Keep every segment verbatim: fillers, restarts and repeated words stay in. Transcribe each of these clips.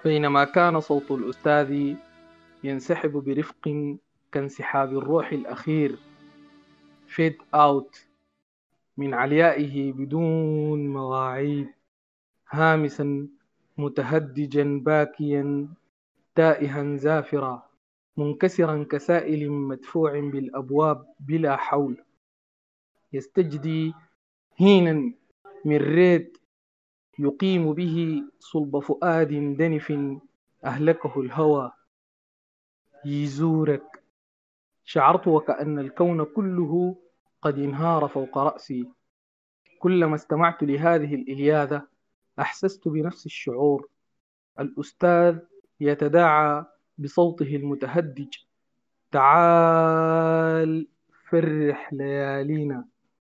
بينما كان صوت الأستاذ ينسحب برفق كانسحاب الروح الأخير فيد أوت من عليائه بدون مواعيد، هامسا متهدجا باكيا تائها زافرا، منكسرا كسائل مدفوع بالأبواب بلا حول، يستجدي هينا من ريت يقيم به صلب فؤاد دنف أهلكه الهوى. يزورك شعرت وكأن الكون كله قد انهار فوق رأسي. كلما استمعت لهذه الإلياذة أحسست بنفس الشعور. الأستاذ يتداعى بصوته المتهدج: تعال فرح ليالينا،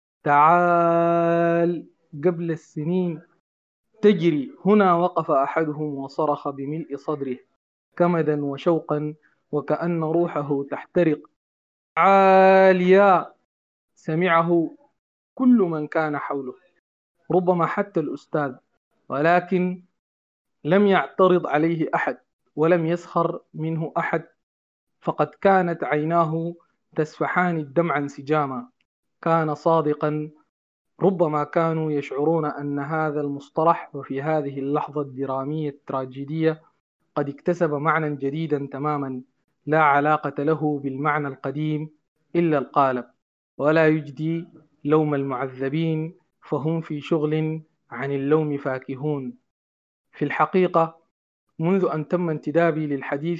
تعال قبل السنين تجري. هنا وقف أحدهم وصرخ بملء صدره كمدا وشوقا وكأن روحه تحترق: تعال يا. سمعه كل من كان حوله، ربما حتى الأستاذ، ولكن لم يعترض عليه أحد ولم يسخر منه أحد، فقد كانت عيناه تسفحان الدمع انسجاما. كان صادقا. ربما كانوا يشعرون أن هذا المصطلح وفي هذه اللحظة الدرامية التراجيدية قد اكتسب معنى جديدا تماما لا علاقة له بالمعنى القديم إلا القالب، ولا يجدي لوم المعذبين فهم في شغل عن اللوم فاكهون. في الحقيقة منذ أن تم انتدابي للحديث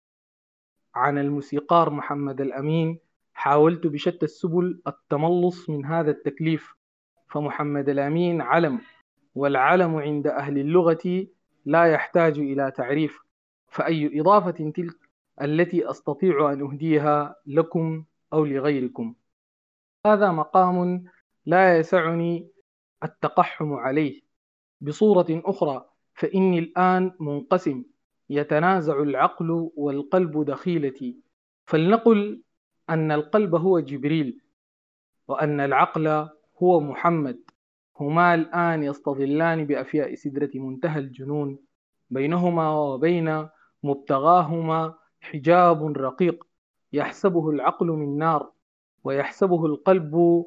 عن الموسيقار محمد الأمين حاولت بشتى السبل التملص من هذا التكليف، فمحمد الأمين علم، والعلم عند أهل اللغة لا يحتاج إلى تعريف، فأي إضافة تلك التي أستطيع أن أهديها لكم أو لغيركم؟ هذا مقام لا يسعني التقحم عليه. بصورة أخرى فإني الآن منقسم، يتنازع العقل والقلب دخيلتي. فلنقل أن القلب هو جبريل وأن العقل هو محمد، هما الآن يستظلان بأفياء سدرة منتهى الجنون، بينهما وبين مبتغاهما حجاب رقيق يحسبه العقل من نار ويحسبه القلب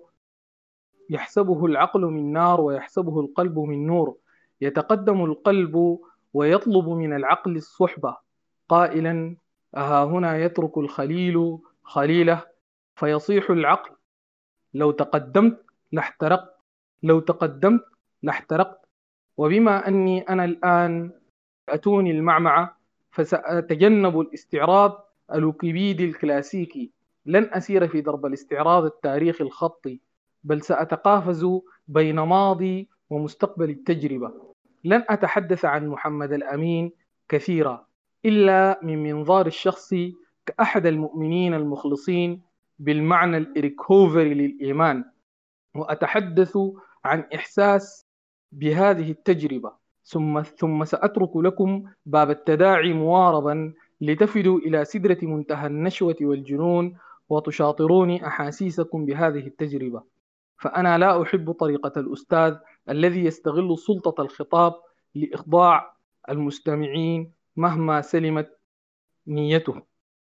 يحسبه العقل من نار ويحسبه القلب من نور. يتقدم القلب ويطلب من العقل الصحبة قائلا: أها هنا يترك الخليل خليله؟ فيصيح العقل: لو تقدمت لاحترقت، لو تقدمت لاحترقت. وبما أني أنا الآن أتوني المعمعة فسأتجنب الاستعراض الوكيبيدي الكلاسيكي، لن أسير في درب الاستعراض التاريخي الخطي، بل سأتقافز بين ماضي ومستقبل التجربة. لن أتحدث عن محمد الأمين كثيرا إلا من منظار الشخصي كأحد المؤمنين المخلصين بالمعنى الإريك هوفري للإيمان، وأتحدث عن إحساس بهذه التجربة، ثم ثم سأترك لكم باب التداعي مواربا لتفدوا إلى سدرة منتهى النشوة والجنون وتشاطروني أحاسيسكم بهذه التجربة. فأنا لا أحب طريقة الأستاذ الذي يستغل سلطة الخطاب لإخضاع المستمعين مهما سلمت نيته.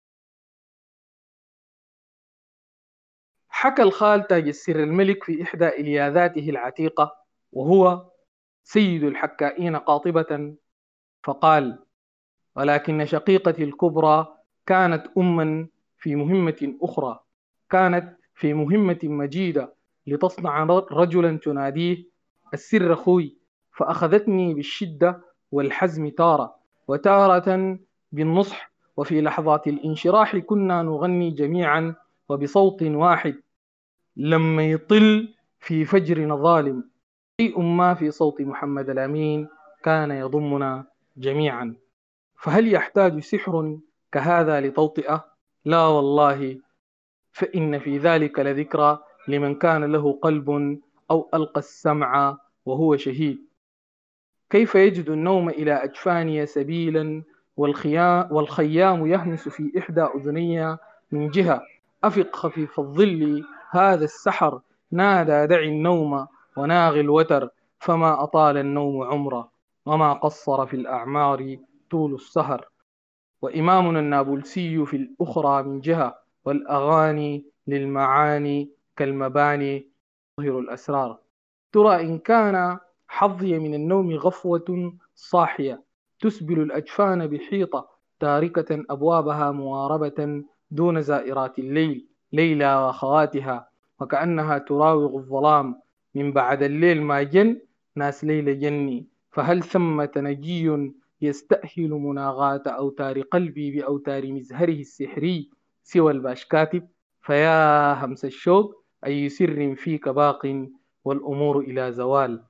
حكى الخال تاج السر الملك في إحدى إلياذاته العتيقة وهو سيد الحكائين قاطبة فقال: ولكن شقيقتي الكبرى كانت أما في مهمة أخرى، كانت في مهمة مجيدة لتصنع رجلا تناديه السر أخوي، فأخذتني بالشدة والحزم تارة، وتارة بالنصح، وفي لحظات الانشراح كنا نغني جميعا وبصوت واحد: لما يطل في فجرنا ظالم. شيء ما في صوت محمد الأمين كان يضمنا جميعا. فهل يحتاج سحر كهذا لتوطئة؟ لا والله، فإن في ذلك لذكرى لمن كان له قلب أو ألقى السمع وهو شهيد. كيف يجد النوم إلى أجفاني سبيلا والخيام يهمس في إحدى أذني من جهة. أفق خفيف الظل هذا السحر، نادى دع النوم وناغ الوتر، فما أطال النوم عمره وما قصر في الأعمار طول السهر، وإمامنا النابلسي في الأخرى من جهة، والأغاني للمعاني كالمباني تظهر الأسرار. ترى إن كان حظي من النوم غفوة صاحية تسبل الأجفان بحيطة تاركة أبوابها مواربة دون زائرات الليل، ليلى وأخواتها، وكأنها تراوغ الظلام من بعد الليل ما جن ناس ليلى جني. فهل ثمة نجي يستأهل مناغاة أوتار قلبي بأوتار مزهره السحري سوى الباشكاتب؟ فيا همس الشوق أي سر فيك باق والأمور إلى زوال،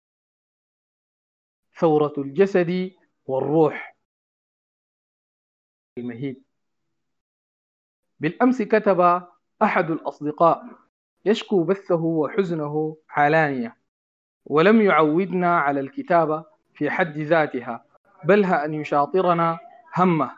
ثورة الجسد والروح المهيب. بالأمس كتب أحد الأصدقاء يشكو بثه وحزنه علانية، ولم يعودنا على الكتابة في حد ذاتها، بل أن يشاطرنا همه.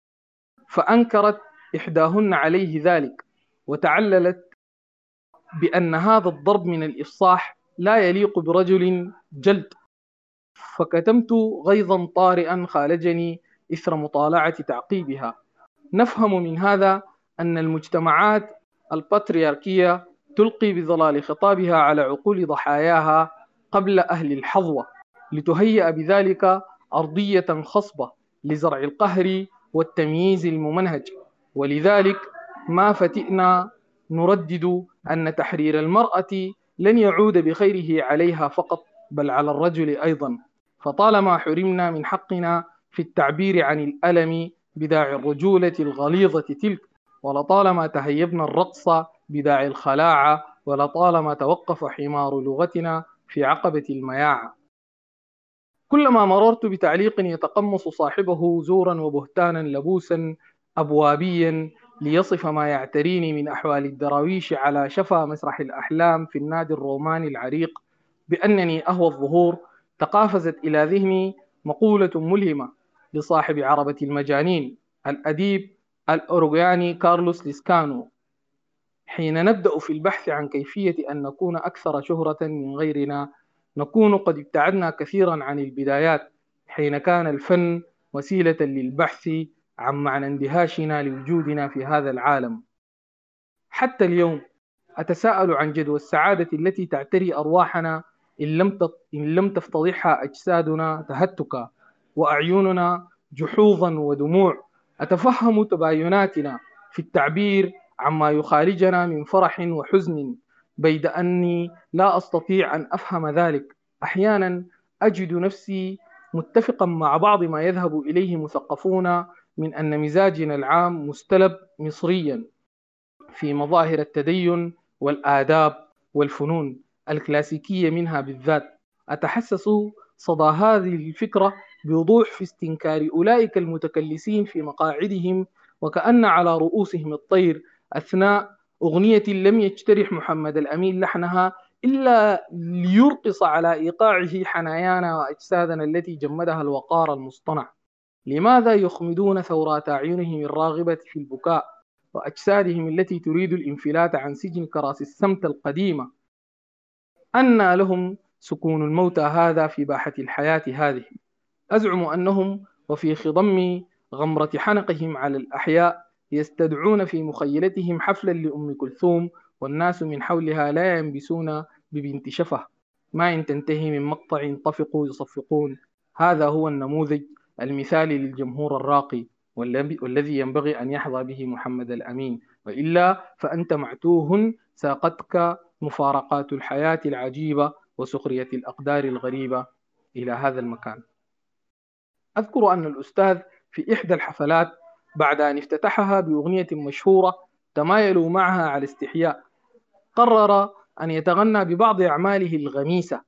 فأنكرت إحداهن عليه ذلك، وتعللت بأن هذا الضرب من الإفصاح لا يليق برجل جلد. فكتمت غيظا طارئا خالجني إثر مطالعة تعقيبها. نفهم من هذا أن المجتمعات البطريركية تلقي بظلال خطابها على عقول ضحاياها قبل أهل الحظوة، لتهيأ بذلك أرضية خصبة لزرع القهر والتمييز الممنهج. ولذلك ما فتئنا نردد أن تحرير المرأة لن يعود بخيره عليها فقط، بل على الرجل أيضا. فطالما حرمنا من حقنا في التعبير عن الألم بداعي الرجولة الغليظة تلك، ولطالما تهيبنا الرقص بداعي الخلاعة، ولطالما توقف حمار لغتنا في عقبة المياعة. كلما مررت بتعليق يتقمص صاحبه زورا وبهتانا لبوسا أبوابيا ليصف ما يعتريني من أحوال الدراويش على شفا مسرح الأحلام في النادي الروماني العريق بأنني أهوى الظهور، تقافزت إلى ذهني مقولة ملهمة لصاحب عربة المجانين الأديب الأوروغواني كارلوس ليسكانو: حين نبدأ في البحث عن كيفية أن نكون أكثر شهرة من غيرنا، نكون قد ابتعدنا كثيرا عن البدايات، حين كان الفن وسيلة للبحث عن معنى اندهاشنا لوجودنا في هذا العالم. حتى اليوم أتساءل عن جدوى السعادة التي تعتري أرواحنا إن لم إن لم تفتضحها أجسادنا تهتكا وأعيننا جحوظا ودموع. أتفهم تبايناتنا في التعبير عما يخارجنا من فرح وحزن، بيد أني لا أستطيع أن أفهم ذلك. أحيانا أجد نفسي متفقا مع بعض ما يذهب إليه مثقفون من أن مزاجنا العام مستلب مصريا في مظاهر التدين والآداب والفنون الكلاسيكية منها بالذات. أتحسس صدى هذه الفكرة بوضوح في استنكار أولئك المتكلسين في مقاعدهم، وكأن على رؤوسهم الطير، أثناء أغنية لم يجترح محمد الأمين لحنها إلا ليرقص على إيقاعه حنايانا وأجسادنا التي جمدها الوقار المصطنع. لماذا يخمدون ثورات أعينهم الراغبة في البكاء وأجسادهم التي تريد الانفلات عن سجن كراسي السمت القديمة؟ أنى لهم سكون الموتى هذا في باحة الحياة هذه؟ أزعم أنهم وفي خضم غمرة حنقهم على الأحياء يستدعون في مخيلتهم حفلا لأم كلثوم، والناس من حولها لا ينبسون ببنت شفه، ما إن تنتهي من مقطع طفقوا يصفقون. هذا هو النموذج المثالي للجمهور الراقي والذي ينبغي أن يحظى به محمد الأمين، وإلا فأنت معتوه ساقتك مفارقات الحياة العجيبة وسخرية الأقدار الغريبة إلى هذا المكان. أذكر أن الأستاذ في إحدى الحفلات بعد أن افتتحها بأغنية مشهورة تمايلوا معها على استحياء، قرر أن يتغنى ببعض أعماله الغميسة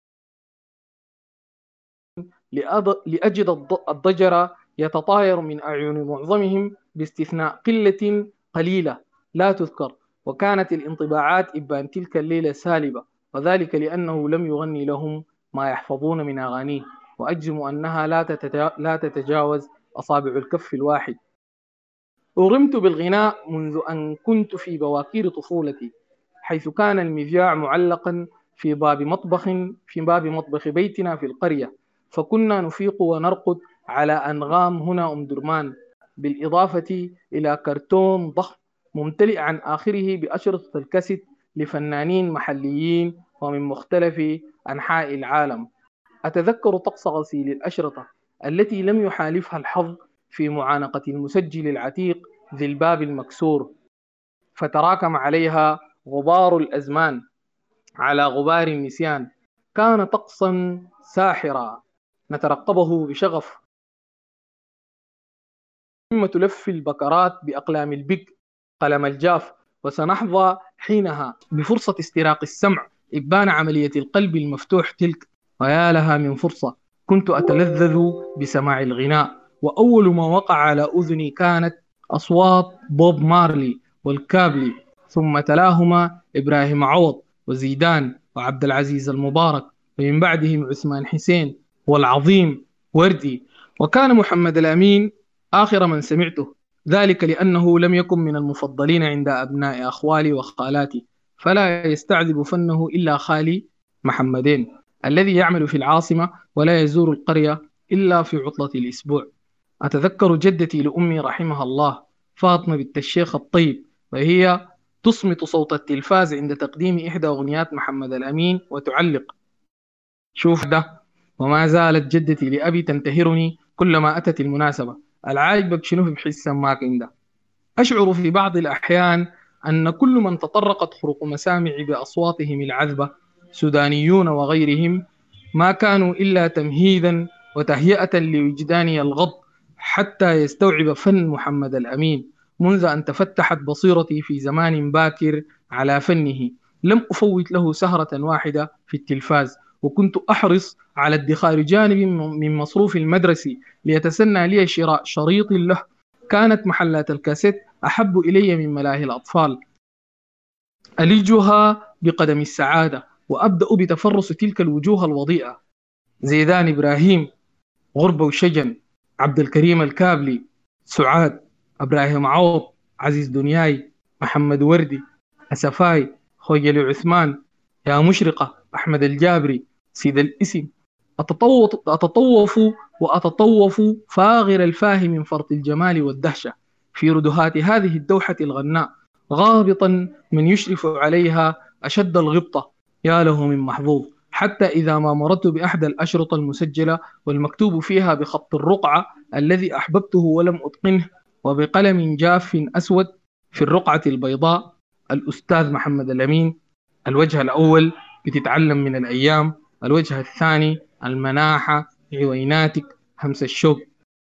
لأجد الضجر يتطاير من أعين معظمهم باستثناء قلة قليلة لا تذكر. وكانت الانطباعات إبان تلك الليلة سالبة، وذلك لأنه لم يغني لهم ما يحفظون من أغانيه، وأجزم أنها لا تتجاوز أصابع الكف الواحد. أغرمت بالغناء منذ أن كنت في بواكير طفولتي، حيث كان المذياع معلقا في باب مطبخ في باب مطبخ بيتنا في القرية، فكنا نفيق ونرقد على أنغام هنا أم درمان، بالإضافة إلى كرتون ضخم ممتلئ عن آخره بأشرطة الكاسيت لفنانين محليين ومن مختلف أنحاء العالم. أتذكر طقس غسيل الأشرطة التي لم يحالفها الحظ في معانقة المسجل العتيق ذي الباب المكسور، فتراكم عليها غبار الأزمان على غبار النسيان. كان طقسا ساحرا نترقبه بشغف، ثم تلف البكرات بأقلام البق قلم الجاف، وسنحظى حينها بفرصة استراق السمع إبان عملية القلب المفتوح تلك. ويا لها من فرصة كنت أتلذذ بسماع الغناء، وأول ما وقع على أذني كانت أصوات بوب مارلي والكابلي، ثم تلاهما إبراهيم عوض وزيدان وعبد العزيز المبارك، ومن بعدهم عثمان حسين والعظيم وردي. وكان محمد الأمين آخر من سمعته، ذلك لأنه لم يكن من المفضلين عند أبناء أخوالي وخالاتي، فلا يستعذب فنه إلا خالي محمدين الذي يعمل في العاصمة ولا يزور القرية إلا في عطلة الأسبوع. أتذكر جدتي لأمي رحمها الله فاطمة بنت الشيخ الطيب وهي تصمت صوت التلفاز عند تقديم إحدى أغنيات محمد الأمين وتعلق: شوف ده. وما زالت جدتي لأبي تنتهرني كلما أتت المناسبة: العاجبك شنو في بحس سماك عنده؟ أشعر في بعض الأحيان أن كل من تطرقت خرق مسامعي بأصواتهم العذبة، سودانيون وغيرهم، ما كانوا إلا تمهيدا وتهيئة لوجداني الغض حتى يستوعب فن محمد الأمين. منذ أن تفتحت بصيرتي في زمان باكر على فنه لم أفوت له سهرة واحدة في التلفاز، وكنت أحرص على ادخار جانب من مصروف المدرسة ليتسنى لي شراء شريط له. كانت محلات الكاسيت أحب إلي من ملاهي الأطفال، ألجها بقدم السعادة وأبدأ بتفرس تلك الوجوه الوضيئة: زيدان إبراهيم، غربة وشجن، عبد الكريم الكابلي، سعاد، إبراهيم عوض، عزيز دنياي، محمد وردي، أسفاي، خوجلي عثمان، يا مشرقة، أحمد الجابري، سيد الاسم. أتطوف, أتطوف وأتطوف فاغر الفاه من فرط الجمال والدهشة في ردهات هذه الدوحة الغناء، غابطا من يشرف عليها أشد الغبطة. يا له من محظوظ حتى إذا ما مررت بأحد الأشرطة المسجلة والمكتوب فيها بخط الرقعة الذي أحببته ولم أتقنه وبقلم جاف أسود في الرقعة البيضاء: الأستاذ محمد الأمين. الوجه الأول: بتتعلم من الأيام. الوجه الثاني: المناحة، عويناتك، همس الشوق.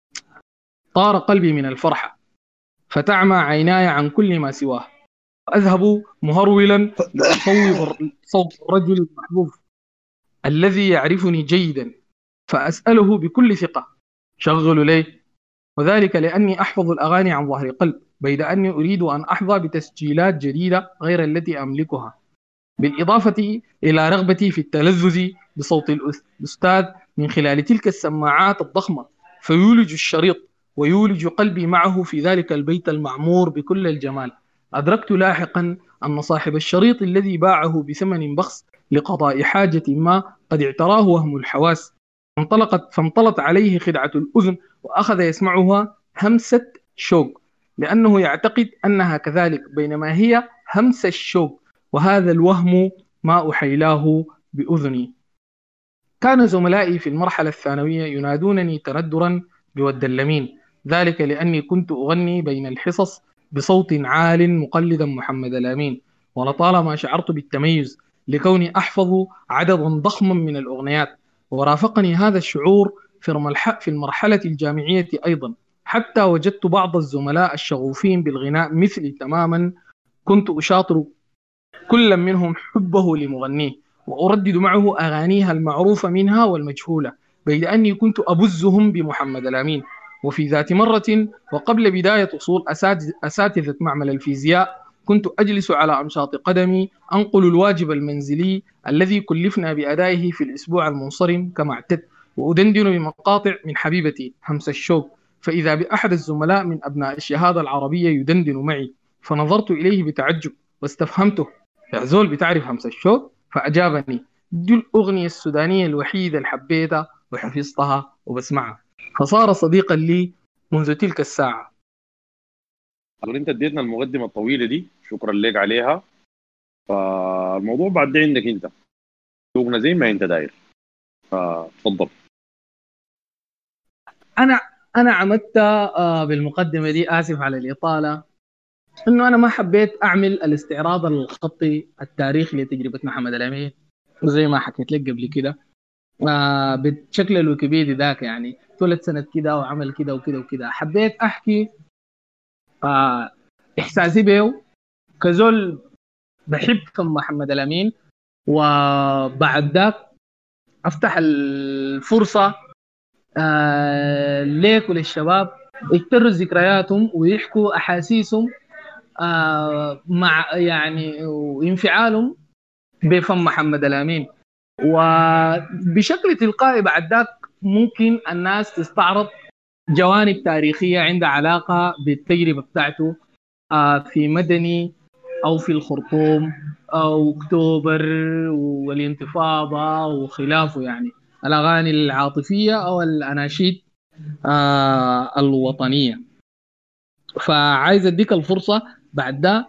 طار قلبي من الفرحة فتعمى عيناي عن كل ما سواه، أذهب مهرولا لأصوب صوت الرجل المحبوب الذي يعرفني جيدا فأسأله بكل ثقة: شغل لي؟ وذلك لأني أحفظ الأغاني عن ظهر قلب، بيد أني أريد أن أحظى بتسجيلات جديدة غير التي أملكها، بالإضافة إلى رغبتي في التلذذ بصوت الأستاذ من خلال تلك السماعات الضخمة، فيولج الشريط ويولج قلبي معه في ذلك البيت المعمور بكل الجمال. أدركت لاحقا أن صاحب الشريط الذي باعه بثمن بخس لقضاء حاجة ما قد اعتراه وهم الحواس، فانطلقت فانطلت عليه خدعة الأذن وأخذ يسمعها همسة شوق لأنه يعتقد أنها كذلك، بينما هي همس الشوق، وهذا الوهم ما أحيلاه بأذني. كان زملائي في المرحلة الثانوية ينادونني تندرا بود اللمين، ذلك لأني كنت أغني بين الحصص بصوت عال مقلدا محمد الأمين، ولطالما شعرت بالتميز لكوني أحفظ عددا ضخما من الأغنيات. ورافقني هذا الشعور في المرحلة الجامعية أيضا، حتى وجدت بعض الزملاء الشغوفين بالغناء مثلي تماما كنت أشاطر كل منهم حبه لمغنيه وأردد معه أغانيها المعروفة منها والمجهولة، بيد أني كنت أبزهم بمحمد الأمين. وفي ذات مرة وقبل بداية وصول أساتذة معمل الفيزياء كنت أجلس على أمشاط قدمي أنقل الواجب المنزلي الذي كلفنا بأدائه في الأسبوع المنصرم كما اعتدت، وأدندن بمقاطع من حبيبتي همس الشوق، فإذا بأحد الزملاء من أبناء الشهادة العربية يدندن معي، فنظرت إليه بتعجب واستفهمته: يا زول بتعرف همس الشوق؟ فأجابني: دي الأغنية السودانية الوحيدة اللي حبيتها وحفظتها وبسمعها. فصار صديقا لي منذ تلك الساعة. أقول انت اديتنا المقدمه الطويله دي، شكرا لك عليها. فالموضوع بعد ده عندك انت، سوقنا زي ما انت داير، فتفضل. أنا أنا عمدت آه، بالمقدمة دي، آسف على الإطالة، إنه أنا ما حبيت أعمل الاستعراض الخطي التاريخي لتجربة محمد الأمين زي ما حكيت لك قبل كده، آه بشكل الويكيبيدي ذاك، يعني اتولد سنة كده وعمل كده وكده وكده. حبيت أحكي آه إحساسي به كزول بحب فم محمد الأمين، وبعد ذاك أفتح الفرصة آه ليك وللشباب يكتروا ذكرياتهم ويحكوا أحاسيسهم آه مع يعني وانفعالهم بفم محمد الأمين. وبشكل تلقائي بعد ذاك ممكن الناس تستعرض جوانب تاريخية عندها علاقة بالتجربة بتاعته آه، في مدني أو في الخرطوم أو أكتوبر والانتفاضة وخلافه، يعني الأغاني العاطفية أو الأناشيد آه، الوطنية. فعايز أديك الفرصة بعد ده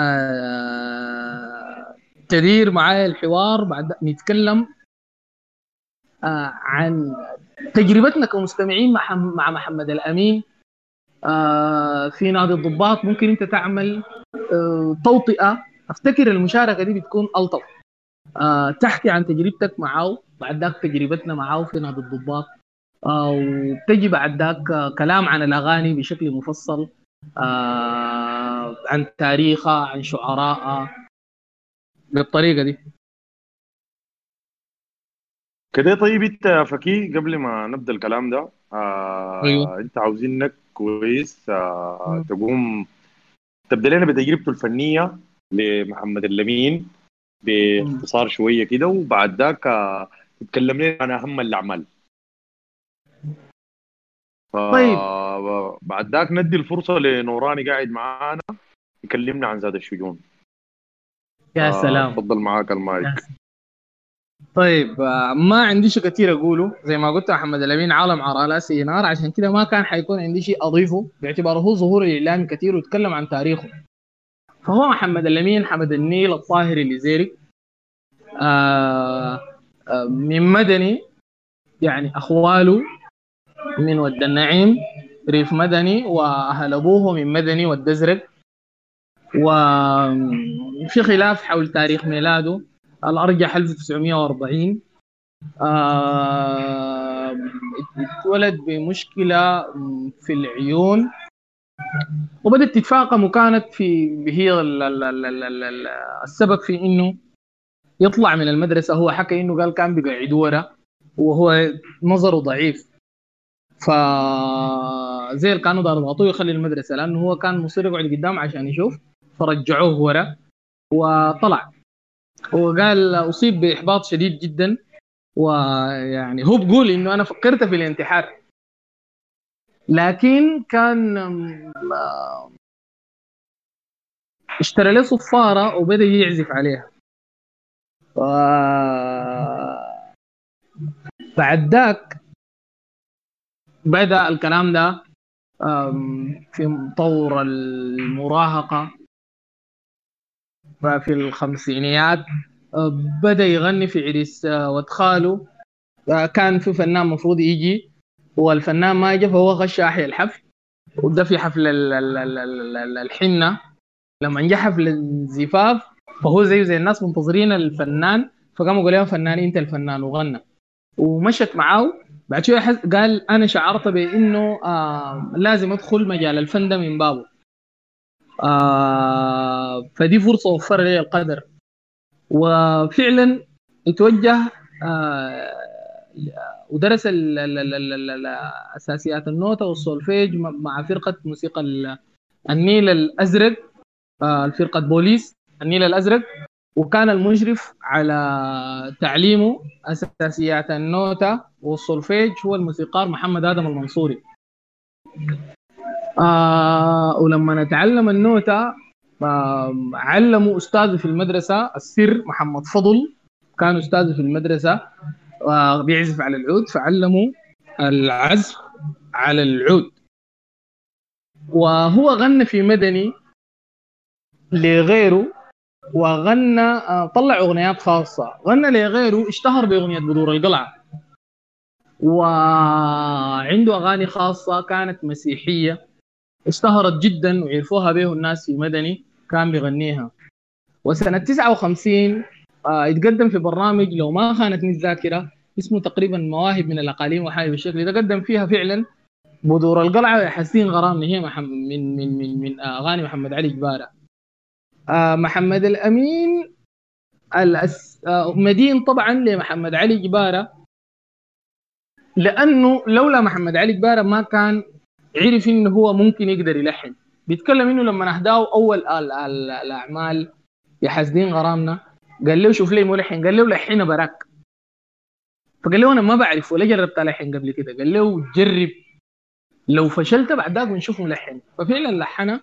آه، تدير معايا الحوار، بعد ده نتكلم آه، عن تجربتنا كمستمعين مع مع محمد الأمين آه، في نادي الضباط. ممكن أنت تعمل آه، توطئة، أفتكر المشاركة دي بتكون ألطف. آه، تحكي عن تجربتك معه، بعد ذاك تجربتنا معه في نادي الضباط، آه، وبتجي بعد ذاك آه، كلام عن الأغاني بشكل مفصل، آه، عن تاريخها، عن شعراءها، بالطريقة دي. كده طيب انت يا فكي، قبل ما نبدا الكلام ده، ايوه. آه انت عاوزينك كويس آه مم. تقوم تبدا لنا بتجربته الفنيه لمحمد اللمين مم. باختصار شويه كده، وبعد ذاك آه تتكلم لنا عن اهم الاعمال. طيب. فبعد ذاك ندي الفرصه لنوراني قاعد معانا يكلمنا عن زاد الشجون. يا آه سلام. تفضل معاك يا المايك. طيب، آه، ما عندي شيء كثير اقوله. زي ما قلت محمد الامين عالم عراء لا نار، عشان كده ما كان حيكون عندي شيء اضيفه باعتباره هو ظهور الاعلامي كثير ويتكلم عن تاريخه. فهو محمد الامين حمد النيل الطاهر الجزيري، آه آه من مدني، يعني اخواله من ود النعيم ريف مدني، واهل ابوه من مدني والدزرق. وفي خلاف حول تاريخ ميلاده، الارجح ألف وتسعمائة وأربعين. آه، اتولد بمشكلة في العيون، وبدأت تتفاقم، وكانت في هي ال- ال- ال- ال- ال- ال- السبب في انه يطلع من المدرسة. هو حكى انه قال كان بيقعد ورا وهو نظره ضعيف، فزي اللي كانوا ضارب يضغطوه يخلي المدرسة، لأنه هو كان مصير يقعد قدام عشان يشوف، فرجعوه ورا وطلع. وقال أصيب بإحباط شديد جدا، ويعني هو بيقول انه انا فكرت في الانتحار، لكن كان آم، اشترى له صفارة وبدأ يعزف عليها. بعد ذاك بدأ الكلام ده آم، في طور المراهقة، ففي الخمسينيات آه، بدأ يغني في عريس آه، وادخاله. آه، كان في فنان مفروض يجي، والفنان ما جه، فهو غش أحيا الحفل. وده في حفل ال- ال- ال- ال- ال- الحنة. لما نجح حفل الزفاف، فهو زيه زي الناس منتظرين الفنان، فقاموا قالوا له فنان انت الفنان، وغنى ومشت معاه. بعد شويه حس... قال انا شعرت بانه آه لازم ادخل مجال الفن ده من بابه. آه فدي فرصه وفر لي القدر، وفعلا اتوجه آه ودرس ال- ال- ال- ال- ال- ال- اساسيات النوتة والسولفيج مع فرقه موسيقى ال- النيل الازرق، آه، فرقة بوليس النيل الأزرق. وكان المشرف على تعليمه أساسيات النوتة والسولفيج هو الموسيقار محمد آدم المنصوري. آه ولما نتعلم النوتة آه علموا أستاذي في المدرسة السر محمد فضل، كان أستاذي في المدرسة آه بيعزف على العود، فعلموا العزف على العود. وهو غنى في مدني لغيره، وغنى آه، طلع اغنيات خاصه. غنى لغيره، اشتهر باغنيه بدور القلعه، وعنده اغاني خاصه كانت مسيحيه اشتهرت جدا وعرفوها به الناس في مدني كان بيغنيها. وسنه تسعة وخمسين آه، يتقدم في برنامج لو ما خانتني الذاكره اسمه تقريبا مواهب من الاقاليم وحاجه بالشكل ده، قدم فيها فعلا بدور القلعه حسين غرام، هي محمد من من من من اغاني محمد علي جباره. آه، محمد الامين الأس... آه، مدين طبعا لمحمد علي جباره، لانه لولا محمد علي جباره ما كان عرف انه هو ممكن يقدر يلحن. بيتكلم انه لما اهداه اول ال ال الاعمال يا حسدين غرامنا، قال له شوف لي ملحن، قال له لحنها براك. فقال له انا ما بعرف ولا جربت الحن قبل كده، قال له جرب، لو فشلت بعد ذاك بنشوف ملحن. ففعلا لحنها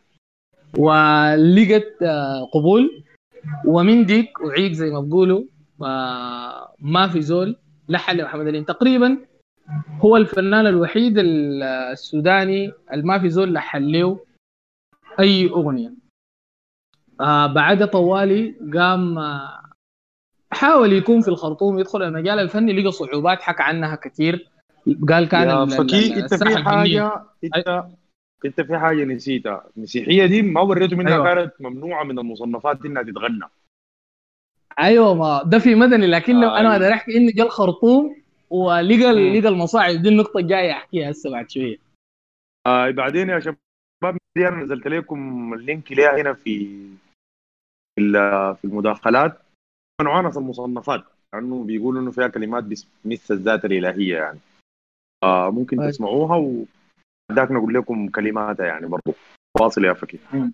ولقت آه، قبول. ومن ديك وعيق زي ما بقولوا آه، ما في زول لحن لمحمد علي. تقريبا هو الفنان الوحيد السوداني اللي ما في زول لحن له اي اغنيه. آه بعد طوالي قام آه حاول يكون في الخرطوم، يدخل المجال الفني، لقى صعوبات حكى عنها كثير. قال كان يا ال- ال- ال- فكي، انت الساحه في الفنيه. حاجه أي- انت انت في حاجه نسيتها. المسيحيه دي ما وريته منها ايوه كانت ممنوعه من المصنفات دي انها تتغنى. ايوه، ما ده في مدني، لكن انا اي. اقدر احكي انه جا الخرطوم ولقى مم. لقى المصاعب دي. النقطه الجايه احكيها هسه بعد شويه. اي بعدين يا شباب، دي انا نزلت لكم اللينك ليها هنا في في ال- في المداخلات. من عناص المصنفات لانه بيقولوا انه فيها كلمات بتمس الذات الالهيه يعني. آه ممكن طيب. تسمعوها وذاك نقول لكم كلماتها يعني برضو. واصل يا فكي. مم.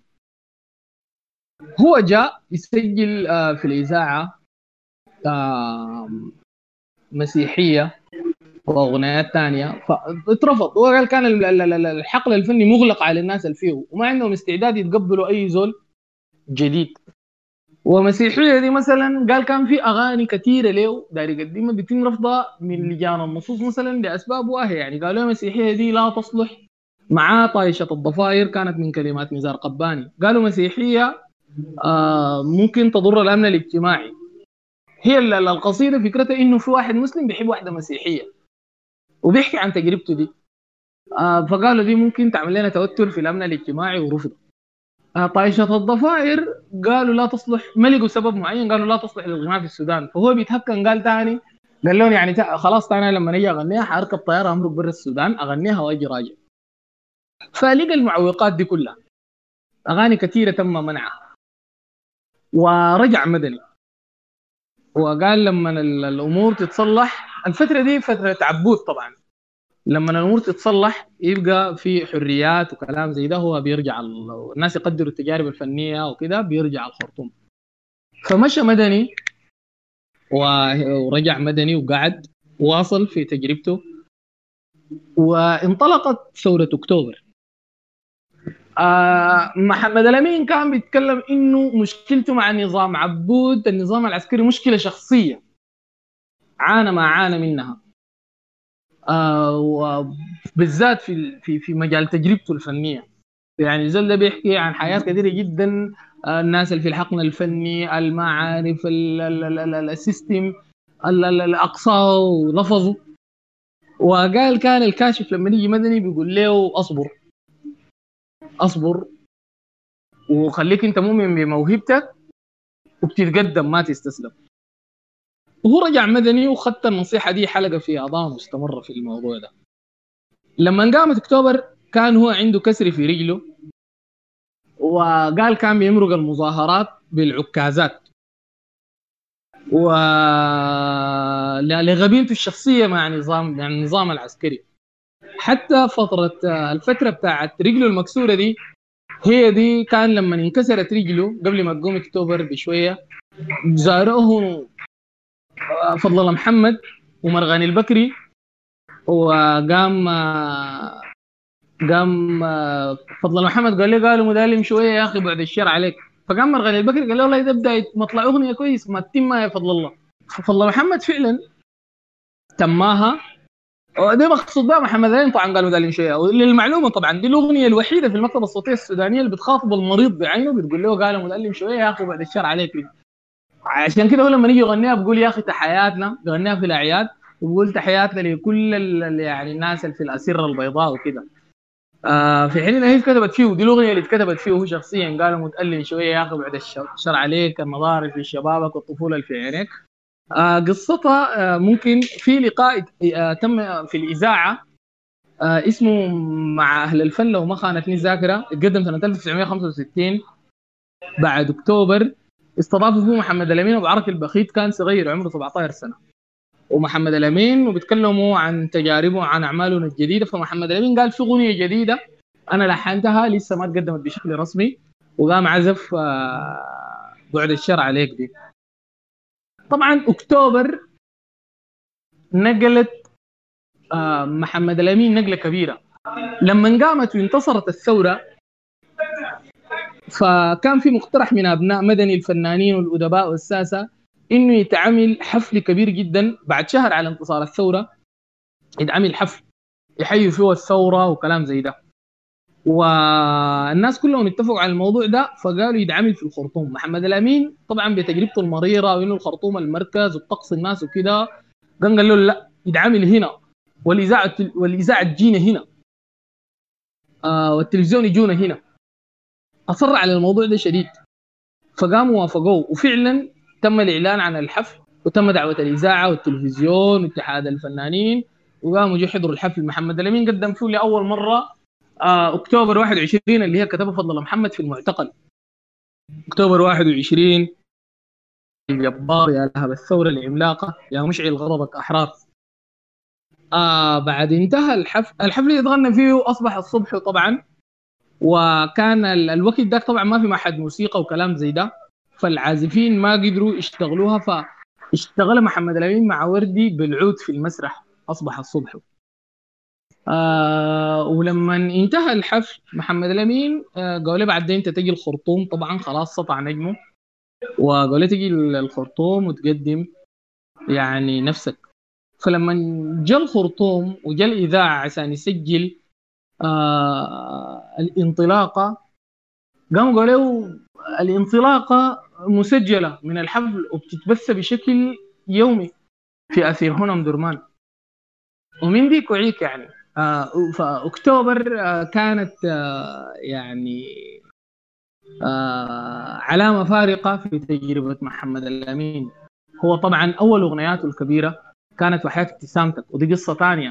هو جاء يسجل آه، في الاذاعه آه، مسيحيه واغنيات ثانيه، فاترفض. وقال كان ال- ال- ال- الحقل الفني مغلق على الناس اللي فيه، وما عندهم استعداد يتقبلوا اي زول جديد. ومسيحيه دي مثلا قال كان في اغاني كثيره له داير يقدمها بيتم رفضها من لجان النصوص مثلا لاسباب واهيه. يعني قالوا المسيحيه دي لا تصلح مع طايشه الضفائر، كانت من كلمات نزار قباني. قالوا مسيحيه آه ممكن تضر الامن الاجتماعي. هي ال- ال- القصيده فكرتها انه في واحد مسلم بيحب واحده مسيحيه وبيحكي عن تجربته دي. آه فقالوا دي ممكن تعمل لنا توتر في الامن الاجتماعي ورفض. آه طائشة الضفائر قالوا لا تصلح، ما لقوا سبب معين، قالوا لا تصلح للغناء في السودان. فهو بيتهكن قال تاني، قال لهم يعني تا- خلاص انا لما اجي اغنيها حاركب طياره امرق برا السودان اغنيها واجي راجع. فلقى المعوقات دي كلها، اغاني كثيره تم منعها. ورجع مدني وقال لما ال- الامور تتصلح، الفتره دي فتره عبود طبعا، لما الامور تتصلح يبقى في حريات وكلام زي ده، هو بيرجع ال- الناس يقدروا التجارب الفنيه وكده، بيرجع الخرطوم. فمشى مدني و- ورجع مدني وقعد واصل في تجربته. وانطلقت ثوره اكتوبر. آه محمد الامين كان بيتكلم انه مشكلته مع نظام عبود النظام العسكري مشكله شخصيه عانى ما عانى منها، آه وبالذات في في في مجال تجربته الفنيه. يعني زول ده بيحكي عن حياة كثيرة جدا، آه، الناس اللي في الحقل الفني، المعارف، ال- ال- ال- ال- السيستم، ال- ال- الأقصى ولفظه. وقال كان الكاشف لما يجي مدني بيقول له أصبر أصبر وخليك أنت مؤمن بموهبتك وبتتقدم ما تستسلم. وهو رجع مدني وخدت النصيحة دي حلقة في أعضاء مستمرة في الموضوع ده. لما قامت أكتوبر كان هو عنده كسر في رجله، وقال كان بيمرق المظاهرات بالعكازات و لغبينته الشخصيه مع نظام يعني النظام العسكري. حتى فتره الفتره بتاعت رجله المكسوره دي، هي دي كان لما انكسرت رجله قبل ما تقوم اكتوبر بشويه، زاروه فضل الله محمد ومرغني البكري. وقام قام فضل الله محمد قال لي قالوا مدالم شويه يا اخي بعد الشر عليك. فقام مرغني البكري قال له والله اذا بدايه مطلع اغنيه كويس ما تتمها يا فضل الله. ففضل الله محمد فعلا تماها ده مقصود بها محمد علي طبعا قال متألم شويه. وللمعلومه طبعا دي الاغنيه الوحيده في المكتبه الصوتيه السودانيه اللي بتخاطب المريض بعينه، بتقول له قال متألم شويه يا اخي بعد الشر عليك. عشان كده هو لما يجي يغنيها بيقول يا اخي تحياتنا، يغنيها في الاعياد وبيقول تحياتنا لكل ال- يعني الناس اللي في الاسره البيضاء وكده. آه في حين انها هي اتكتبت فيه، ودي الاغنيه اللي اتكتبت فيه هو شخصيا، قال متألم شويه يا اخي بعد الشر الشر عليك، النظاره في شبابك والطفوله اللي في عينيك. آه قصتها آه ممكن في لقاء آه تم في الاذاعه آه اسمه مع اهل الفن لو ما خانتني الذاكره، اتقدم سنه ألف وتسعمية وخمسة وستين بعد اكتوبر. استضافوا فيه محمد الامين ابو عرك البخيت، كان صغير عمره سبعتاشر سنه، ومحمد الامين وبيتكلموا عن تجاربه عن اعمالهم الجديده. فمحمد الامين قال في اغنيه جديده انا لحنتها لسه ما تقدمت بشكل رسمي، وقام عزف آه بعد الشر عليك دي. طبعا اكتوبر نقلت آه محمد الامين نقله كبيره. لما قامت وانتصرت الثوره، فكان في مقترح من ابناء مدني الفنانين والادباء والساسه انه يتعمل حفل كبير جدا بعد شهر على انتصار الثوره، يتعمل حفل يحيوا فيه الثوره وكلام زي ده. والناس كلهم اتفقوا على الموضوع ده، فقالوا يتعمل في الخرطوم. محمد الامين طبعا بتجربته المريره وانه الخرطوم المركز وطقس الناس وكده، قام قال له لا يتعمل هنا، والاذاعه والاذاعه تجينا هنا، آه والتلفزيون يجونا هنا. اصر على الموضوع ده شديد، فقاموا وافقوه، وفعلا تم الاعلان عن الحفل وتم دعوه الاذاعه والتلفزيون واتحاد الفنانين، وقاموا جو يحضروا الحفل. محمد الامين قدم فيه لاول مره آه اكتوبر واحد وعشرين اللي هي كتبها فضل محمد في المعتقل. اكتوبر واحد وعشرين الجبار يا لهب الثوره العملاقه يا مشعل غضبك احرار. آه بعد انتهى الحفل، الحفل اللي اتغنى فيه اصبح الصبح طبعا، وكان ال- الوقت ده طبعا ما في معهد موسيقى وكلام زي ده، فالعازفين ما قدروا يشتغلوها، فاشتغل محمد الامين مع وردي بالعود في المسرح. اصبح الصبح. آه ولما انتهى الحفل محمد الامين آه قال لي بعد ده انت تجي الخرطوم، طبعا خلاص سطع نجمه، وقال لي تجي الخرطوم وتقدم يعني نفسك. فلما جاء الخرطوم وجاء الاذاعه عشان يسجل آه الانطلاقه، قاموا قالوا الانطلاقة مسجلة من الحفل وبتتبث بشكل يومي في أثير هنا أم درمان. ومن ديك وعيك يعني آه فأكتوبر آه كانت آه يعني آه علامة فارقة في تجربة محمد الأمين. هو طبعا أول أغنياته الكبيرة كانت وحياة ابتسامتك، ودي قصة ثانية.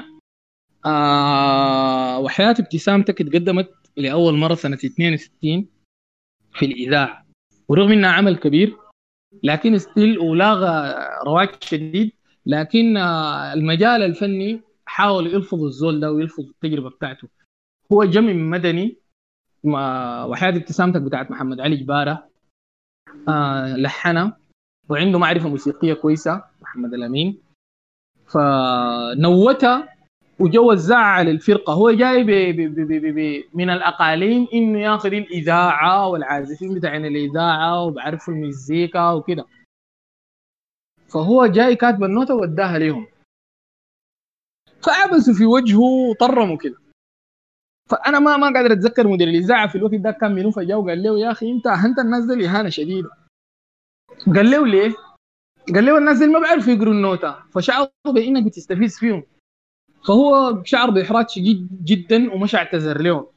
آه وحياة ابتسامتك اتقدمت لأول مرة سنة اثنين وستين في الإذاعة، ورغم إنها عمل كبير لكن ستيل ولاغى رواج شديد، لكن آه، المجال الفني حاول يلفظ الزول ده ويلفظ التجربة بتاعته. هو جمع من مدني ما- وحياة ابتسامتك بتاعت محمد علي جبارة آه لحنها، وعنده معرفة موسيقية كويسة محمد الأمين، فنوتها وجو وزعها للفرقة. هو جاي ب ب ب ب ب ب من الأقاليم إنه ياخذ الإذاعة والعازفين بتاعين الإذاعة وبعرفوا المزيكا وكده، فهو جاي كاتب النوتة وداها لهم، فعبسوا في وجهه وطرموا كده. فانا ما ما قادر اتذكر مدير الاذاعه في الوقت ده كان منو، فجاء وقال له يا اخي انت انت الناس دي اهانه شديده. قال له ليه؟ قال له الناس دي ما بيعرفوا يقروا النوتة، فشعروا بانك بتستفيز فيهم. فهو شعر باحراج شديد جدا ومش اعتذر لهم،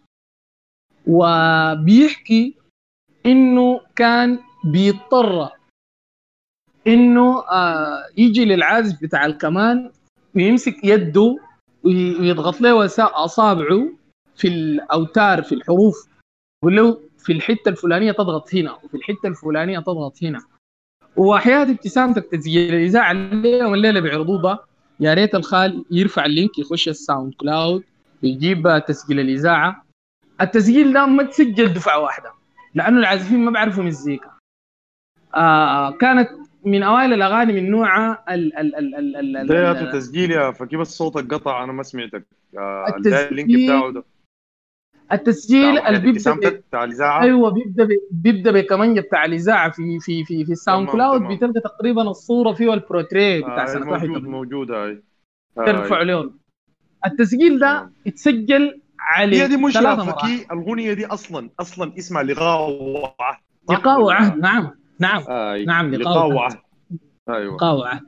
وبيحكي انه كان بيضطر انه آه يجي للعازف بتاع الكمان ويمسك يده ويضغط له وساء اصابعه في الاوتار في الحروف، يقول له في الحته الفلانيه تضغط هنا وفي الحته الفلانيه تضغط هنا. وحياه ابتسامتك تسجيل الاذاعه اليوم الليله بيعرضوه ده، يا ريت الخال يرفع اللينك يخش الساوند كلاود ويجيب تسجيل الاذاعه. التسجيل ده ما تسجل دفعه واحده لانه العازفين ما بيعرفوا مزيكا. آه كانت من اوائل الاغاني من نوعها ال ال ال ال ال ال ده يا تو ال تسجيل يا فكيف الصوت قطع، انا ما سمعتك. آه، ده اللينك بتاعه التسجيل ده بتاع التسجيل وحياة اللي بيبدا ب... ابتسامتك بتاع الاذاعه. ايوه بيبدا ب... بيبدا بكمانجه بتاع الاذاعه في في في في الساوند تمام كلاود، تمام. بتلقى تقريبا الصوره فيه البروتري بتاع آه سنه موجود واحد وثمانين موجود هاي. ترفع هاي لهم. التسجيل ده تمام. اتسجل هي على دي مش يا ثلاثة مراحل. فكي الاغنيه دي اصلا اصلا اسمها لقاء وعهد، صح لقاء وعهد، ولا؟ نعم نعم. اي نعم لقاء لقاء وعهد. وعهد. ايوه. لقاء وعهد.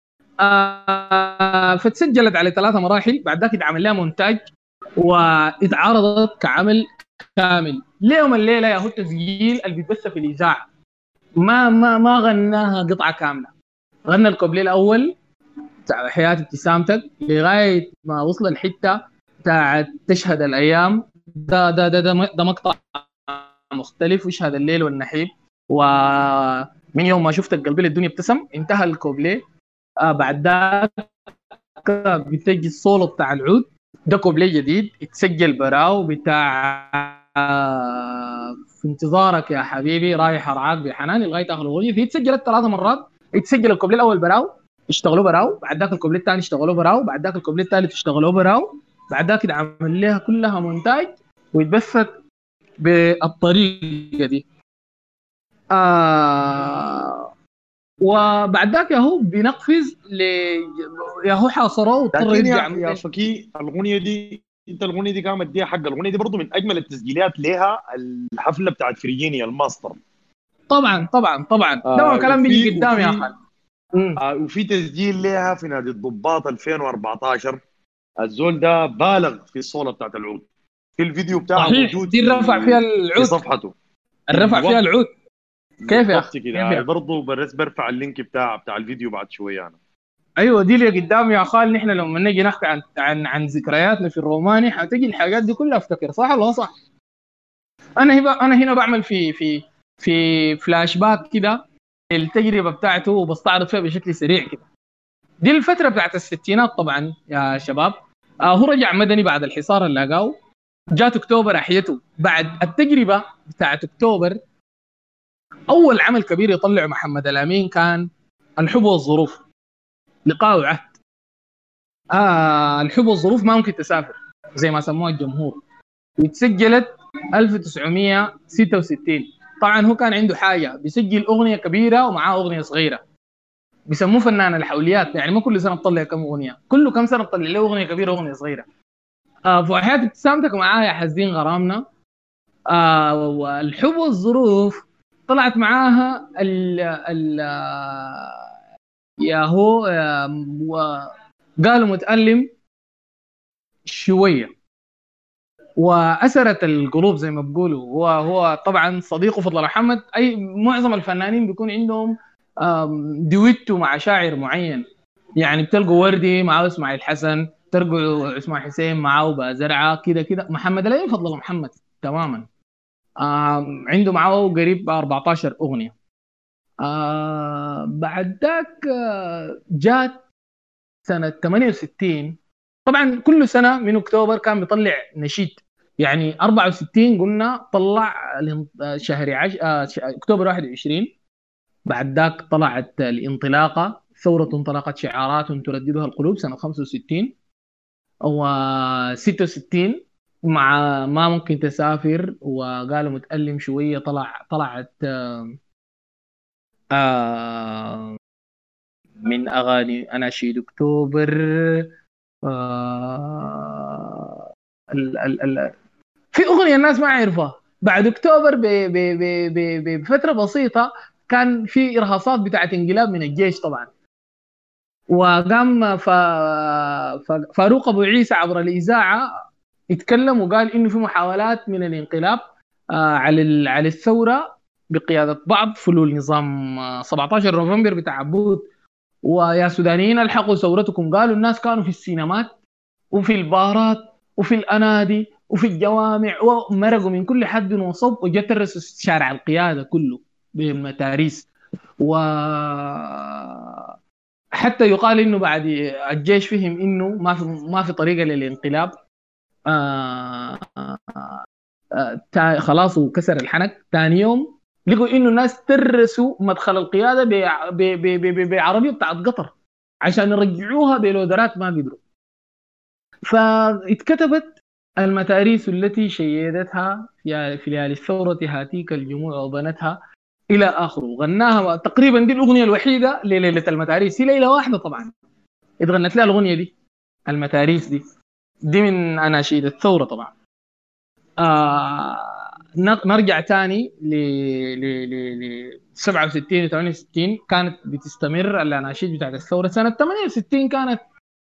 آه فتسجلت على ثلاثة مراحل، بعد ذاك اتعمل لها مونتاج واتعرضت كعمل كامل. اليوم الليله يا هو التسجيل اللي بيتبث في الاذاعه ما ما ما غناها قطعه كامله. غنى الكوبليه الاول بتاع حياه ابتسامتك لغايه ما وصل الحته بتاعت تشهد الايام. ده ده ده ده, ده مقطع مختلف، ويشهد الليل والنحيب، ومن يوم ما شفتك قلبي للدنيا ابتسم، انتهى الكوبليه. آه بعد ذاك بتجي السولو بتاع العود، ده كوبليه جديد اتسجل براو بتاع آه، في انتظارك يا حبيبي رايح ارعاك بحنان لغايه اخر الاغنيه. دي اتسجلت ثلاث مرات. اتسجل الكوبليه الاول براو اشتغلوه براو، بعد ذاك الكوبليه الثاني اشتغلوه براو، بعد ذاك الكوبليه الثالث اشتغلوه براو، بعد ذاك اتعمل لها كلها مونتاج واتبثت بالطريقه دي. آه وبعد ذاك ياهو بينقفز ل ياهو حاصروه واضطر لكن يرجع يا من يا فكي الاغنيه دي، انت الاغنيه دي قامت ديها حق الاغنيه دي برضه من اجمل التسجيلات لها الحفله بتاعت فريجينيا الماستر. طبعا طبعا طبعا ده ما آه كلام بيجي وفي قدامي يا وفي خالد. امم آه وفي تسجيل لها في نادي الضباط ألفين وأربعتاشر. الزول ده بالغ في الصوله بتاعت العود، في الفيديو بتاعها صحيح، موجود دي الرفع في فيها في العود. صفحته. الرفع فيها ايوه العود. كيف يا اخي، بالضبط كده. كيف يا هاي اخي. برضه بس برفع اللينك بتاع بتاع الفيديو بعد شويه انا. ايوه دي اللي قدامي يا خالد. نحن لما نجي نحكي عن عن عن ذكرياتنا في الروماني حتجي الحاجات دي كلها افتكر، صح ولا صح؟ انا هنا انا هنا بعمل في في في فلاش باك كده التجربه بتاعته وبستعرض فيها بشكل سريع كده. دي الفتره بتاعت الستينات طبعا يا شباب. آه هو رجع مدني بعد الحصار اللي لقاه، جات اكتوبر احيته. بعد التجربه بتاعت اكتوبر اول عمل كبير يطلعه محمد الامين كان الحب والظروف، لقاء وعهد. آه الحب والظروف ما ممكن تسافر زي ما سموها الجمهور، واتسجلت ألف وتسعمية وستة وستين. طبعا هو كان عنده حاجه بيسجل اغنيه كبيره ومعاه اغنيه صغيره، بيسموه فنان الحوليات. يعني ما كل سنه بطلع كم اغنيه، كل كم سنه بطلع له اغنيه كبيره واغنيه صغيره. آه في حياه ابتسامتك معاه يا حزين غرامنا. آه والحب والظروف طلعت معاها ال ال يا هو قالوا متألم شوية وأثرت القلوب زي ما بيقولوا. هو هو طبعا صديقه فضل محمد. أي معظم الفنانين بيكون عندهم دويتو مع شاعر معين. يعني بتلقوا وردي معه اسماعيل حسن، تلقوا اسماعيل حسين معه بزرعة كده كده. محمد الأمين فضل محمد تماما عنده معه قريب أربعتاشر أغنية. آه بعد ذاك آه جات سنة ثمانية وستين. طبعا كل سنة من أكتوبر كان بيطلع نشيد. يعني أربعة وستين قلنا طلع شهر عش... آه أكتوبر واحد وعشرين. بعد ذاك طلعت الانطلاقة، ثورة انطلقت شعارات ترددها القلوب سنة خمسة وستين. و ستة وستين مع ما ممكن تسافر وقالوا متألم شوية طلع طلعت آه آه من أغاني أناشيد أكتوبر. آه ال ال ال في أغنية الناس ما عرفها بعد أكتوبر ب ب ب ب ب بفترة بسيطة. كان في إرهاصات بتاعت انقلاب من الجيش طبعا، وقام ف... ف... فاروق أبو عيسى عبر الإذاعة يتكلم وقال إنه في محاولات من الانقلاب آه على ال... على الثورة بقيادة بعض فلول نظام آه سبعتاشر نوفمبر بتاع عبود. ويا سودانيين الحقوا ثورتكم. قالوا الناس كانوا في السينمات وفي البارات وفي الأنادي وفي الجوامع ومرقوا من كل حد وصب وجترسوا شارع القيادة كله بالمتاريس. وحتى يقال انه بعد الجيش فهم انه ما في ما في طريقة للانقلاب. آه آه آه خلاص وكسر الحنك. ثاني يوم لقوا انه الناس ترسوا مدخل القيادة بعربية بتاعت قطر عشان يرجعوها بلودرات ما قدروا. فاتكتبت المتاريس التي شيدتها في ليالي الثورة هاتيك الجموع وبنتها إلى آخره. غناها تقريبا دي الأغنية الوحيدة لليلة المتاريس. هي ليلة واحدة طبعا اتغنت لها الأغنية دي المتاريس دي. دي من اناشيد الثوره طبعا. آه نرجع تاني ل ل ل ل سبعة وستين و ثمانية وستين كانت بتستمر الاناشيد بتاعت الثوره. سنه ثمانية وستين كانت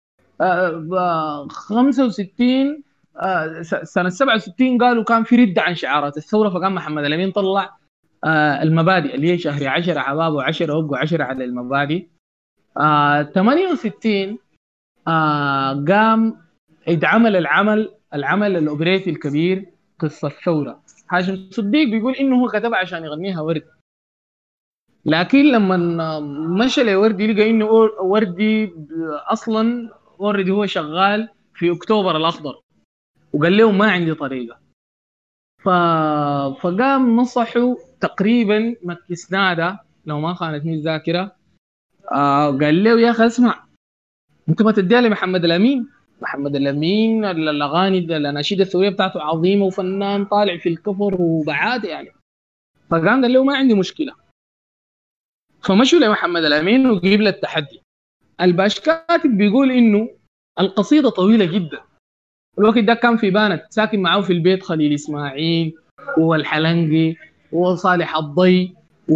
آه خمسة وستين. آه سنه سبعة وستين قالوا كان في رده عن شعارات الثوره، فقام محمد الامين طلع آه المبادئ اللي هي شهر عشرة حباب وعشرة وقوا عشرة على المبادئ. آه ثمانية وستين آه قام اتعمل العمل العمل الاوبريتي الكبير قصه الثوره. هاشم صديق بيقول انه هو كتبها عشان يغنيها ورد، لكن لما مشى لوردي لقى انه وردي اصلا وردي هو شغال في اكتوبر الاخضر، وقال له ما عندي طريقه. ف... فقام نصحه تقريبا مكس نادا لو ما خانتني الذاكره. آه قال له يا اخي اسمع، انت ما تديها لمحمد الامين. محمد الامين الاغاني الاناشيد الثوريه بتاعته عظيمه وفنان طالع في الكفر وبعاد يعني. فقام قال له ما عندي مشكله. فمشوا لمحمد الامين وجيب له التحدي. الباش كاتب بيقول انه القصيده طويله جدا. الوقت ده كان في بانت ساكن معه في البيت خليل اسماعيل والحلنقي وصالح الضي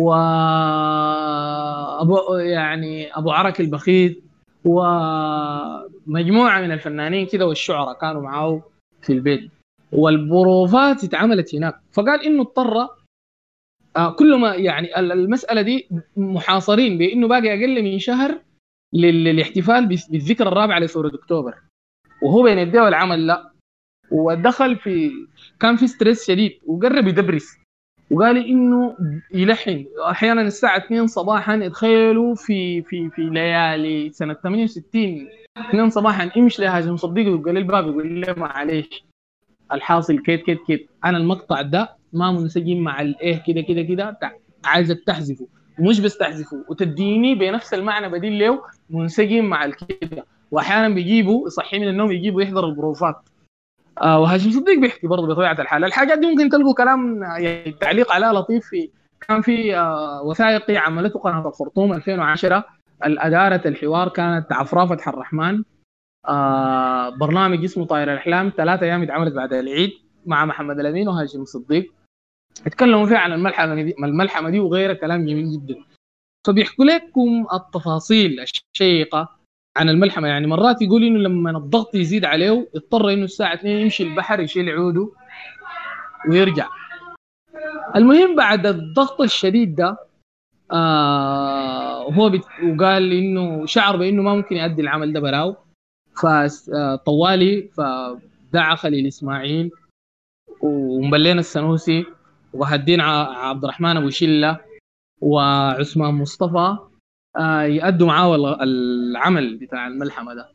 وابو يعني ابو عرك البخيت ومجموعه من الفنانين كده والشعراء كانوا معه في البيت، والبروفات اتعملت هناك. فقال انه اضطر آه كل ما يعني المساله دي محاصرين بانه باقي اقل من شهر للاحتفال بالذكرى الرابعه لثوره اكتوبر، وهو بين يديه العمل لا. ودخل في كان في ستريس شديد وقرب يدبرس، وقال انه يلحن احيانا الساعه اثنين صباحا. تخيلوا في في في ليالي سنه ثمانية وستين اثنين صباحا يمشي لهاشم صديق ويقول الباب يقول له معلش الحاصل كيت كيت كيت، انا المقطع ده ما منسجم مع الايه كده كده كده، عايزك تحذفه، ومش بس تحذفه وتديني بنفس المعنى بديل له منسجم مع الكده. واحيانا بيجيبوا يصحي من النوم يجيبوا يحضر البروفات. آه وهاشم صديق بيحكي برضه بطبيعه الحال. الحاجات دي ممكن تلقوا كلام يعني تعليق عليها لطيف في كان في آه وثائقي عملته قناه الخرطوم ألفين وعشرة الاداره الحوار كانت عفراء فتح الرحمن. آه برنامج اسمه طائر الاحلام ثلاثة ايام اتعملت بعد العيد مع محمد الامين وهاشم صديق، اتكلموا فيها عن الملحمه دي الملحمه دي وغيرها، كلام جميل جدا. فبيحكوا لكم التفاصيل الشيقه عن الملحمه. يعني مرات يقول انه لما الضغط يزيد عليه اضطر انه الساعه اثنين يمشي البحر يشيل عوده ويرجع. المهم بعد الضغط الشديد ده آه هو بت... وقال انه شعر بانه ما ممكن يؤدي العمل ده براو. فطوالي فدعا خليل اسماعيل ومبلين السنوسي وهدين عبد الرحمن ابو شله وعثمان مصطفى آه يأدوا معاه العمل بتاع الملحمه ده.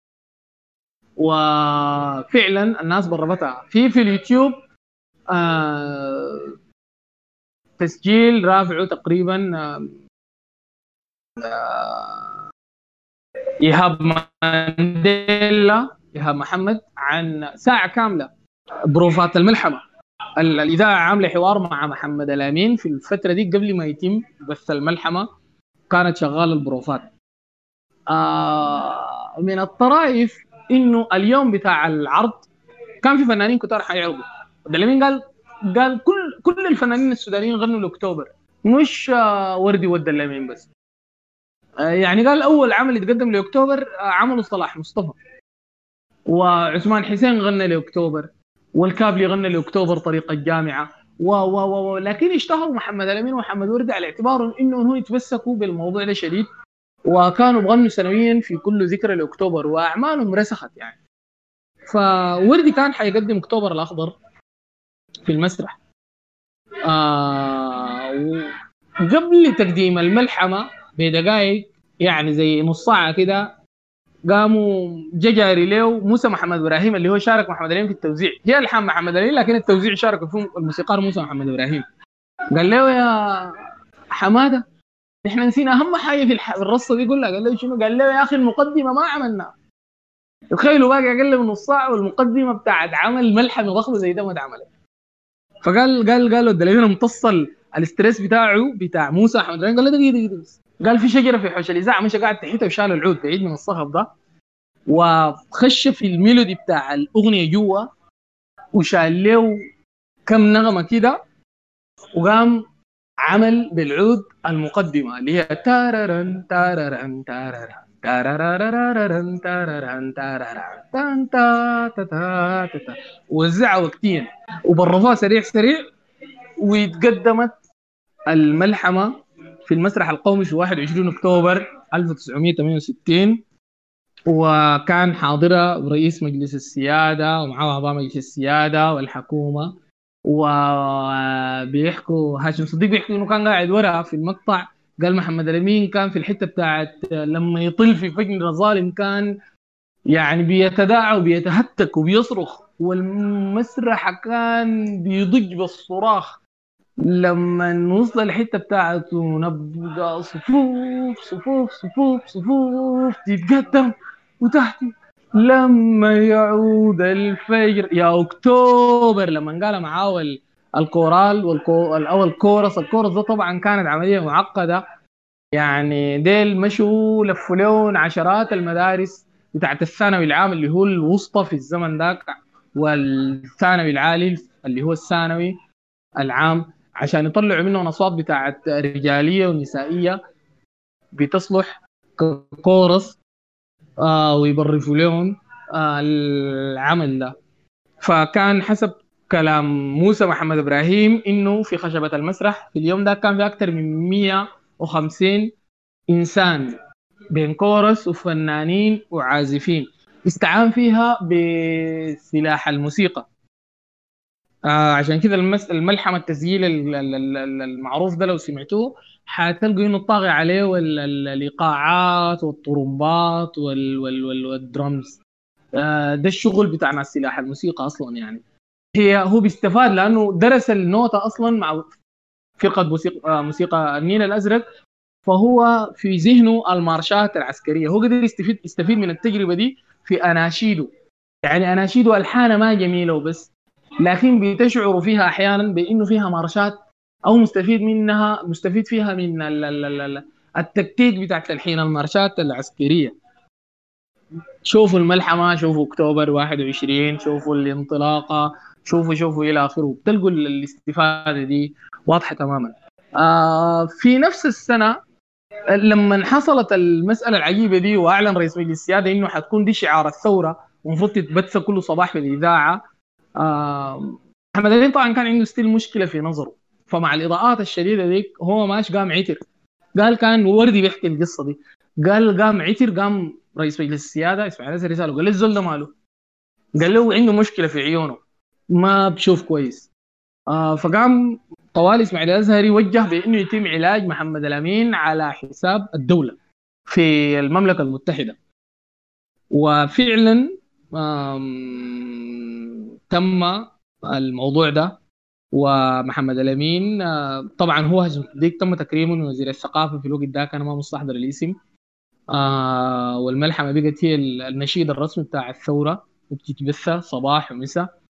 وفعلا الناس بربتها في في اليوتيوب آه تسجيل رافعه تقريبا آه إيهاب مانديلا إيهاب محمد عن ساعة كاملة بروفات الملحمة. الإذاعة عاملة حوار مع محمد الأمين في الفترة دي قبل ما يتم بث الملحمة، كانت شغالة البروفات. آه من الطرائف إنه اليوم بتاع العرض كان في فنانين كتار حيعرضوا. الأمين قال قال كل كل الفنانين السودانيين غنوا لأكتوبر، مش آه وردي ود الأمين بس. آه يعني قال أول عمل يتقدم لأكتوبر آه عمله صلاح مصطفى، وعثمان حسين غنى لأكتوبر، والكابلي غنى لأكتوبر طريق الجامعة و و و لكن اشتهروا محمد الأمين ومحمد وردي على اعتبار انه هو يتمسكوا بالموضوع ده شديد، وكانوا بغنوا سنويا في كل ذكرى لأكتوبر واعمالهم رسخت يعني. فوردي كان حيقدم أكتوبر الأخضر في المسرح. آه قبل تقديم الملحمة بدقائق يعني زي نص ساعة كده قاموا جاري له موسى محمد ابراهيم اللي هو شارك محمد الامين في التوزيع. هي الحان محمد الامين لكن التوزيع شارك فيه الموسيقار موسى محمد ابراهيم. قال له يا حماده احنا نسينا اهم حاجه في الرصه دي كلها. قال له شنو؟ قال له يا اخي المقدمه ما عملناها. تخيلوا باقي اقل من نص ساعه والمقدمه بتاعت عمل ملحمه ضخمه زي ده ما اتعملت. فقال قال قال له الدليل متصل الاستريس بتاعه بتاع موسى محمد ابراهيم. قال له دقيقه دقيقه بس. قال في شجره في حوش الاذاعه مش قاعد تحتها وشال العود بعيد من الصخب ده. وخش في الميلودي بتاع الأغنية جوا وشال له كم نغمة كده، وقام عمل بالعود المقدمة اللي هي تاررن تاررن تاررن تاررررررن تاررن تاررن تان تا تا تا تا تا، وزعها وقتيا وبرفوها سريع سريع. واتقدمت الملحمة في المسرح القومي في واحد وعشرين أكتوبر ألف وتسعمية وثمانية وستين، وكان حاضرة رئيس مجلس السيادة ومعه أعضاء مجلس السيادة والحكومة. وبيحكوا هاشم صديق بيحكوا إنه كان قاعد ورا في المقطع، قال محمد الأمين كان في الحتة بتاعت لما يطل في فجر ظالم كان يعني بيتداعى وبيتهتك وبيصرخ، والمسرح كان بيضج بالصراخ. لما نوصل الحتة بتاعته نبقى صفوف صفوف صفوف صفوف تتقدم وتحت لما يعود الفجر يا أكتوبر. لما قال معاه ال- الكورال والكو الأول كورس الكورس ده طبعا كانت عملية معقدة. يعني ديل مشوا لفوا لون عشرات المدارس بتاعت الثانوي العام اللي هو الوسطى في الزمن ذاك، والثانوي العالي اللي هو الثانوي العام، عشان يطلعوا منهم اصوات بتاعت رجاليه ونسائيه بتصلح ككورس، آه ويبرفوا لهم آه العمل ده. فكان حسب كلام موسى محمد ابراهيم انه في خشبه المسرح في اليوم ده كان في اكثر من مية وخمسين انسان بين كورس وفنانين وعازفين، استعان فيها بسلاح الموسيقى. آه عشان كده المس... الملحمة التسجيل ال- ال- ال- ال- المعروف ده لو سمعتوه حتلقوا انه طاغي عليه وال- ال- الايقاعات والطرمبات وال... وال... وال... والدرمز. آه ده الشغل بتاع ناس سلاح الموسيقى اصلا. يعني هي هو بيستفاد لانه درس النوتة اصلا مع فرقة موسيقى آه موسيقى النيل الازرق، فهو في ذهنه المارشات العسكرية. هو قدر يستفيد يستفيد من التجربة دي في اناشيده. يعني اناشيده الحانه ما جميله وبس، لكن بتشعر فيها احيانا بانه فيها مارشات او مستفيد منها مستفيد فيها من ال- ال- ال- ال- التكتيك بتاع تلحين المارشات العسكريه. شوفوا الملحمه، شوفوا اكتوبر واحد وعشرين، شوفوا الانطلاقه، شوفوا شوفوا الى اخره، بتلقوا ال- الاستفاده دي واضحه تماما. آه في نفس السنه لما حصلت المساله العجيبه دي واعلن رئيس مجلس السياده انه حتكون دي شعار الثوره ومفروض تتبث كل صباح في الاذاعه، آه محمد علي طبعا كان عنده ستيل مشكله في نظره. فمع الاضاءات الشديده ديك هو ماش قام عتر. قال كان وردي بيحكي القصه دي، قال قام عتر، قام رئيس مجلس السياده اسماعيل ياسر رساله قال له الزول ده ماله؟ قال له عنده مشكله في عيونه ما بشوف كويس. آه فقام طوالي اسماعيل الازهري وجه بانه يتم علاج محمد الامين على حساب الدوله في المملكه المتحده. وفعلا آم، تم الموضوع ده. ومحمد الامين آه، طبعا هو هشام صديق تم تكريمه من وزير الثقافه في الوقت ده، كان ما مستحضر الاسم. آه والملحمه بقت هي النشيد الرسمي بتاع الثوره وبتتبث صباح ومساء.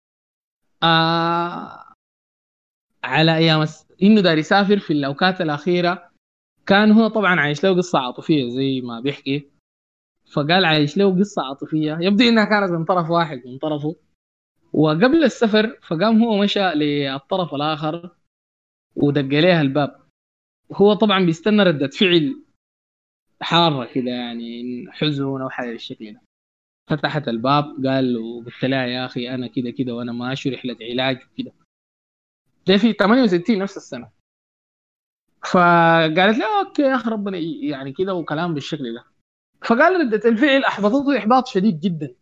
آه على ايام الس- انه دار يسافر في الاوقات الاخيره كان هو طبعا عايش له قصه عاطفيه زي ما بيحكي. فقال عايش له قصه عاطفيه يبدو انها كانت من طرف واحد من طرفه. وقبل السفر فقام هو مشى للطرف الاخر ودق عليها الباب. هو طبعا بيستنى ردة فعل حارة كده، يعني حزن أو حاجة بالشكل ده. فتحت الباب قال له قلت لها يا أخي أنا كده كده وأنا ماشي رحلة علاج وكده. ده في ثمانية وستين نفس السنة. فقالت له أوكي يا أخي ربنا ي- يعني كده وكلام بالشكل ده. فقال ردة الفعل أحبطته إحباط شديد جدا،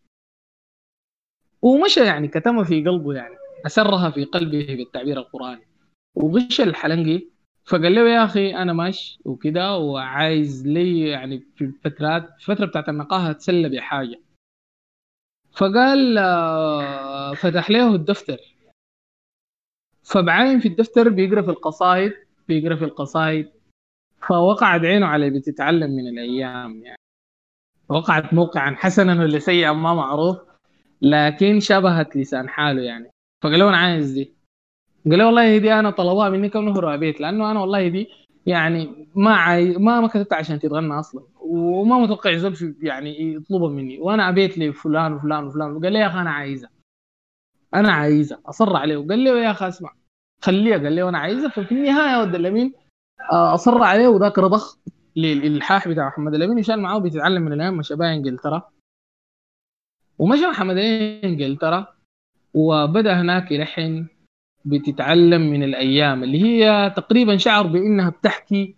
ومشى يعني كتم في قلبه، يعني أسرها في قلبه بالتعبير القرآني، وغش الحلنجي. فقال له يا اخي انا ماشي وكده وعايز لي يعني في الفترات في الفتره بتاعت النقاهه اتسلى بحاجه. فقال آه، فتح له الدفتر. فبعاين في الدفتر بيقرا في القصائد بيقرا في القصائد. فوقعت عينه على بتتعلم من الايام، يعني وقعت موقعا حسنا ولا سيئا ما معروف، لكن شبهت لسان حاله يعني. فقال له انا عايز دي. قال له والله دي انا طلبوها مني كم نهر بيت، لانه انا والله دي يعني ما عاي... ما ما كتبت عشان تتغنى اصلا، وما متوقع يزول في يعني يطلبها مني، وانا ابيت لي فلان وفلان وفلان، وقال لي يا اخي انا عايزه انا عايزه اصر عليه، وقال لي يا اخي اسمع خليها، قال لي وانا عايزه. ففي النهايه ود الامين آه، اصر عليه، وذاك رضخ للالحاح بتاع محمد الامين وشال معاه بيتعلم من الايام، مشى بقى انجلترا. ومشى محمد الامين انجلترا وبدا هناك يلحن بتتعلم من الايام، اللي هي تقريبا شعر بانها بتحكي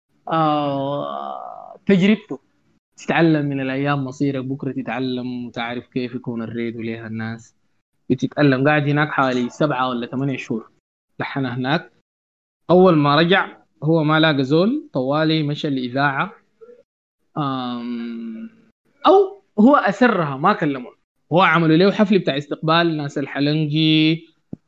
آه تجربته. تتعلم من الايام مصيرك بكره، تتعلم وتعرف كيف يكون الريد وليها الناس. بتتألم، قاعد هناك حوالي سبعة ولا ثمانية شهور لحنها هناك. أول ما رجع هو ما لاقى زول، طوالي مشى الإذاعة. أم أو هو أسرها ما كلمه، هو عملوا له حفل بتاع استقبال ناس الحلنجي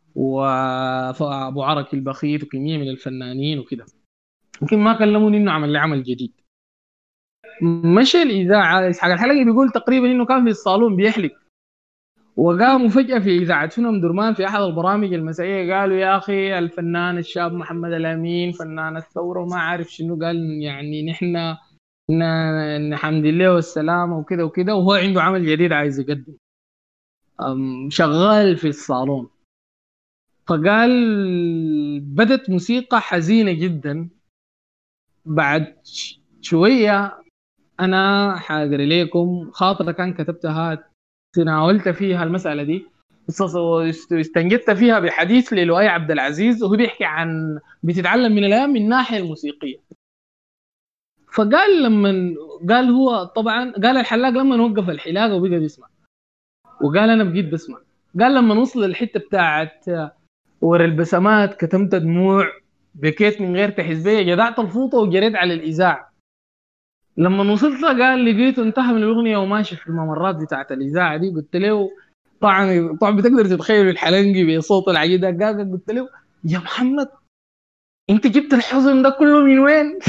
وأبو عرك البخيت وكمية من الفنانين وكده، يمكن ما كلموني إنه عمل لي عمل جديد. مشى الإذاعة، إسحاق الحلقي بيقول تقريبا إنه كان في الصالون بيحلق، وقاموا فجأة في إذاعة فيلم درمان في أحد البرامج المسائية قالوا يا أخي الفنان الشاب محمد الأمين فنان الثورة وما عارف شنو، قال يعني نحن ن- نحمد الله والسلامة وكده وكده، وهو عنده عمل جديد عايز يقدم. أم، شغال في الصالون. فقال بدت موسيقى حزينة جدا. بعد ش- شوية أنا حاقري لكم خاطرة كان كتبتها، تناولت فيها المسألة دي، است- استنجدت فيها بحديث للؤي عبد العزيز، وهو بيحكي عن بتتعلم من الأيام من الناحية الموسيقية. فقال لما قال هو طبعا قال الحلاق لما وقف الحلاقة وبقى بيسمع، وقال أنا بقيت بسمع. قال لما نوصل للحتة بتاعت ورا البسمات كتمت دموع، بكيت من غير تحسبية، جدعت الفوطة وجريت على الإذاعة. لما وصلت له قال لقيته انتهى من الاغنيه وماشي في الممرات بتاعت الاذاعه دي. قلت له طبعا طبعا بتقدر تتخيل الحلنجي بصوت العجيب ده، قال قلت له يا محمد انت جبت الحزن ده كله من وين؟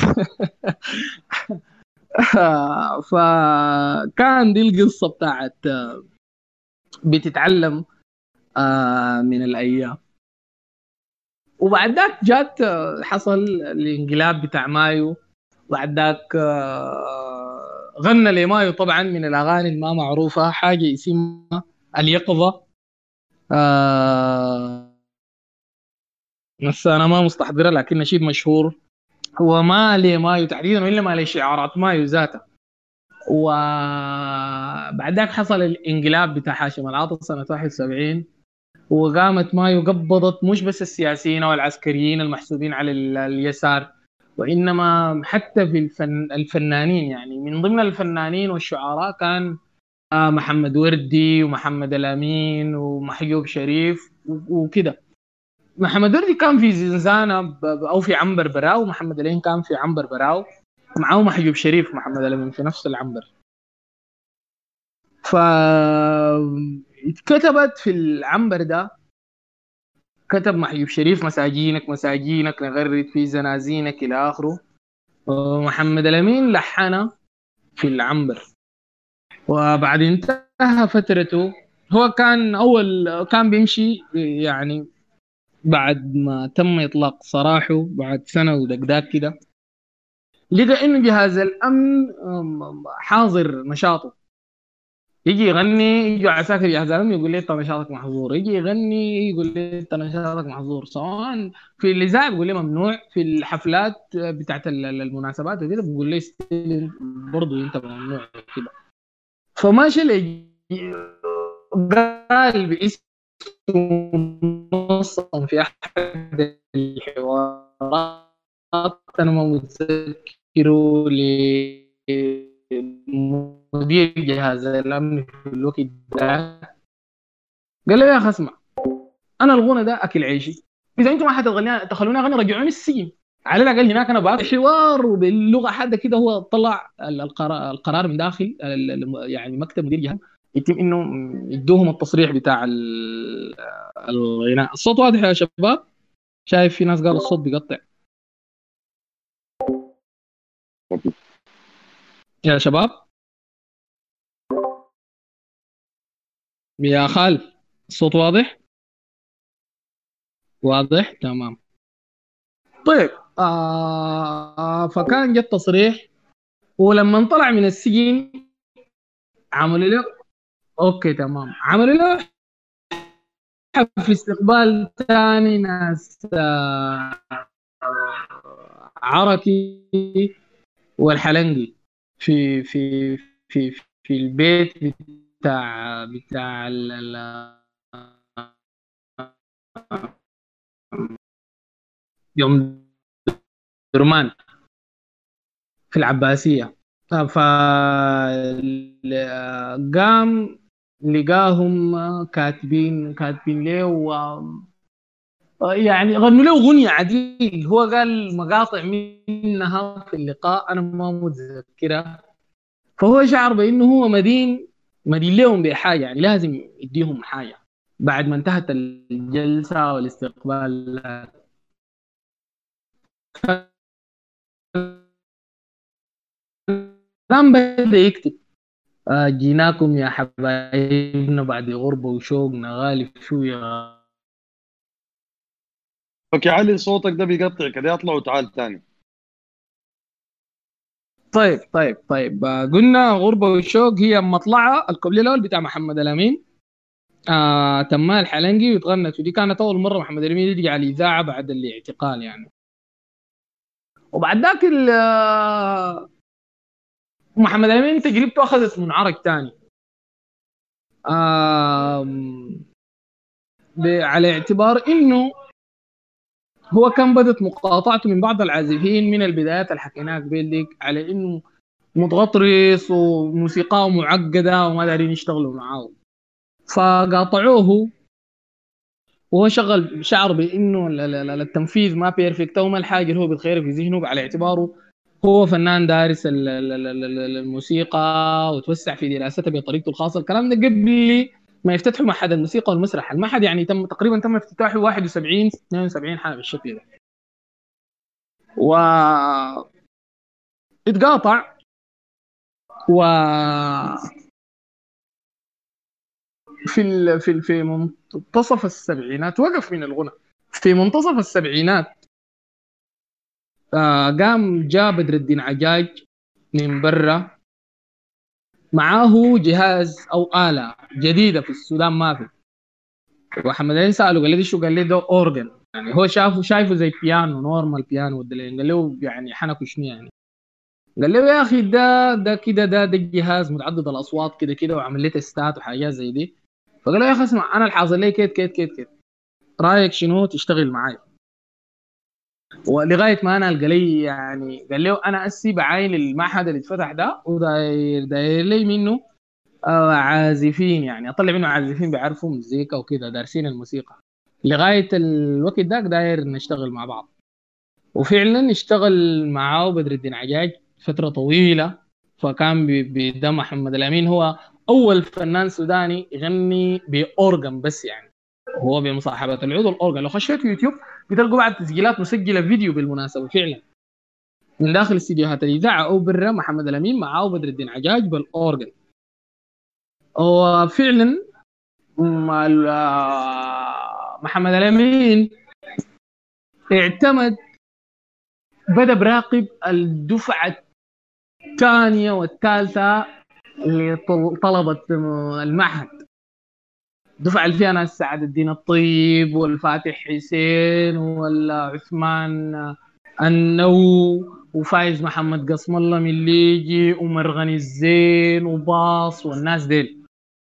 فكان دي القصه بتاعت بتتعلم آه، من الايام. وبعد ذاك جات آه، حصل الانقلاب بتاع مايو. بعد ذاك آه، غنى لمايو طبعا من الاغاني الما معروفه حاجه اسمها اليقظه. آه بس انا ما مستحضرها، لكن نشيد مشهور هو ما لي مايو تحديدا والا ما لي شعارات مايو ذاتها. وبعد ذاك حصل الانقلاب بتاع هاشم العاطفي سنه واحد وسبعين، وقامت مايو قبضت مش بس السياسيين او العسكريين المحسوبين على ال- اليسار، وانما حتى في الفن الفنانين. يعني من ضمن الفنانين والشعراء كان آه، محمد وردي ومحمد الامين ومحيوب شريف و- وكده. محمد وردي كان في زنزانة ب- ب- أو في عنبر براو، ومحمد الأمين كان في عنبر براو، معاه محجوب شريف محمد الأمين في نفس العنبر. ف اتكتبت في العنبر ده، كتب محجوب شريف مساجينك مساجينك نغرد في زنازينك إلى آخره، ومحمد الأمين لحنها في العنبر. وبعد انتهى فترته، هو كان أول كان بيمشي يعني بعد ما تم إطلاق سراحه بعد سنة ودقداق كده، لقى انه جهاز الامن أم، حاظر نشاطه. يجي يغني، يجي عساكر جهاز الامن يقول لي انت نشاطك محظور، يجي يغني يقول لي انت نشاطك محظور، سواء في الاذاعه بيقول لي ممنوع، في الحفلات بتاعت ال- ال- المناسبات وكده بيقول لي ستيل برضه انت ممنوع كده. فماشي لي قال باسم منظم في احد الحوارات، انا ما متذكره، لمدير جهاز الامن في الوقت ده، قال له يا اخي اسمع، انا الغنى ده اكل عيشي، اذا انتم ما حتغني تخلوني اغني رجعوني السجن. على الاقل هناك انا بعرف حوار وباللغه حاده كده. هو طلع ال- القرار, القرار من داخل ال- ال- يعني مكتب مدير جهاز، يتم انه يدوهم التصريح بتاع ال- الغناء. الصوت واضح يا شباب؟ شايف في ناس قالوا الصوت بيقطع يا شباب. يا خال الصوت واضح؟ واضح تمام. طيب آه فكان جت تصريح ولما طلع من السجن عملوا له، اوكي تمام، عملوا له في استقبال تاني ناس آه، عركي والحلنجي في في في في البيت بتاع بتاع ال- ال- يوم درمان في العباسية. فقام لقاهم كاتبين كاتبين له و يعني غنوا له أغنية عديل، هو قال مقاطع منها في اللقاء أنا ما متذكرة. فهو شعر بأنه هو مدين مدين لهم بحاجة، يعني لازم يديهم حاجة بعد ما انتهت الجلسة والاستقبال. قام بدأ يكتب آه جيناكم يا حبايبنا بعد غربة وشوق نغالي شو يا. اوكي علي، صوتك ده بيقطع كده، اطلع وتعال تاني. طيب طيب طيب آه قلنا غربة والشوق هي مطلعة الكوبليه الأول بتاع محمد الأمين، آه تمال حلنجي وتغنت، ودي كانت أول مرة محمد الأمين يجي على الإذاعة بعد الاعتقال يعني. وبعد ذاك ال- آه، محمد الأمين تجربته أخذت منعرج تاني، آه على اعتبار إنه هو كان بدت مقاطعته من بعض العازفين من البدايات اللي حكيناها قبل ديك، على انه متغطرس وموسيقاه معقده وما دارين يشتغلوا معاه، فقاطعوه. وهو شغل شعر بانه ال- ال- ال- التنفيذ ما بيرفكت وما الحاجه اللي هو بتخير في ذهنه، على اعتباره هو فنان دارس ال- ال- ال- ال- الموسيقى وتوسع في دراسته بطريقته الخاصه. الكلام ده قبل ما يفتتحوا معهد الموسيقى والمسرح. المعهد يعني تم تقريبا تم افتتاحه واحد وسبعين اثنين وسبعين حاجه بالشكل ده. و اتقاطع، وفي ال... في ال... في منتصف السبعينات وقف من الغنى. في منتصف السبعينات آه قام جاء بدر الدين عجاج من برا، معاه جهاز او آلة جديدة في السودان ما في. ومحمد علي سأله قال لي شو؟ قال لي ده اورجن، يعني هو شافه شايفه زي بيانو نورمال بيانو. قال له يعني حنكوا شنو يعني؟ قال له يا اخي ده ده كده ده ده جهاز متعدد الاصوات كده كده وعمل لي تستات وحاجات زي دي. فقال له يا اخي اسمع، انا الحاصل لي كيت كيت كيت كيت، رايك شنو تشتغل معاي؟ ولغايه ما انا القى لي يعني قال له انا اسي بعاين المعهد اللي اتفتح ده وداير داير لي منه آه عازفين، يعني اطلع منه عازفين بيعرفوا مزيكا وكده دارسين الموسيقى. لغايه الوقت ده داير نشتغل مع بعض. وفعلا اشتغل معاه بدر الدين عجاج فتره طويله. فكان بيدم محمد الامين هو اول فنان سوداني يغني باورجن بس يعني، هو بمصاحبه العود الاورجن. لو خشيت يوتيوب بتلقوا بعض تسجيلات مسجله فيديو بالمناسبه فعلا من داخل استديوهات الاذاعه او برا محمد الامين معاه بدر الدين عجاج بالاورجن. وفعلا م- ال- آه، محمد الامين اعتمد، بدا براقب الدفعه الثانيه والثالثه لطلبه المعهد، دفع اللي فيها ناس سعد الدين الطيب والفاتح حسين والعثمان النو وفايز محمد قسم الله من ليجي ومرغني الزين وباص والناس ديل.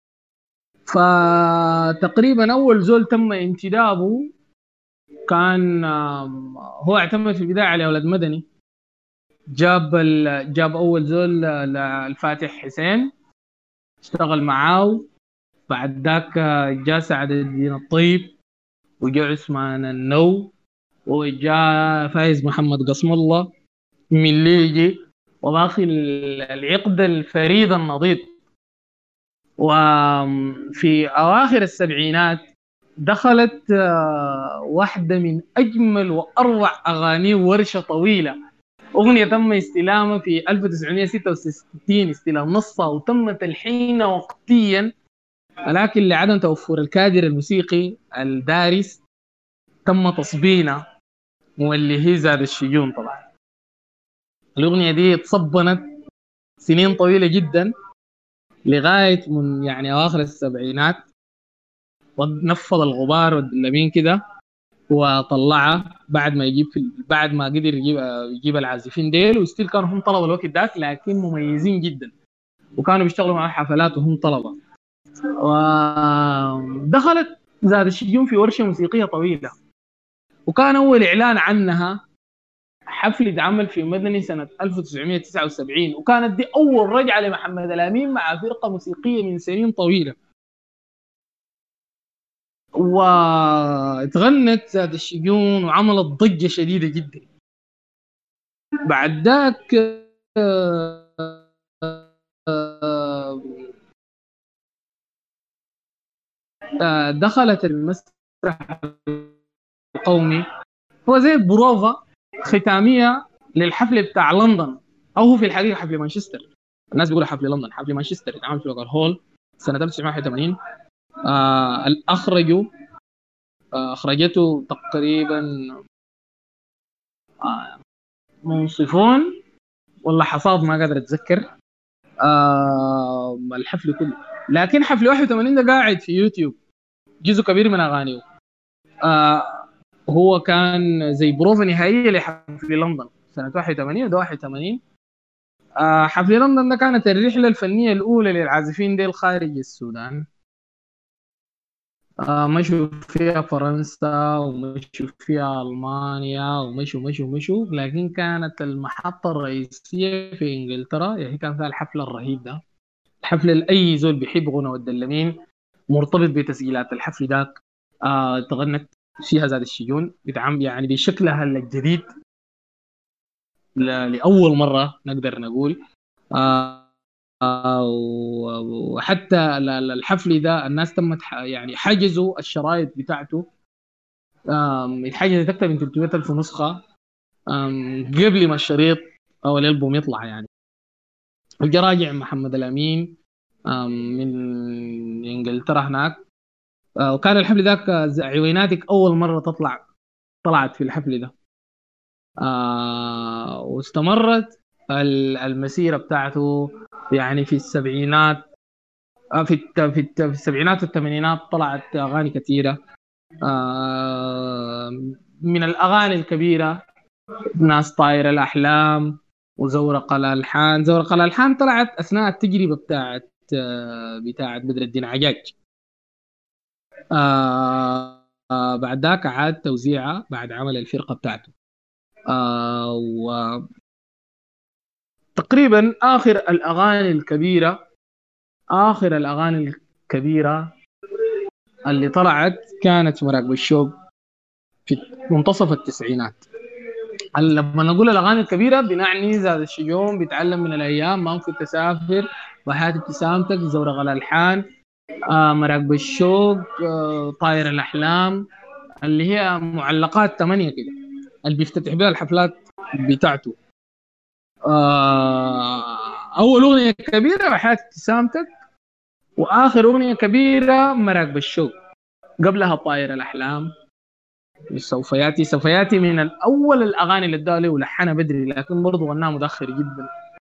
فتقريبا اول زول تم انتدابه كان آم، هو اعتمد في البدايه على اولاد مدني. جاب ال... جاب اول زول للفاتح حسين اشتغل معاه. بعد ذاك جاء سعد الدين الطيب وجاء عثمان النو وجاء فايز محمد قسم الله من ليجي وباقي العقد الفريد النضيد. وفي أواخر السبعينات دخلت آه، واحدة من أجمل وأروع أغاني ورشة طويلة، أغنية تم استلامها في ألف وتسعمائة وستة وستين استلام نصها وتم تلحينها وقتيا، ولكن لعدم توفر الكادر الموسيقي الدارس تم تصبينها، واللي هي زاد الشجون طبعا. الأغنية دي تصبنت سنين طويلة جدا لغاية من يعني أواخر السبعينات، ونفض الغبار والدلمين كده وطلعها بعد ما يجيب في بعد ما قدر يجيب يجيب العازفين ديل، وستيل كانوا هم طلبة الوقت ذاك لكن مميزين جدا، وكانوا بيشتغلوا مع حفلات وهم طلبة. ودخلت زاد الشجون في ورشة موسيقية طويلة، وكان أول إعلان عنها حفل عمل في مدني سنة ألف وتسعمائة وتسعة وسبعين، وكانت دي أول رجعة لمحمد الأمين مع فرقة موسيقية من سنين طويلة. واتغنت زاد الشجون وعملت ضجة شديدة جدا. بعد ذاك دخلت المسرح القومي، هو زي بروفا ختامية للحفل بتاع لندن، أو هو في الحقيقة حفل مانشستر. الناس بيقولوا حفل لندن، حفل مانشستر اتعمل في وقر هول سنة ألف وتسعمائة وواحد وثمانين. آه أخرجوا آه أخرجته تقريبا آه منصفون ولا حصاد، ما قادر أتذكر آه الحفل كله. لكن حفل واحد وثمانين ده قاعد في يوتيوب جزء كبير من أغانيه. آه هو كان زي بروفة نهائية لحفل لندن سنة واحد وثمانين، وده واحد وثمانين. آه حفل لندن ده كانت الرحلة الفنية الأولى للعازفين ديل خارج السودان. آه مشوا فيها فرنسا ومشوا فيها ألمانيا ومشوا مشوا مشوا لكن كانت المحطة الرئيسية في إنجلترا، يعني كان فيها الحفل الرهيب ده، الحفل اللي أي زول بيحب غنى والدلمين مرتبط بتسجيلات الحفل ذاك. آه تغنت فيها زاد الشجون بتعم يعني بشكلها الجديد ل- لأول مرة نقدر نقول. آه آه وحتى ال- ال- الحفل ده الناس تمت ح- يعني حجزوا الشرايط بتاعته، آم، اتحجزت أكثر من ثلاثمائة ألف نسخة آم، قبل ما الشريط أو الألبوم يطلع يعني. وجا راجع محمد الأمين آم، من إنجلترا هناك. آه، وكان الحفل ذاك آه، عويناتك أول مرة تطلع طلعت في الحفل ده. آه واستمرت ال- المسيرة بتاعته يعني في السبعينات. آه في الت- في الت- في السبعينات والثمانينات طلعت أغاني كثيرة. آه من الأغاني الكبيرة ناس طاير الأحلام وزورق الألحان. زورق الألحان طلعت أثناء التجربة بتاعت آه بتاعت بدر الدين عجاج. آه آه بعد ذاك عاد توزيعها بعد عمل الفرقة بتاعته. آه وتقريبا آخر الأغاني الكبيرة آخر الأغاني الكبيرة اللي طلعت كانت مراكب الشوق في منتصف التسعينات. لما نقول الأغاني الكبيرة بنعني زاد الشجون بيتعلم من الأيام، ما ممكن تسافر، وحياة ابتسامتك، زورق الألحان، آه مراكب الشوق، آه طاير الأحلام، اللي هي معلقات ثمانية كده اللي بيفتتح بها الحفلات بتاعته. آه أول أغنية كبيرة وحياة ابتسامتك، وآخر أغنية كبيرة مراكب الشوق، قبلها طاير الأحلام. سوف ياتي سوف ياتي من الأول الأغاني اللي اداها له ولحنها بدري، لكن برضه غناها متأخر جدا.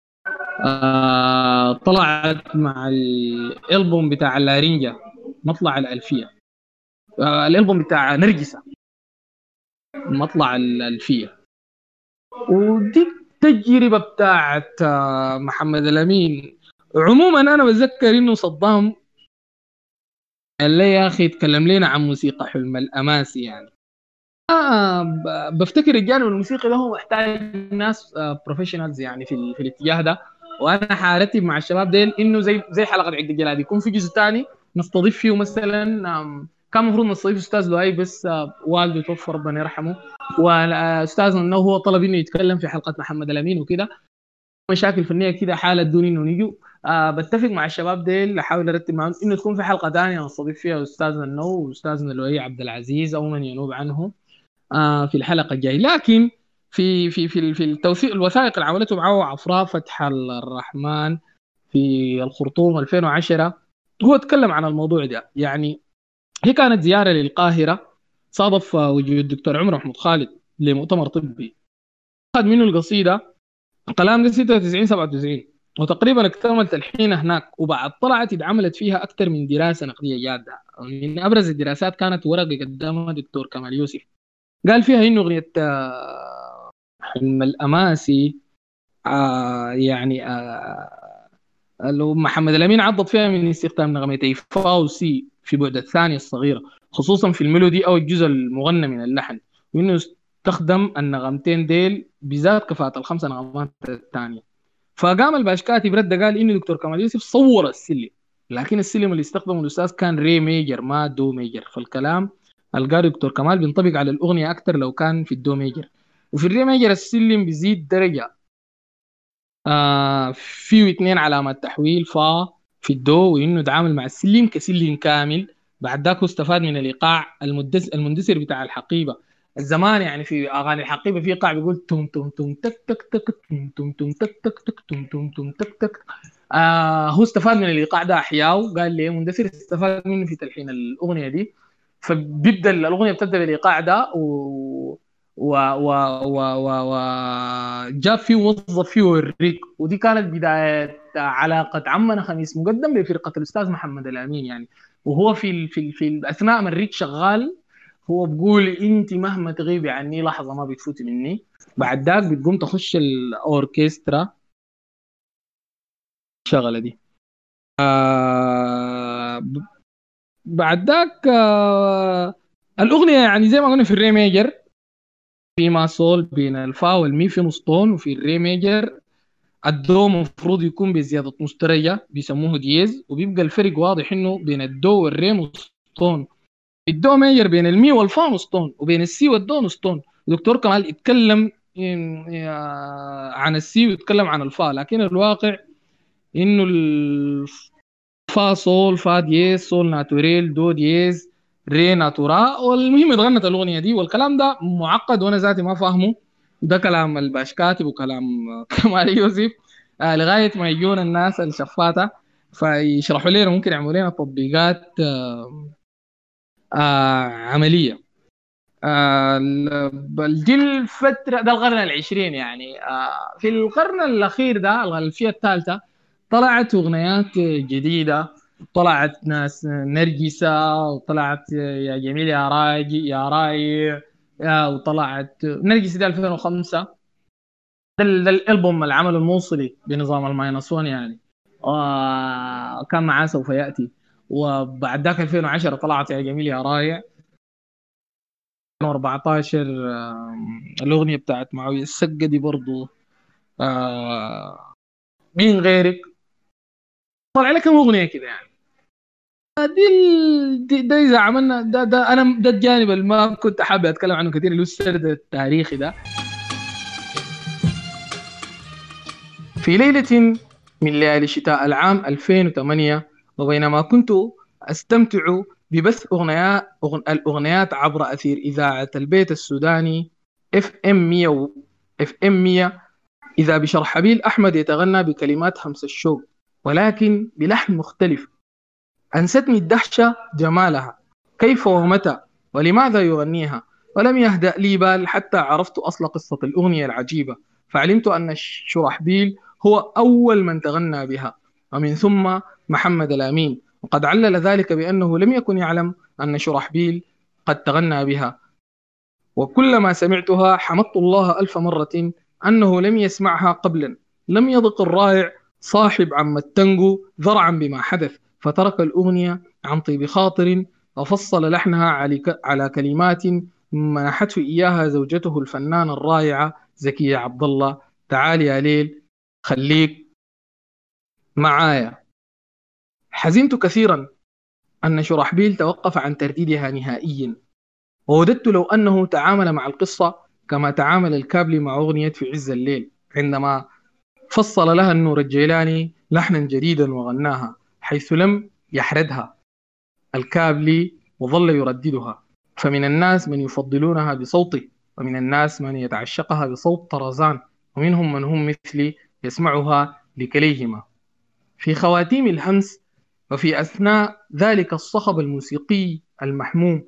آه طلعت مع الألبوم بتاع اللارينجا مطلع الألفية. آه الألبوم بتاع نرجسة مطلع الألفية. ودي التجربة بتاعت آه محمد الأمين. عموما أنا بتذكر إنه صدام قال لي يا أخي اتكلم لنا عن موسيقى حلم الأماسي يعني. آه ب- بفتكر الجانب الموسيقي ده هو محتاج ناس بروفيشنالز يعني في, ال- في الاتجاه ده. وانا حارتي مع الشباب ديل انه زي زي حلقه عقد الجلاد يكون في جزء ثاني نستضيف فيه مثلا. آم، كان المفروض نستضيف استاذ لؤي بس آه، والده توفى ربنا يرحمه، واستاذنا انه هو طلب انه يتكلم في حلقه محمد الامين وكده، مشاكل فنيه كده حاله دون انه نيجوا. آه بتفق مع الشباب ديل احاول ارتب معهم انه تكون في حلقه ثانيه نستضيف فيها استاذنا النو واستاذنا لؤي عبد العزيز او من ينوب عنه آه في الحلقه الجايه. لكن في في في في التوثيق الوثائق اللي عملته معه عفراء فتح الرحمن في الخرطوم ألفين وعشرة، هو تكلم عن الموضوع ده. يعني هي كانت زياره للقاهره، صادف وجود الدكتور عمر محمود خالد لمؤتمر طبي، اخذ منه القصيده، كلام ده ستة وتسعين سبعة وتسعين، وتقريبا اكتمل تلحينها هناك، وبعد طلعت اتعملت فيها أكثر من دراسة نقدية جادة. من أبرز الدراسات كانت ورقة قدمها دكتور كمال يوسف، قال فيها إنه أغنية آه، حلم الأماسي آه يعني آه لو محمد الأمين عضد فيها من استخدام نغمتي فا وسي في بعد الثانية الصغيرة، خصوصا في الميلودي أو الجزء المغنى من اللحن، وإنه استخدم النغمتين ديل بذات كفاءة الخمسة نغمات الثانية. فقام الباش كاتب رد قال إنه دكتور كمال يوسف صور السلم، لكن السلم اللي استخدمه الأستاذ كان ري ميجر ما دو ميجر، فالكلام اللي قال دكتور كمال بينطبق على الأغنية أكتر لو كان في الدو ميجر. وفي الري ميجر السلم بيزيد درجة، آه فيه اتنين علامات تحويل فا في الدو، وانه تعامل مع السلم كسلم كامل. بعد ذاك هو استفاد من الايقاع المدس المندسر بتاع الحقيبه. الزمان يعني في اغاني الحقيبه في ايقاع بيقول توم توم توم تك تك تك توم توم توم تك تك تك توم توم توم تك تك. آه هو استفاد من الايقاع ده احياء، قال لي مندسر استفاد منه في تلحين الاغنيه دي. فبيبدا الاغنيه بتبدا بالايقاع ده و و و و و و جاب فيه وظف فيه الريق، ودي كانت بداية علاقة عمنا خميس مقدم بفرقة الأستاذ محمد الأمين يعني. وهو في ال في ال في ال أثناء ما الريق شغال هو بقول أنت مهما تغيبي عني لحظة ما بتفوتي مني. بعد ذاك بتقوم تخش الأوركسترا الشغلة دي. آه ب- بعد ذاك آه الأغنية يعني زي ما قلنا في الري ميجر في ما سول بين الفا والمي في نص طون، وفي الري ميجر الدو مفروض يكون بزيادة مسترية بيسموه دييز، وبيبقى الفرق واضح انه بين الدو والري نص طون. الدو ميجر بين المي والفا نص طون، وبين السي والدو نص طون. الدكتور كمال يتكلم إن- يا- عن السي ويتكلم عن الفا، لكن الواقع انه الفا سول فا دييز سول ناتوريل دو دييز ري ناتورا. والمهم اتغنت الاغنيه دي، والكلام ده معقد وانا ذاتي ما فاهمه. ده كلام الباش كاتب وكلام كمال يوسف. آه لغايه ما يجونا الناس الشفاته فيشرحوا لنا، ممكن يعملوا لنا تطبيقات آه آه عمليه. آه ال- دي الفتره ده القرن العشرين يعني. آه في القرن الاخير ده الألفية الثالثه طلعت اغنيات جديده. طلعت ناس نرجسة، وطلعت يا جميل يا راجي يا راي، يا وطلعت نرجسي ده ألفين وخمسة. ده, ال- ده الالبوم العمل الموصلي بنظام الماينس وان يعني. آه كان معاه سوف ياتي. وبعد ذاك ألفين وعشرة طلعت يا جميل يا رايع. ألفين وأربعتاشر آه الاغنيه بتاعت معاويه السقا دي برضو. آه مين غيرك. طلع لك كم اغنيه كده يعني. دي, ال... دي ده اذا عملنا ده ده انا ده الجانب اللي ما كنت حابب اتكلم عنه كثير، اللي هو السرد التاريخي ده. في ليلة من ليالي شتاء العام ألفين وثمانية، وبينما كنت أستمتع ببث أغنيات أغن... الأغنيات عبر أثير إذاعة البيت السوداني اف ام مية اف ام مية، إذا بشرحبيل أحمد يتغنى بكلمات همس الشوق ولكن بلحن مختلف. أنستني الدهشة جمالها، كيف ومتى ولماذا يغنيها. ولم يهدأ لي بال حتى عرفت أصل قصة الأغنية العجيبة، فعلمت أن شرحبيل هو أول من تغنى بها، ومن ثم محمد الأمين. وقد علل ذلك بأنه لم يكن يعلم أن شرحبيل قد تغنى بها، وكلما سمعتها حمدت الله ألف مرة أنه لم يسمعها قبلا. لم يضق الرائع صاحب عم التنجو ذرعا بما حدث، فترك الأغنية عن طيب خاطر، وفصل لحنها على على كلمات منحته إياها زوجته الفنانة الرائعة زكية عبد الله. تعال يا ليل خليك معايا. حزنت كثيرا أن شرحبيل توقف عن ترديدها نهائيا، ووددت لو أنه تعامل مع القصة كما تعامل الكابلي مع أغنية في عز الليل، عندما فصل لها النور الجيلاني لحنا جديدا وغناها، حيث لم يحردها الكابلي وظل يرددها. فمن الناس من يفضلونها بصوته، ومن الناس من يتعشقها بصوت طرزان، ومنهم من هم مثلي يسمعها لكليهما. في خواتيم الهمس وفي أثناء ذلك الصخب الموسيقي المحموم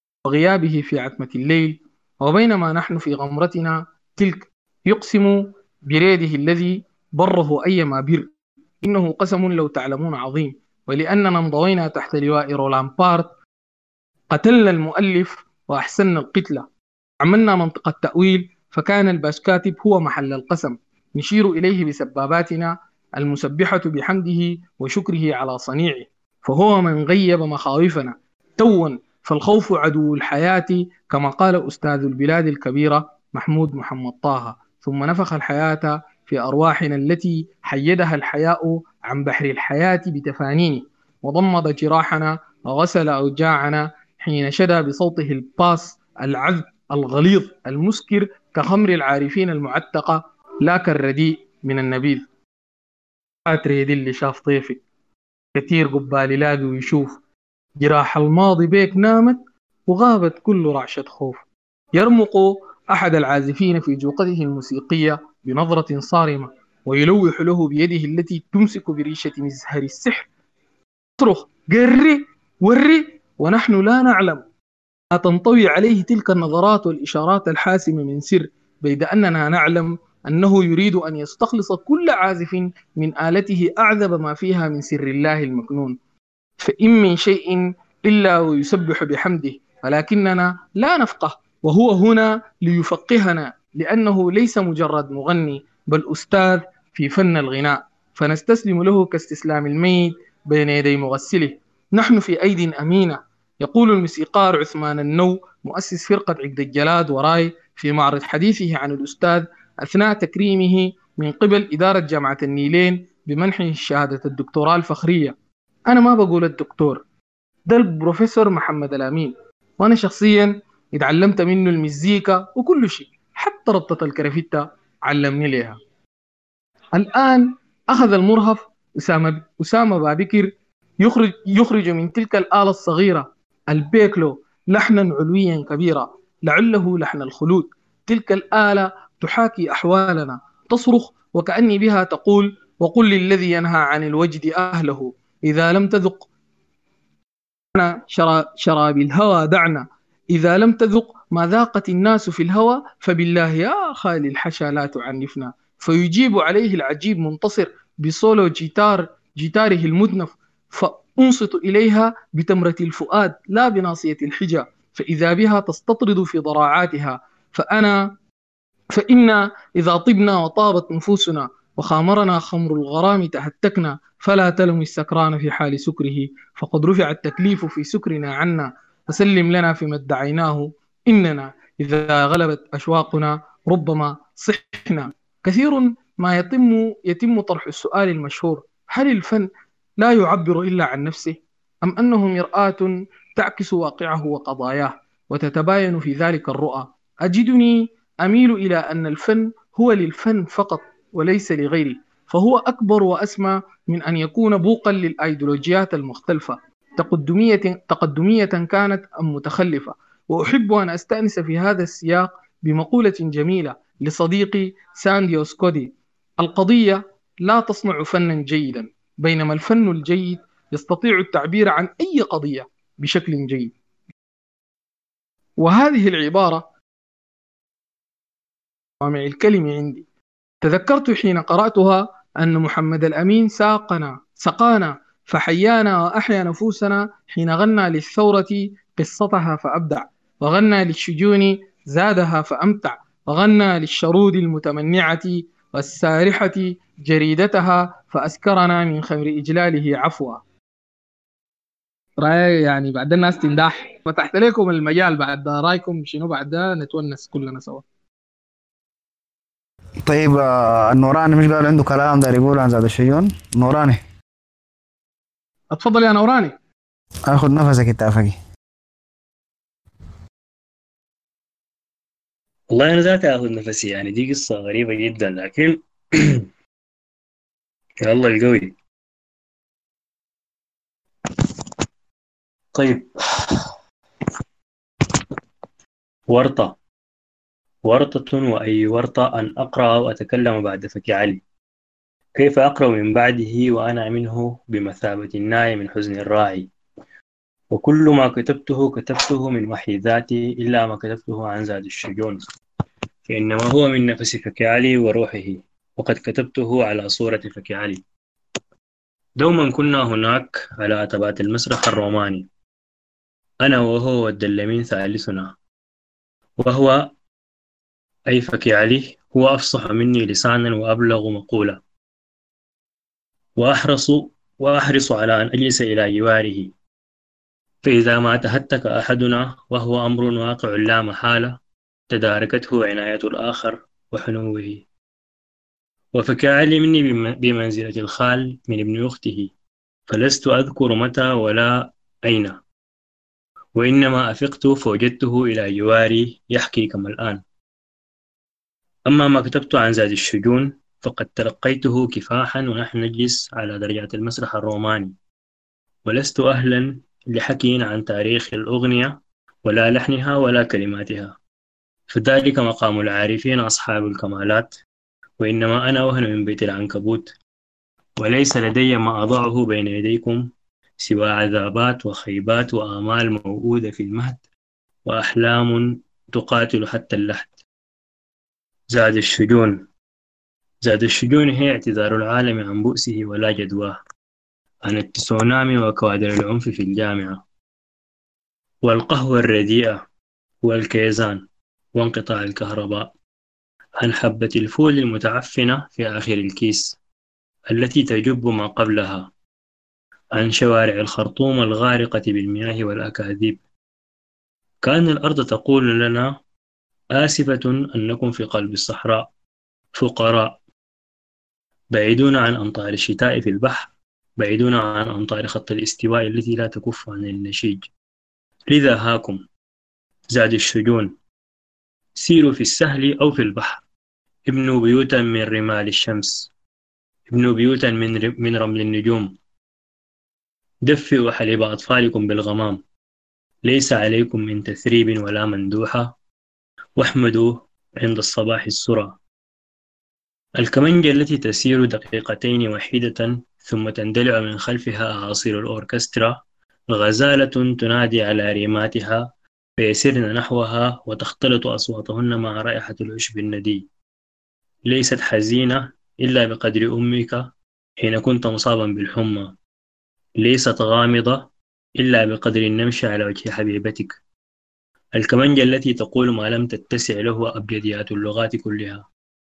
وغيابه في عتمة الليل، وبينما نحن في غمرتنا تلك، يقسم بريده الذي بره أيما بر، إنه قسم لو تعلمون عظيم. ولأننا انضوينا تحت لواء رولان بارت قتلنا المؤلف وأحسننا القتلة، عملنا منطقة تأويل فكان الباش كاتب هو محل القسم، نشير إليه بسباباتنا المسبحة بحمده وشكره على صنيعه، فهو من غيب مخاوفنا توا، فالخوف عدو الحياة كما قال أستاذ البلاد الكبيرة محمود محمد طه. ثم نفخ الحياة في أرواحنا التي حيدها الحياء عن بحر الحياة بتفانينه، وضمد جراحنا وغسل أوجاعنا حين شدى بصوته الباس العذب الغليظ المسكر كخمر العارفين المعتقة، لا كالرديء من النبيذ. أتريد اللي شاف طيفك كتير قبال يلاقي ويشوف، جراح الماضي بيك نامت وغابت كل رعشة خوف. يرمق أحد العازفين في جوقته الموسيقية بنظرة صارمة ويلوح له بيده التي تمسك بريشة مزهر السحر، صرخ قري وري، ونحن لا نعلم ما تنطوي عليه تلك النظرات والإشارات الحاسمة من سر، بيد أننا نعلم أنه يريد أن يستخلص كل عازف من آلته أعذب ما فيها من سر الله المكنون. فإن من شيء إلا ويسبح بحمده، ولكننا لا نفقه، وهو هنا ليفقهنا، لأنه ليس مجرد مغني بل أستاذ في فن الغناء، فنستسلم له كاستسلام الميت بين يدي مغسله. نحن في أيد أمينة، يقول الموسيقار عثمان النو مؤسس فرقة عقد الجلاد وراي في معرض حديثه عن الأستاذ أثناء تكريمه من قبل إدارة جامعة النيلين بمنحه شهادة الدكتوراه الفخرية. أنا ما بقول الدكتور، ده البروفيسور محمد الأمين، وأنا شخصيا اتعلمت منه المزيكا وكل شيء، حتى ربطة الكرافيتا علمني لها. الآن أخذ المرهف أسامة أسامة بابكر يخرج يخرج من تلك الآلة الصغيرة البيكلو لحنا علويا كبيرا، لعله لحن الخلود. تلك الآلة تحاكي أحوالنا، تصرخ وكأني بها تقول: وقل للذي ينهى عن الوجد أهله إذا لم تذق شراب الهوى دعنا، إذا لم تذق ما ذاقت الناس في الهوى فبالله يا خالي الحشا لا تعنفنا. فيجيب عليه العجيب منتصر بصولو جيتار جيتاره المدنف، فأنصت إليها بتمرة الفؤاد لا بناصية الحجة، فإذا بها تستطرد في ضراعاتها. فأنا فإنا إذا طبنا وطابت نفوسنا وخامرنا خمر الغرام تهتكنا، فلا تلم السكران في حال سكره، فقد رفع التكليف في سكرنا عنا، فسلم لنا فيما ادعيناه، إننا إذا غلبت أشواقنا ربما صحنا. كثير ما يتم يتم طرح السؤال المشهور: هل الفن لا يعبر إلا عن نفسه، أم أنه مرآة تعكس واقعه وقضاياه وتتباين في ذلك الرؤى؟ أجدني أميل إلى أن الفن هو للفن فقط وليس لغيره، فهو أكبر وأسمى من أن يكون بوقا للأيديولوجيات المختلفة، تقدمية تقدمية كانت أم متخلفة. وأحب أن أستأنس في هذا السياق بمقولة جميلة لصديقي سانديو سكودي: القضية لا تصنع فنا جيدا، بينما الفن الجيد يستطيع التعبير عن أي قضية بشكل جيد. وهذه العبارة جوامع الكلم عندي. تذكرت حين قرأتها أن محمد الأمين ساقنا سقانا فحيانا وأحيا نفوسنا حين غنى للثورة قصتها فأبدع، وغنى للشجون زادها فأمتع، وغنى للشرود المتمنعة والسارحة جريدتها فأسكرنا من خمر إجلاله عفوا. رأي يعني بعد الناس تندح، فتحت لكم المجال، بعد رأيكم شنو بعد ده نتونس كلنا سوا. طيب آه، النوراني مش قال عنده كلام داير يقول عن زاد الشجون؟ نوراني اتفضل يا نوراني. اخذ نفسك اتفقي. والله أنا ذاتي آخذ نفسي، يعني دي قصة غريبة جدا، لكن يا الله القوي. طيب، ورطة ورطة وأي ورطة أن أقرأ وأتكلم بعد فك علي، كيف أقرأ من بعده وأنا منه بمثابة الناي من حزن الراعي، وكل ما كتبته كتبته من وحي ذاتي إلا ما كتبته عن زاد الشجون، فإنما هو من نفس فك علي وروحه، وقد كتبته على صورة فك علي. دوما كنا هناك على أتبات المسرح الروماني، أنا وهو والدلمين ثالثنا، وهو أي فك علي هو أفصح مني لسانا وأبلغ مقولة، وأحرص وأحرص على أن أجلس إلى جواره، فإذا ما تهتك أحدنا وهو أمر واقع لا محالة تداركته عناية الآخر وحنوه. وفك علي مني بمنزلة الخال من ابن أخته، فلست أذكر متى ولا أين، وإنما أفقت فوجدته إلى جواري يحكي كما الآن. أما ما كتبت عن زاد الشجون فقد تلقيته كفاحا ونحن نجلس على درجات المسرح الروماني، ولست أهلا لحكي عن تاريخ الأغنية ولا لحنها ولا كلماتها، فذلك مقام العارفين أصحاب الكمالات، وإنما أنا وهن من بيت العنكبوت، وليس لدي ما أضعه بين يديكم سوى عذابات وخيبات وآمال موؤودة في المهد وأحلام تقاتل حتى اللحد. زاد الشجون زاد الشجون هي اعتذار العالم عن بؤسه ولا جدواه، عن التسونامي وكوادر العنف في الجامعة، والقهوة الرديئة والكيزان وانقطاع الكهرباء، عن حبة الفول المتعفنة في آخر الكيس التي تجب ما قبلها، عن شوارع الخرطوم الغارقة بالمياه والأكاذيب. كأن الأرض تقول لنا آسفة أنكم في قلب الصحراء، فقراء، بعيدون عن أمطار الشتاء في البحر، بعيدون عن أمطار خط الاستواء التي لا تكف عن النشيج. لذا هاكم زاد الشجون، سيروا في السهل أو في البحر، ابنوا بيوتا من رمال الشمس، ابنوا بيوتا من من رمل النجوم، دفئوا حليب أطفالكم بالغمام، ليس عليكم من تثريب ولا مندوحة، واحمدوا عند الصباح السرى. الكمنجة التي تسير دقيقتين وحيدة ثم تندلع من خلفها أعاصير الأوركسترا، غزالة تنادي على ريماتها فيسرن نحوها وتختلط أصواتهن مع رائحة العشب الندي. ليست حزينة إلا بقدر أمك حين كنت مصابا بالحمى، ليست غامضة إلا بقدر النمش على وجه حبيبتك. الكمنجة التي تقول ما لم تتسع له أبجديات اللغات كلها،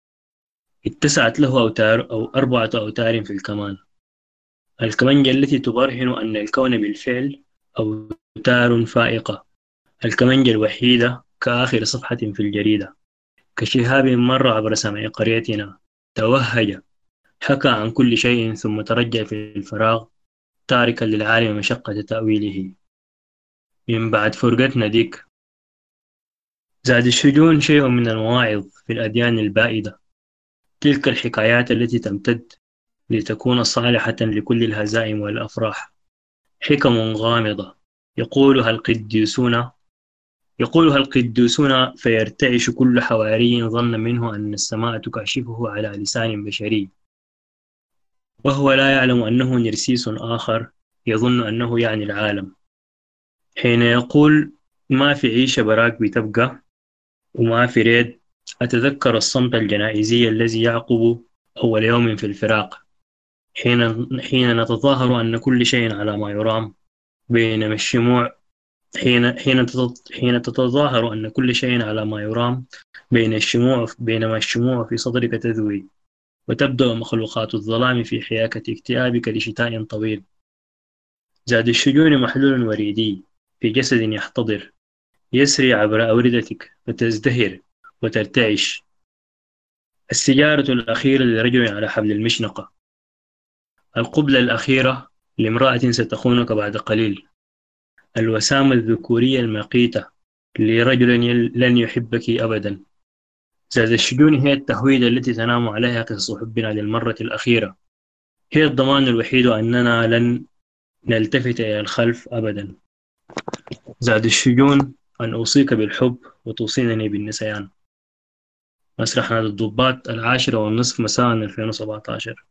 اتسعت له أوتار أو أربعة أوتار في الكمان. الكمنجة التي تبرهن أن الكون بالفعل أوتار فائقة. الكمنجة الوحيدة كآخر صفحة في الجريدة، كشهاب مر عبر سماء قريتنا، توهج، حكى عن كل شيء ثم ترجع في الفراغ تاركا للعالم مشقة تأويله. من بعد فرقتنا ديك زاد الشجون شيء من المواعظ في الأديان البائدة، تلك الحكايات التي تمتد لتكون صالحة لكل الهزائم والأفراح، حكم غامضة يقولها القديسون يقولها القديسون فيرتعش كل حواري ظن منه أن السماء تكاشفه على لسان بشري، وهو لا يعلم أنه نرسيس آخر يظن أنه يعني العالم، حين يقول ما في عيشة براك بتبقى وما في ريد. أتذكر الصمت الجنائزي الذي يعقب أول يوم في الفراق، حين حين نتظاهر أن كل شيء على ما يرام، بينما الشموع حين حين حين تتظاهر أن كل شيء على ما يرام بين الشموع بينما الشموع في صدرك تذوي، وتبدأ مخلوقات الظلام في حياكة اكتئابك لشتاء طويل. زاد الشجون محلول وريدي في جسد يحتضر، يسري عبر أوردتك فتزدهر وترتعش. السيجارة الأخيرة لرجل على حبل المشنقة، القبلة الأخيرة لامرأة ستخونك بعد قليل، الوسامة الذكورية المقيتة لرجل لن يحبك أبدا. زاد الشجون هي التهويدة التي تنام عليها قصص حبنا للمرة الأخيرة، هي الضمان الوحيد أننا لن نلتفت إلى الخلف أبدا. زاد الشجون أن أوصيك بالحب وتوصينني بالنسيان. مسرح نادي الضباط، العاشرة والنصف مساء ألفين وسبعة عشر.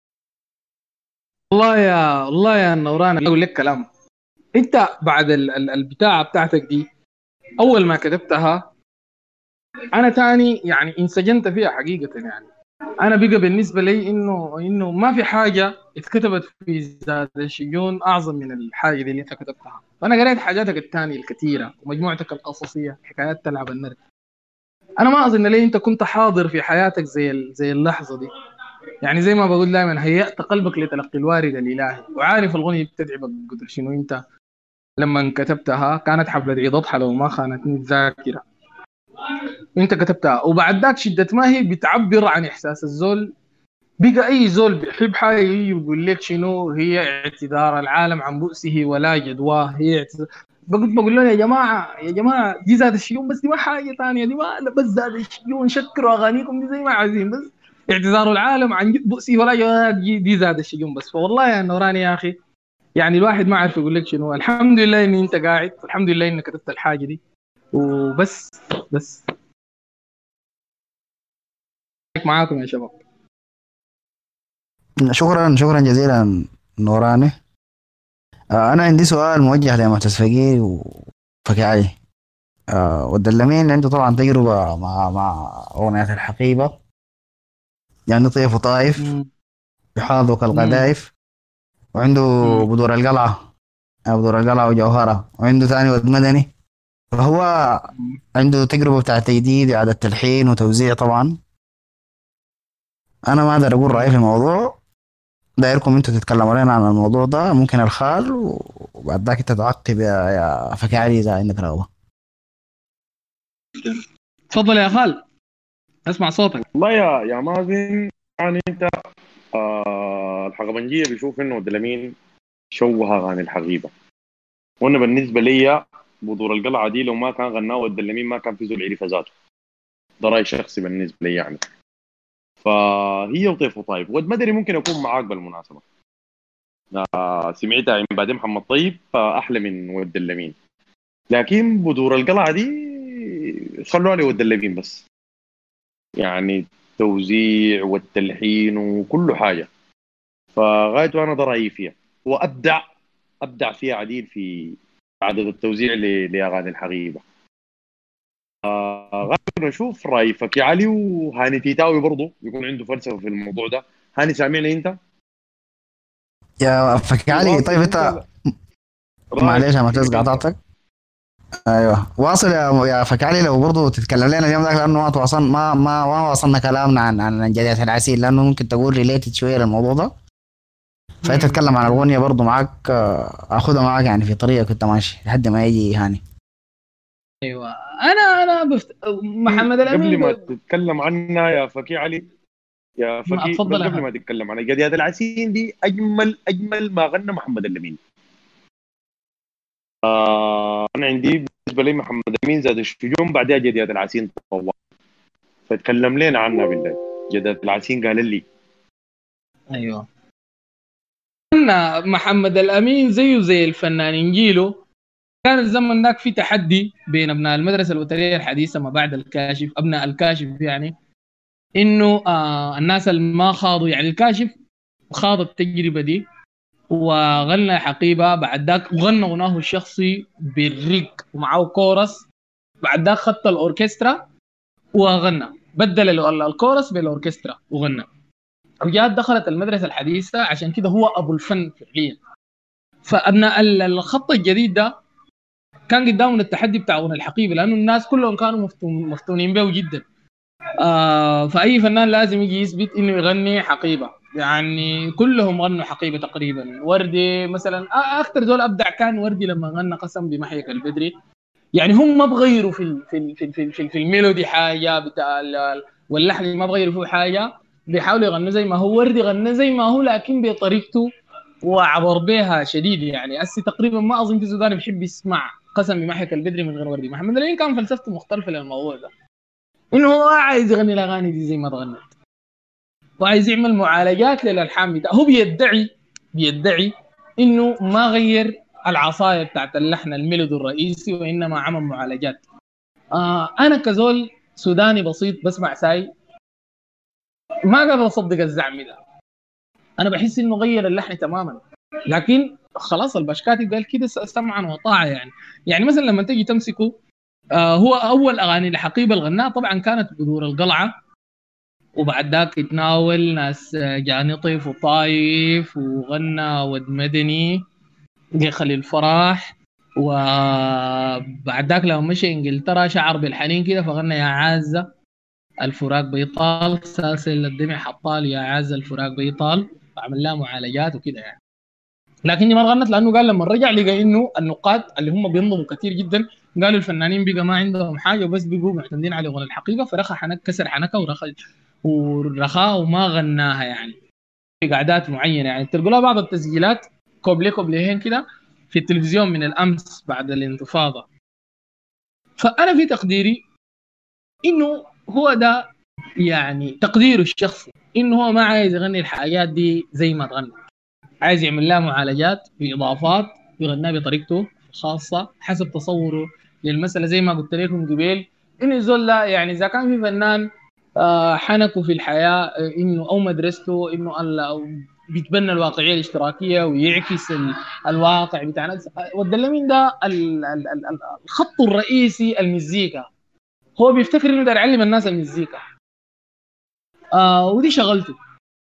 والله يا والله يا نوران اقول لك كلام. انت بعد ال- ال- البتاعه بتاعتك دي اول ما كتبتها انا تاني يعني انسجنت فيها حقيقه يعني. انا بقى بالنسبه لي انه انه ما في حاجه اتكتبت في ذات الشجون اعظم من الحاجه دي اللي انت كتبتها. فانا قريت حاجاتك الثانيه الكثيره ومجموعتك القصصيه حكايات تلعب النرد. انا ما اظن لي انت كنت حاضر في حياتك زي ال- زي اللحظه دي. يعني زي ما بقول دائما هيأت قلبك لتلقي الوارد الالهي، وعارف الغنية بتدعبك قدر شنو. انت لما كتبتها كانت حفله عيد اضحى لو ما خانتني الذاكره، انت كتبتها وبعد ذاك شده ما هي بتعبر عن احساس الزول. بقى اي زول بيحب حاجه يجي يقول لك شنو هي اعتذار العالم عن بؤسه ولا جدواه. هي اعتذار. بقول بقول لهم يا جماعه يا جماعه دي ذات الشيون، بس دي ما حاجه ثانيه، دي ما بس ذات الشيون. شكروا اغانيكم دي زي ما عايزين، بس اعتذار العالم عن بؤسه ولا جدواه دي, دي ذات الشيون بس. فوالله يا نوراني يا اخي، يعني الواحد ما عارف يقول لك شنو. الحمد لله ان انت قاعد، الحمد لله انك كتبت الحاجه دي وبس. بس معاكم يا شباب. شكرا شكرا جزيلا نوراني. آه، أنا عندي سؤال موجه لمعتز فقير وفقي علي. آه، والدلمين عنده طبعا تجربة مع مع أغنية الحقيبة، يعني طيف وطائف مم. بحاذق مم. القذائف، وعنده مم. بدور القلعة، آه، بدور القلعة وجوهرة، وعنده ثاني ود مدني. فهو عنده تجربة بتاع تجديد وإعادة تلحين وتوزيع طبعا. أنا ما أقدر أقول رأيي في الموضوع، دايركم انتوا تتكلموا لنا عن الموضوع ده، ممكن الخال وبعد ذاك انت تعقب يا يا فكي علي اذا عندك رغبه. تفضل يا خال، اسمع صوتك. والله يا يا مازن، يعني انت آه الحقبنجيه بيشوف انه الدلمين شوه اغاني الحقيبه. وانا بالنسبه لي بذور القلعه دي لو ما كان غناه الدلمين ما كان في زول يعرف ذاته. ده راي شخصي بالنسبه لي يعني. فهي وطيف وطيب ود مدري ممكن اكون معاك بالمناسبه. آه سمعتها من بعد محمد طيب آه احلى من ود اللمين. لكن بذور القلعه دي خلوا لي ود اللمين بس. يعني التوزيع والتلحين وكل حاجه. فغايته انا ده رايي فيها. وابدع ابدع فيها عديل في عدد التوزيع ل- لاغاني الحقيبه. غايته نشوف راي فكي علي وهاني تيتاوي برضه يكون عنده فلسفه في الموضوع ده. هاني سامعني انت؟ يا فكي علي طيب واصل انت، انت رايك معلش انا كيف معتز انت؟ قاطعتك. ايوه واصل يا يا فكي علي، لو برضه تتكلم لنا اليوم ذاك لانه ما تواصل ما ما ما وصلنا كلامنا عن عن جدية العسيل، لانه ممكن تقول ريليتد شويه للموضوع ده. فانت مم. تتكلم عن مم. الاغنيه برضه معاك، آه، اخذها معاك يعني في طريقك كنت ماشي لحد ما يجي هاني. ايوه. انا انا بفت... محمد قبل الامين ما ب... تتكلم عنها يا فكي علي، يا ما فكي بس اتفضل يا قبل خال. ما تتكلم عنها، جديات العسين دي اجمل اجمل ما غنى محمد اللمين. آه انا عندي بالنسبه لي محمد اللمين زاد الشجون بعدها جديات العسين طوال. فتكلم لنا عنها بالله. جديات العسين قال لي ايوه. أنا محمد الامين زيه زي الفنان انجيلو. كان الزمن ذاك في تحدي بين ابناء المدرسه الوتريه الحديثه ما بعد الكاشف، ابناء الكاشف يعني، انه آه الناس اللي ما خاضوا يعني الكاشف خاض التجربه دي وغنى حقيبه. بعد ذاك وغنى غناه الشخصي بالريق ومعه كورس. بعد ذاك خط الاوركسترا وغنى، بدل ال- الكورس بالاوركسترا وغنى. وجات دخلت المدرسه الحديثه، عشان كده هو ابو الفن فعليا. فابناء ال- الخط الجديد ده كان قدامهم التحدي بتاع غنى الحقيبه، لانه الناس كلهم كانوا مفتون مفتونين به جدا. آه فاي فنان لازم يجي يثبت انه يغني حقيبه. يعني كلهم غنوا حقيبه تقريبا. وردي مثلا آه اكثر دول ابدع كان وردي لما غنى قسم بمحيك البدري. يعني هم ما بغيروا في ال في ال في ال في, ال في, ال في الميلودي حاجه بتاع ال- واللحن ما بغيروا فيه حاجه. بيحاولوا يغنوا زي ما هو. وردي غنى زي ما هو لكن بطريقته وعبر بها شديد. يعني اسي تقريبا ما اظن في سوداني بيحب يسمع قسم بمحيك البدري من غير وردي. محمد الامين كان فلسفته مختلفه للموضوع ده، انه هو عايز يغني الاغاني دي زي ما تغنت، وعايز يعمل معالجات للالحان بتاعه. هو بيدعي بيدعي انه ما غير العصايه بتاعت اللحن الميلودي الرئيسي، وانما عمل معالجات. آه انا كزول سوداني بسيط بسمع ساي ما قادر اصدق الزعم ده. انا بحس انه غير اللحن تماما. لكن خلاص البشكاتي قال كده سمعا وطاعه يعني. يعني مثلا لما تيجي تمسكه، آه هو اول اغاني لحقيبه الغناء طبعا كانت بذور القلعه وبعد ذاك يتناول ناس جانطف وطايف وغنى ود مدني دخل الفرح. وبعد ذاك لما مشي انجلترا شعر بالحنين كده فغنى يا عازة الفراق بيطال سلسل الدمع حطال يا عازة الفراق بيطال، عمل لها معالجات وكده يعني. لكن دي ما غنت لانه قال لما رجع لقى انه النقاد اللي هم بينضموا كثير جدا قالوا الفنانين بقى ما عندهم حاجه وبس بيقوا معتمدين على غنى الحقيقه، فرخى حنك كسر حنكه ورخى ورخاء وما غناها يعني في قعدات معينه. يعني تلقوا لها بعض التسجيلات كوبلي كوبليهين كده في التلفزيون من الامس بعد الانتفاضه. فانا في تقديري انه هو ده يعني تقديره الشخصي، انه هو ما عايز يغني الحاجات دي زي ما تغني، عايز يعمل لها معالجات باضافات يغنيها بطريقته الخاصه حسب تصوره للمساله. زي ما قلت لكم قبل انه يزول لا يعني اذا كان في فنان آه حنكه في الحياه آه انه او مدرسته انه الله بيتبنى الواقعيه الاشتراكيه ويعكس ال- الواقع بتاعنا. والدلمين ده ال- ال- ال- الخط الرئيسي المزيكا، هو بيفتكر انه داير يعلم الناس المزيكا آه ودي شغلته.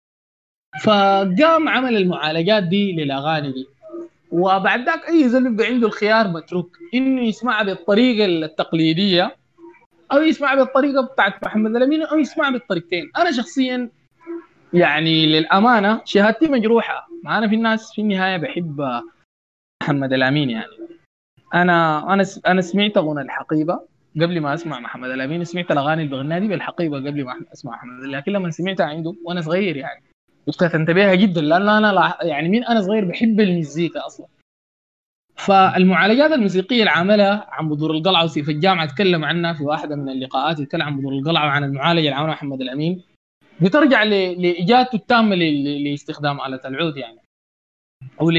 فقام عمل المعالجات دي للاغاني دي، وبعد ذاك اي زول بيبقى عنده الخيار متروك انه يسمعها بالطريقه التقليديه او يسمعها بالطريقه بتاعت محمد الامين او يسمعها بالطريقتين. انا شخصيا يعني للامانه شهادتي مجروحه، ما انا في الناس في النهايه بحب محمد الامين. يعني انا انا انا سمعت غنى الحقيبه قبل ما اسمع محمد الامين، سمعت الاغاني اللي بغناها دي بالحقيبه قبل ما اسمع محمد الامين، لكن لما سمعتها عنده وانا صغير يعني كنت انتبهها جدا لان انا يعني من انا صغير بحب المزيكا اصلا. فالمعالجات الموسيقيه اللي عملها عن بدور القلعه وسيف الجامعه تكلم عنها في واحده من اللقاءات، يتكلم عن بدور القلعه وعن المعالجه اللي عملها محمد الامين، بترجع لاجابته التامه لاستخدام آلة العود يعني، او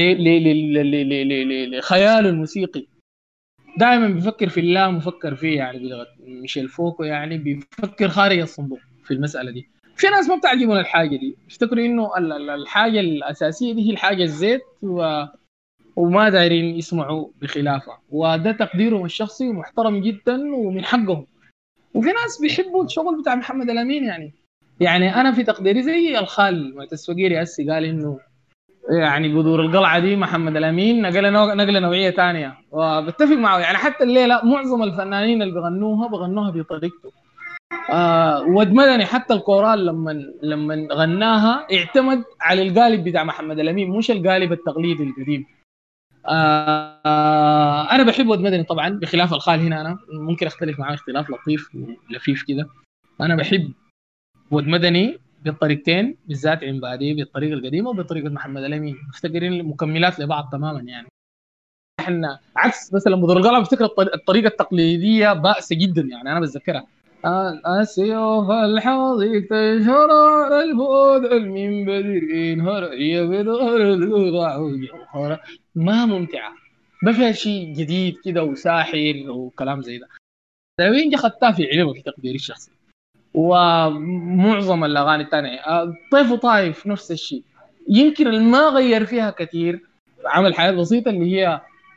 لخياله الموسيقي. دائما بيفكر في الله مفكر فيه يعني بلغه ميشيل فوكو، يعني بيفكر خارج الصندوق في المساله دي. في ناس ما بتعجبهم الحاجه دي، بيفتكروا انه الحاجه الاساسيه دي هي الحاجه الزيت و وما دايرين يسمعوا بخلافه، وده تقديرهم الشخصي ومحترم جدا ومن حقهم. وفي ناس بيحبوا الشغل بتاع محمد الامين يعني. يعني انا في تقديري زي الخال معتز فقيري هسي قال انه يعني بدور القلعه دي محمد الامين نقل نقله نوعيه ثانيه، وبتفق معه. يعني حتى الليله معظم الفنانين اللي بيغنوها بغنوها بطريقته. آه ود مدني حتى الكورال لما لما غناها اعتمد على القالب بتاع محمد الامين مش القالب التقليدي القديم. آه انا بحب ود مدني طبعا بخلاف الخال. هنا انا ممكن اختلف معاه اختلاف لطيف ولفيف كده. انا بحب ود مدني بالطريقتين بالذات، عمبادي بالطريقه القديمه وبطريقه محمد الامين، مفتكرين مكملات لبعض تماما. يعني احنا عكس مثلا بدر القلعه بفتكر الطريقه التقليديه بائسه جدا يعني انا بتذكرها. السيوف الحاضيك تشهر الفود من بدرين هرية بدور القلعة ما ممتعة، ما فيها شيء جديد كده وساحر وكلام زي ده. وين جا خدتها في علمه في تقديري الشخصي. ومعظم الاغاني الثانيه طيف وطايف نفس الشيء، يمكن ما غير فيها كثير، عمل حاجات بسيطه اللي هي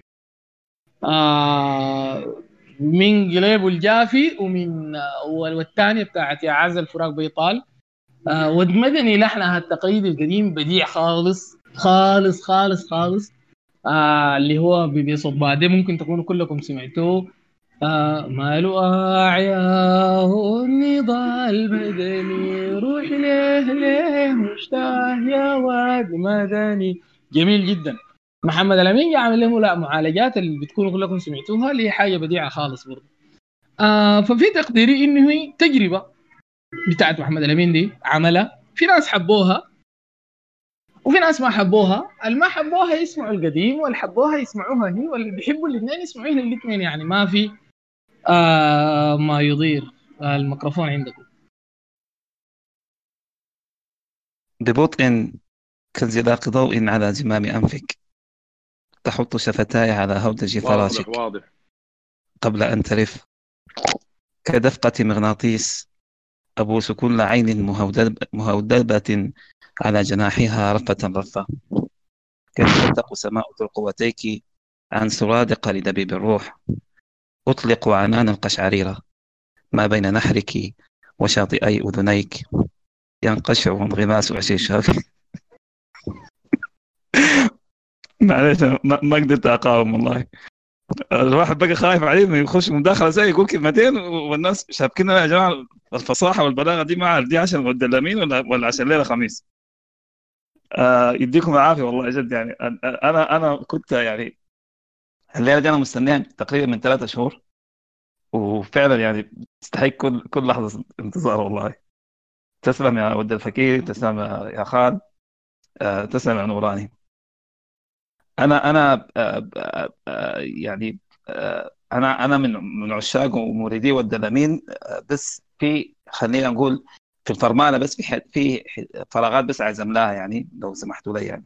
آه من قليب الجافي ومن آه والثانيه بتاعت يا عز الفراق بيطال. آه ود مدني لحنها التقليدي القديم بديع خالص خالص خالص خالص. آه اللي هو بصوت بادي ممكن تكونوا كلكم سمعتوه. آه ماله أعياه النضال المدني روح ليه ليه مشتاق يا واد مدني، جميل جدا. محمد الأمين يعمل له لا معالجات اللي بتكونوا كلكم سمعتوها اللي هي حاجة بديعة خالص برضه. آه ففي تقديري إنه هي تجربة بتاعت محمد الأمين دي عملها، في ناس حبوها وفي ناس ما حبوها. اللي ما حبوها يسمعوا القديم واللي حبوها يسمعوها هي، واللي بيحبوا الاثنين يسمعوها الاثنين. يعني ما في آه ما يضير. آه الميكروفون عندكم. ببطء كانزلاق ضوء على زمام أنفك تحط شفتاي على هودج فراشك واضح واضح قبل أن تلف كدفقة مغناطيس أبوس كل عين مهودب مهودبة على جناحها رفة رفة كي تفتق سماء ترقوتيك عن سرادق لدبيب الروح أطلق عنان القشعريرة ما بين نحرك وشاطئي أذنيك ينقشع وانغماس وعشيش هذا. معلش ما, ما قدرت اقاوم والله. الواحد بقى خايف عليه انه يخش مداخله زي يقول كلمتين والناس شابكيننا يا جماعه الفصاحه والبلاغه دي ما عارف دي عشان مدلمين ولا ولا عشان ليله خميس. آه يديكم العافيه والله جد يعني. انا انا كنت يعني الليله دي انا مستنيها تقريبا من ثلاثة شهور وفعلا يعني تستحق كل كل لحظه انتظار والله. تسلم يا ود الفكير، تسلم يا خالد، آه تسلم يا نوراني. انا انا آه آه آه يعني آه انا انا من من عشاق ومريدي والدلمين. آه بس في خلينا نقول في الفرمانه بس في في فراغات بس عايز املاها يعني لو سمحتوا لي يعني.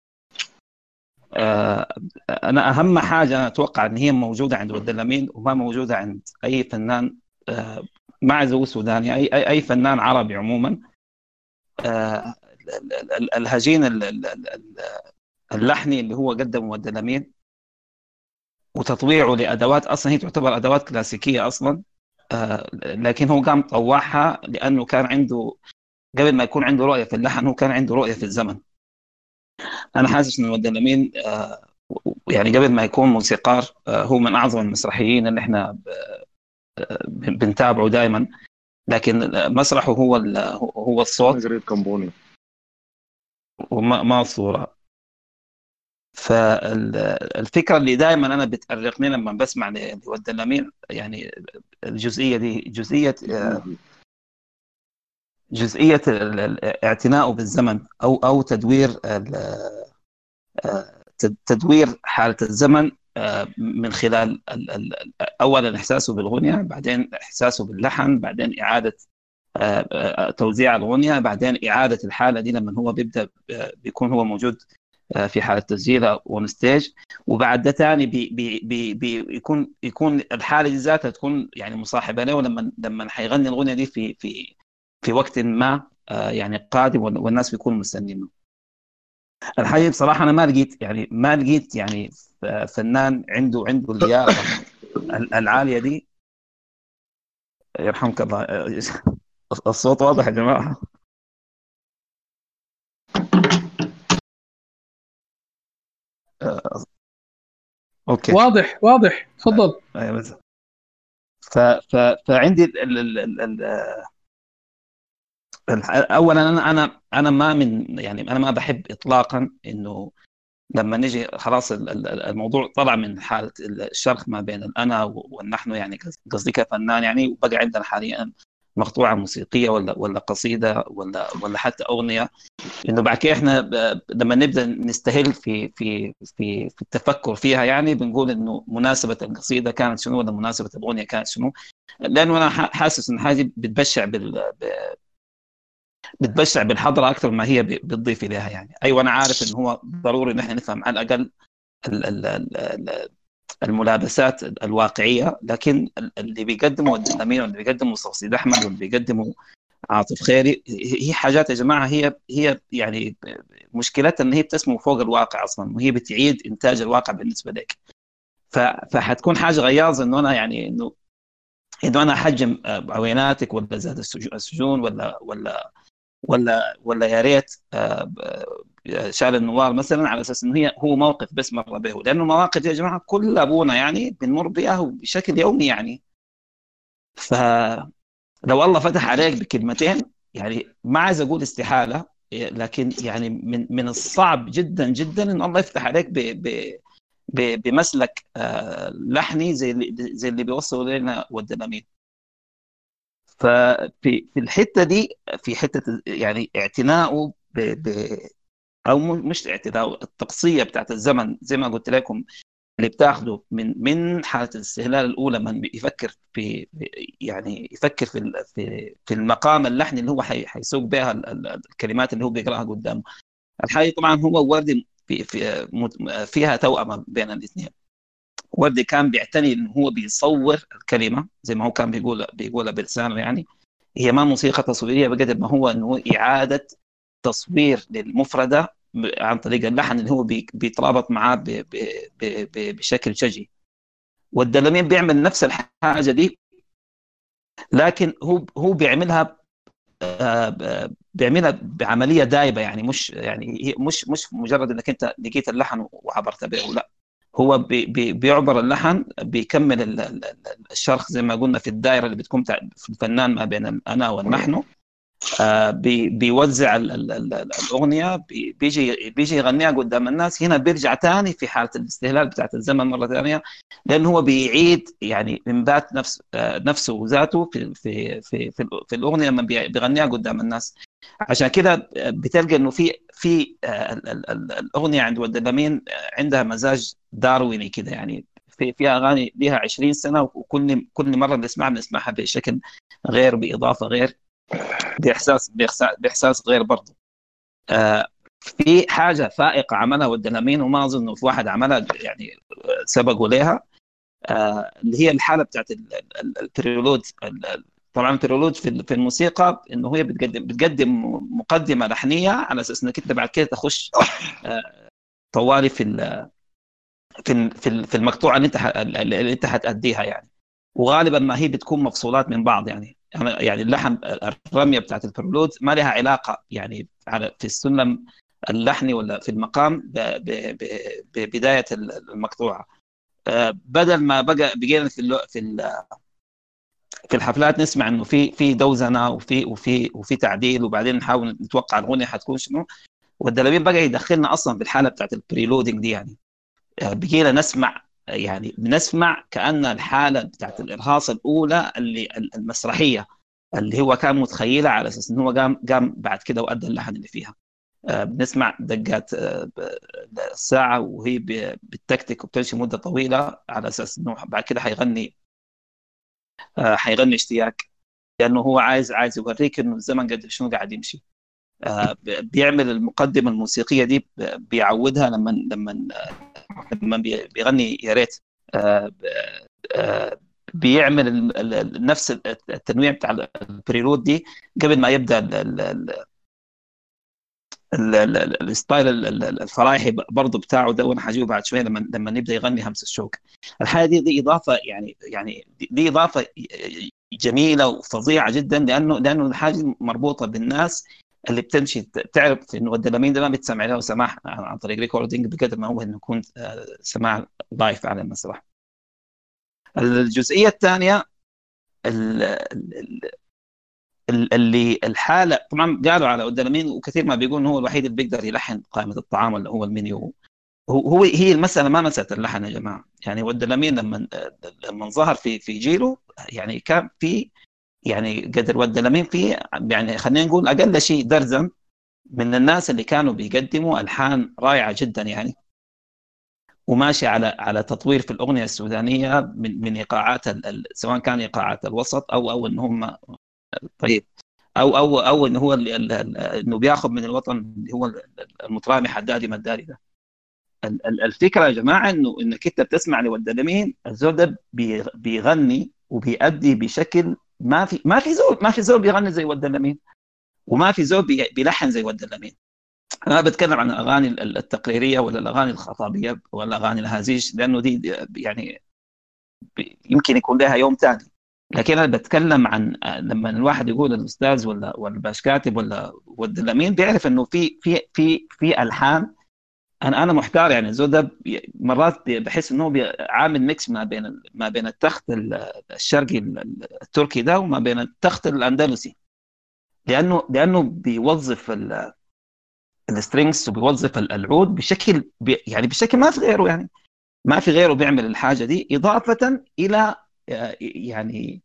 آه انا اهم حاجه انا اتوقع ان هي موجوده عند والدلمين وما موجوده عند اي فنان، آه ما عايز اقول سوداني، اي اي اي فنان عربي عموما. آه الهجين اللحني اللي هو قدمه والدلمين وتطويعه لادوات اصلا هي تعتبر ادوات كلاسيكيه اصلا. آه لكن هو قام طوعها لانه كان عنده قبل ما يكون عنده رؤيه في اللحن هو كان عنده رؤيه في الزمن. انا حاسس ان ودلمين آه يعني قبل ما يكون موسيقار آه هو من اعظم المسرحيين اللي احنا بنتابعه دائما، لكن مسرحه هو هو الصوت وما ما الصوره. فالفكره اللي دائما انا بتأرقني لما بسمع لودلمين يعني الجزئيه دي جزئيه جزئيه اعتناؤه بالزمن او او تدوير تدوير حاله الزمن من خلال اولا احساسه بالغنيه، بعدين احساسه باللحن، بعدين اعاده توزيع الغنيه، بعدين اعاده الحاله دي لما هو بيبدا بيكون هو موجود في حاله تسجيل اون ستيج، وبعد ده ثاني بي بي بي بيكون يكون الحاله دي ذاتها تكون يعني مصاحبه له لما لما حيغني الغنيه دي في في في وقت ما يعني قادم والناس بيكونوا مستنينه. الحقيقه بصراحه انا ما لقيت يعني ما لقيت يعني فنان عنده عنده اللياقه العاليه دي. يرحمك الله الصوت واضح يا جماعه؟ اوكي واضح واضح تفضل. ايوه ف ف فعندي ال ال ال ال اولا انا انا انا ما من يعني انا ما بحب اطلاقا انه لما نجي خلاص الموضوع طلع من حاله الشرخ ما بين الانا والنحن، يعني قصدي كفنان يعني، وبقى عندنا حاليا مقطوعه موسيقيه ولا ولا قصيده ولا ولا حتى اغنيه، انه بعد كده احنا لما نبدا نستهل في في في في التفكر فيها يعني بنقول انه مناسبه القصيده كانت شنو ولا مناسبه الاغنيه كانت شنو، لانه انا حاسس ان هذه بتبشع بال بتبشع بالحضره اكثر ما هي بتضيف اليها يعني. ايوه انا عارف انه هو ضروري ان احنا نفهم على الاقل الملابسات الواقعيه، لكن اللي بيقدمه الدلمين واللي بيقدمه صوصيد احمد واللي بيقدمه عاطف خيري هي حاجات يا جماعه هي هي يعني مشكلتها ان هي بتسمو فوق الواقع اصلا وهي بتعيد انتاج الواقع بالنسبه لك. فحتكون حاجه غياظه انه انا يعني انه انه انا احجم عويناتك ولا زاد السجون ولا ولا ولا ولا يا ريت شال النوار مثلا على اساس انه هي هو موقف بس مر به، لانه مواقف يا جماعه كل ابونا يعني بنمر بها بشكل يومي يعني. فلو الله فتح عليك بكلمتين يعني ما عايز اقول استحاله، لكن يعني من من الصعب جدا جدا ان الله يفتح عليك ب ب بمسلك لحني زي اللي زي اللي بيوصلوا لنا والدلمين. ففي في الحته دي في حته يعني اعتناؤه ب ب او مش اعتناؤه التقصيه بتاعت الزمن زي ما قلت لكم اللي بتاخده من من حاله الاستهلال الاولى من يفكر في يعني يفكر في في في المقام اللحني اللي هو حيسوق بها الكلمات اللي هو بيقراها قدامه. الحقيقه طبعا هو وردي في في فيها توأمه بين الاثنين. وردي كان بيعتني انه هو بيصور الكلمه زي ما هو كان بيقول بيقولها بلسانه يعني، هي ما موسيقى تصويريه بقدر ما هو انه اعاده تصوير للمفرده عن طريق اللحن اللي هو بيترابط معاه بشكل شجي. والدلمين بيعمل نفس الحاجه دي لكن هو هو بيعملها بيعملها بعمليه دايبه، يعني مش يعني مش مش مجرد انك انت لقيت اللحن وعبرت به، لا، هو بي بي بيعبر اللحن، بيكمل الشرخ زي ما قلنا في الدائره اللي بتكون في الفنان ما بين انا والنحن. آه بي بيوزع ال ال ال الاغنيه، بي بيجي بيجي يغنيها قدام الناس. هنا بيرجع ثاني في حاله الاستهلال بتاعت الزمن مره ثانيه، لانه هو بيعيد يعني انبات نفس آه نفسه وذاته في في في في, في الاغنيه لما بيغنيها قدام الناس. عشان كده بتلقى انه في في آه ال ال ال الاغنيه عند ود اللمين عندها مزاج دارويني كده، يعني في فيها اغاني لها عشرين سنه، وكل كل مره بنسمعها بنسمعها بشكل غير، باضافه غير، باحساس باحساس غير برضه. آه في حاجه فائقه عملها ود اللمين، وما اظن انه في واحد عملها يعني سبقوا لها، آه اللي هي الحاله بتاعت البريلود. طبعا البريلود في في الموسيقى انه هي بتقدم بتقدم مقدمه لحنيه على اساس انك انت بعد كده تخش آه طوالي في في في المقطوعه اللي انت اللي انت هتأديها يعني. وغالبا ما هي بتكون مفصولات من بعض، يعني يعني اللحن الرميه بتاعت البرلود ما لها علاقه يعني على في السلم اللحني ولا في المقام ببدايه المقطوعه. بدل ما بقى بقينا في في في الحفلات نسمع انه في في دوزنه وفي وفي وفي تعديل، وبعدين نحاول نتوقع الاغنيه حتكون شنو، والدلبين بقى يدخلنا اصلا بالحاله بتاعت البريلودينج دي. يعني بقينا نسمع يعني بنسمع كأن الحالة بتاعت الإرهاص الأولى اللي المسرحية اللي هو كان متخيلها على أساس إنه هو قام قام بعد كده وأدى اللحن اللي فيها. بنسمع دقات الساعة وهي بتكتك وبتمشي مدة طويلة على أساس إنه بعد كده حيغني حيغني اشتياق، لأنه هو عايز عايز يوريك إنه الزمن قد شنو قاعد يمشي. بيعمل المقدمة الموسيقية دي بيعودها لما لما لما بيغني يا ريت. بيعمل نفس التنويع بتاع البريلود دي قبل ما يبدا الستايل الفرايحي برضه بتاعه ده، وانا حجيبه بعد شويه لما لما نبدا يغني همس الشوك. الحاجه دي دي اضافه يعني يعني دي اضافه جميله وفظيعه جدا، لانه لانه الحاجه مربوطه بالناس اللي بتمشي تعرف انه ود اللمين ده ما بتسمع له سماع عن طريق ريكوردينج بقدر ما هو انه يكون سماع لايف على المسرح. الجزئيه الثانيه اللي الحاله طبعا قالوا على ود اللمين، وكثير ما بيقول انه هو الوحيد اللي بيقدر يلحن قائمه الطعام اللي هو المنيو. هو هو هي المساله ما مساله اللحن يا جماعه. يعني ود اللمين لما لما ظهر في في جيله يعني كان في يعني قدر ود اللمين فيه يعني خلينا نقول اقل شيء درزن من الناس اللي كانوا بيقدموا الحان رائعه جدا يعني، وماشي على على تطوير في الاغنيه السودانيه من من ايقاعات سواء كان ايقاعات الوسط او او ان هم طيب او او او ان هو انه بياخذ من الوطن اللي هو المطرامي حدادي مداري ده. الفكره يا جماعه انه انك انت بتسمع لود اللمين، الزول ده بيغني وبيأدي بشكل ما في ما في زول ما في زول بيغني زي ود اللمين، وما في زول بيلحن زي ود اللمين. انا بتكلم عن الاغاني التقريريه ولا الاغاني الخطابيه ولا الاغاني الهزيج، لانه دي يعني يمكن يكون لها يوم ثاني. لكن انا بتكلم عن لما الواحد يقول الاستاذ ولا ولا باش كاتب ولا ود اللمين، بيعرف انه في في في في الحان. انا انا محتار يعني الزول ده مرات بحس انه عامل ميكس ما بين ما بين التخت الشرقي التركي ده وما بين التخت الاندلسي، لانه لانه بيوظف السترينجز وبيوظف العود بشكل بي يعني بشكل ما في غيره، يعني ما في غيره بيعمل الحاجه دي، اضافه الى يعني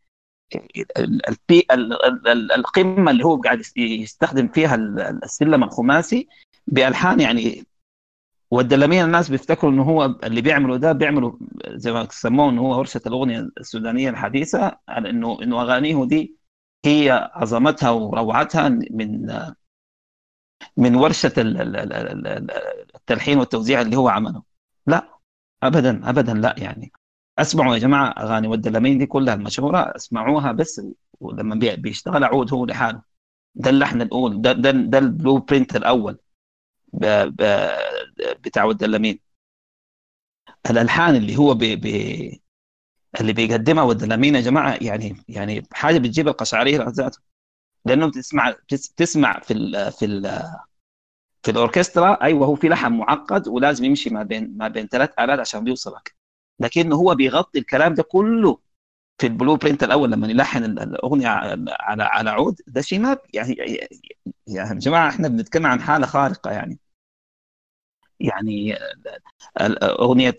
القمه اللي هو قاعد يستخدم فيها السلم الخماسي بالحان. يعني ود اللمين الناس بيفتكروا انه هو اللي بيعمله ده بيعمله زي ما سموه انه هو ورشه الاغنيه السودانيه الحديثه، على انه انه اغانيه دي هي عظمتها وروعتها من من ورشه التلحين والتوزيع اللي هو عمله. لا ابدا ابدا لا. يعني اسمعوا يا جماعه اغاني ود اللمين دي كلها المشهوره، اسمعوها بس ولما بيشتغل عود هو لحاله، ده اللحن الاول، ده ده, ده البلو برينت الاول ب ب بتاع ود اللمين. الالحان اللي هو بي بي اللي بيقدمها ود اللمين يا جماعه يعني يعني حاجه بتجيب القشعريره ذاته. لانه بتسمع بتسمع في ال في ال في الاوركسترا، ايوه هو في لحن معقد ولازم يمشي ما بين ما بين ثلاث آلات عشان بيوصلك، لكن هو بيغطي الكلام ده كله في البلو برينت الاول لما يلحن الاغنيه على على عود. ده شيء ما يعني يا جماعه احنا بنتكلم عن حاله خارقه يعني. يعني اغنيه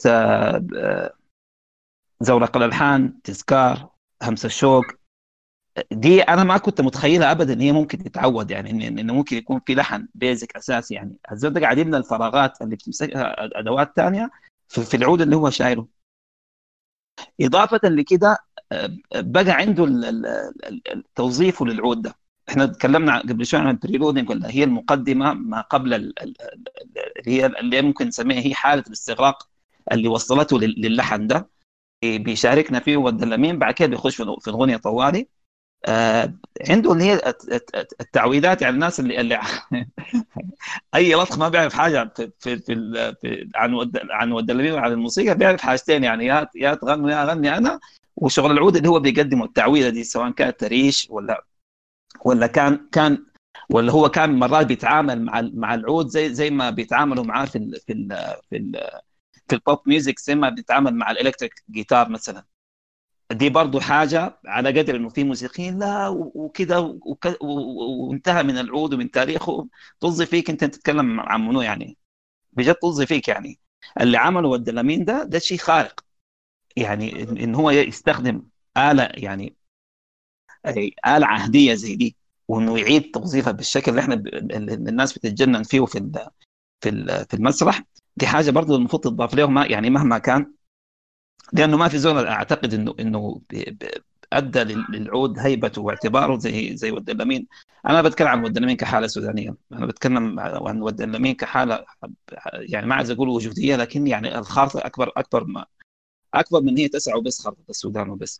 زورق الالحان، تذكار، همس الشوق، دي انا ما كنت متخيلها ابدا ان هي ممكن تتعود، يعني ان انه ممكن يكون في لحن بيزك اساسي. يعني الزول ده قاعد يملى الفراغات اللي بتمسكها ادوات ثانيه في, في العود اللي هو شايله. اضافه لكده بقى عنده توظيفه للعود ده. احنا تكلمنا قبل شويه عن البريلودنج، ولا هي المقدمه ما قبل اللي هي اللي ممكن نسميها هي حاله الاستغراق اللي وصلته للحن ده، بيشاركنا فيه والدلمين. بعد كده بيخش في الاغنيه طوالي. آه عنده اللي هي التعويضات، يعني الناس اللي, اللي اي لطخ ما بيعرف حاجه في في, في, في عن ود عن والدلمين وعن الموسيقى، بيعرف حاجتين يعني، يا يا تغني يا اغني انا. وشغل العود اللي هو بيقدمه التعويضه دي، سواء كانت تريش ولا ولا كان كان ولا هو كان مرات بيتعامل مع مع العود زي زي ما بيتعاملوا معاه في ال في ال في ال في البوب ميوزك، زي ما بيتعامل مع الالكتريك جيتار مثلا. دي برضو حاجة على قدر انه في موسيقيين لا وكده وانتهى من العود ومن تاريخه. طز فيك انت تتكلم عن منو يعني؟ بجد طز فيك يعني. اللي عمله والدلمين ده ده شيء خارق يعني، ان هو يستخدم آلة يعني آلة عهدية زي دي، وانه يعيد توظيفها بالشكل اللي احنا ب... الناس بتتجنن فيه في ال... في ال... في المسرح. دي حاجة برضو المفروض تضاف له، ما يعني مهما كان، لانه ما في زول اعتقد انه انه ب... ب... ادى للعود هيبته واعتباره زي زي والدلمين. انا بتكلم عن والدلمين كحاله سودانيه، انا بتكلم عن والدلمين كحاله يعني ما عايز اقول وجوديه، لكن يعني الخارطه اكبر اكبر ما اكبر من هي تسع وبس خارطه السودان وبس.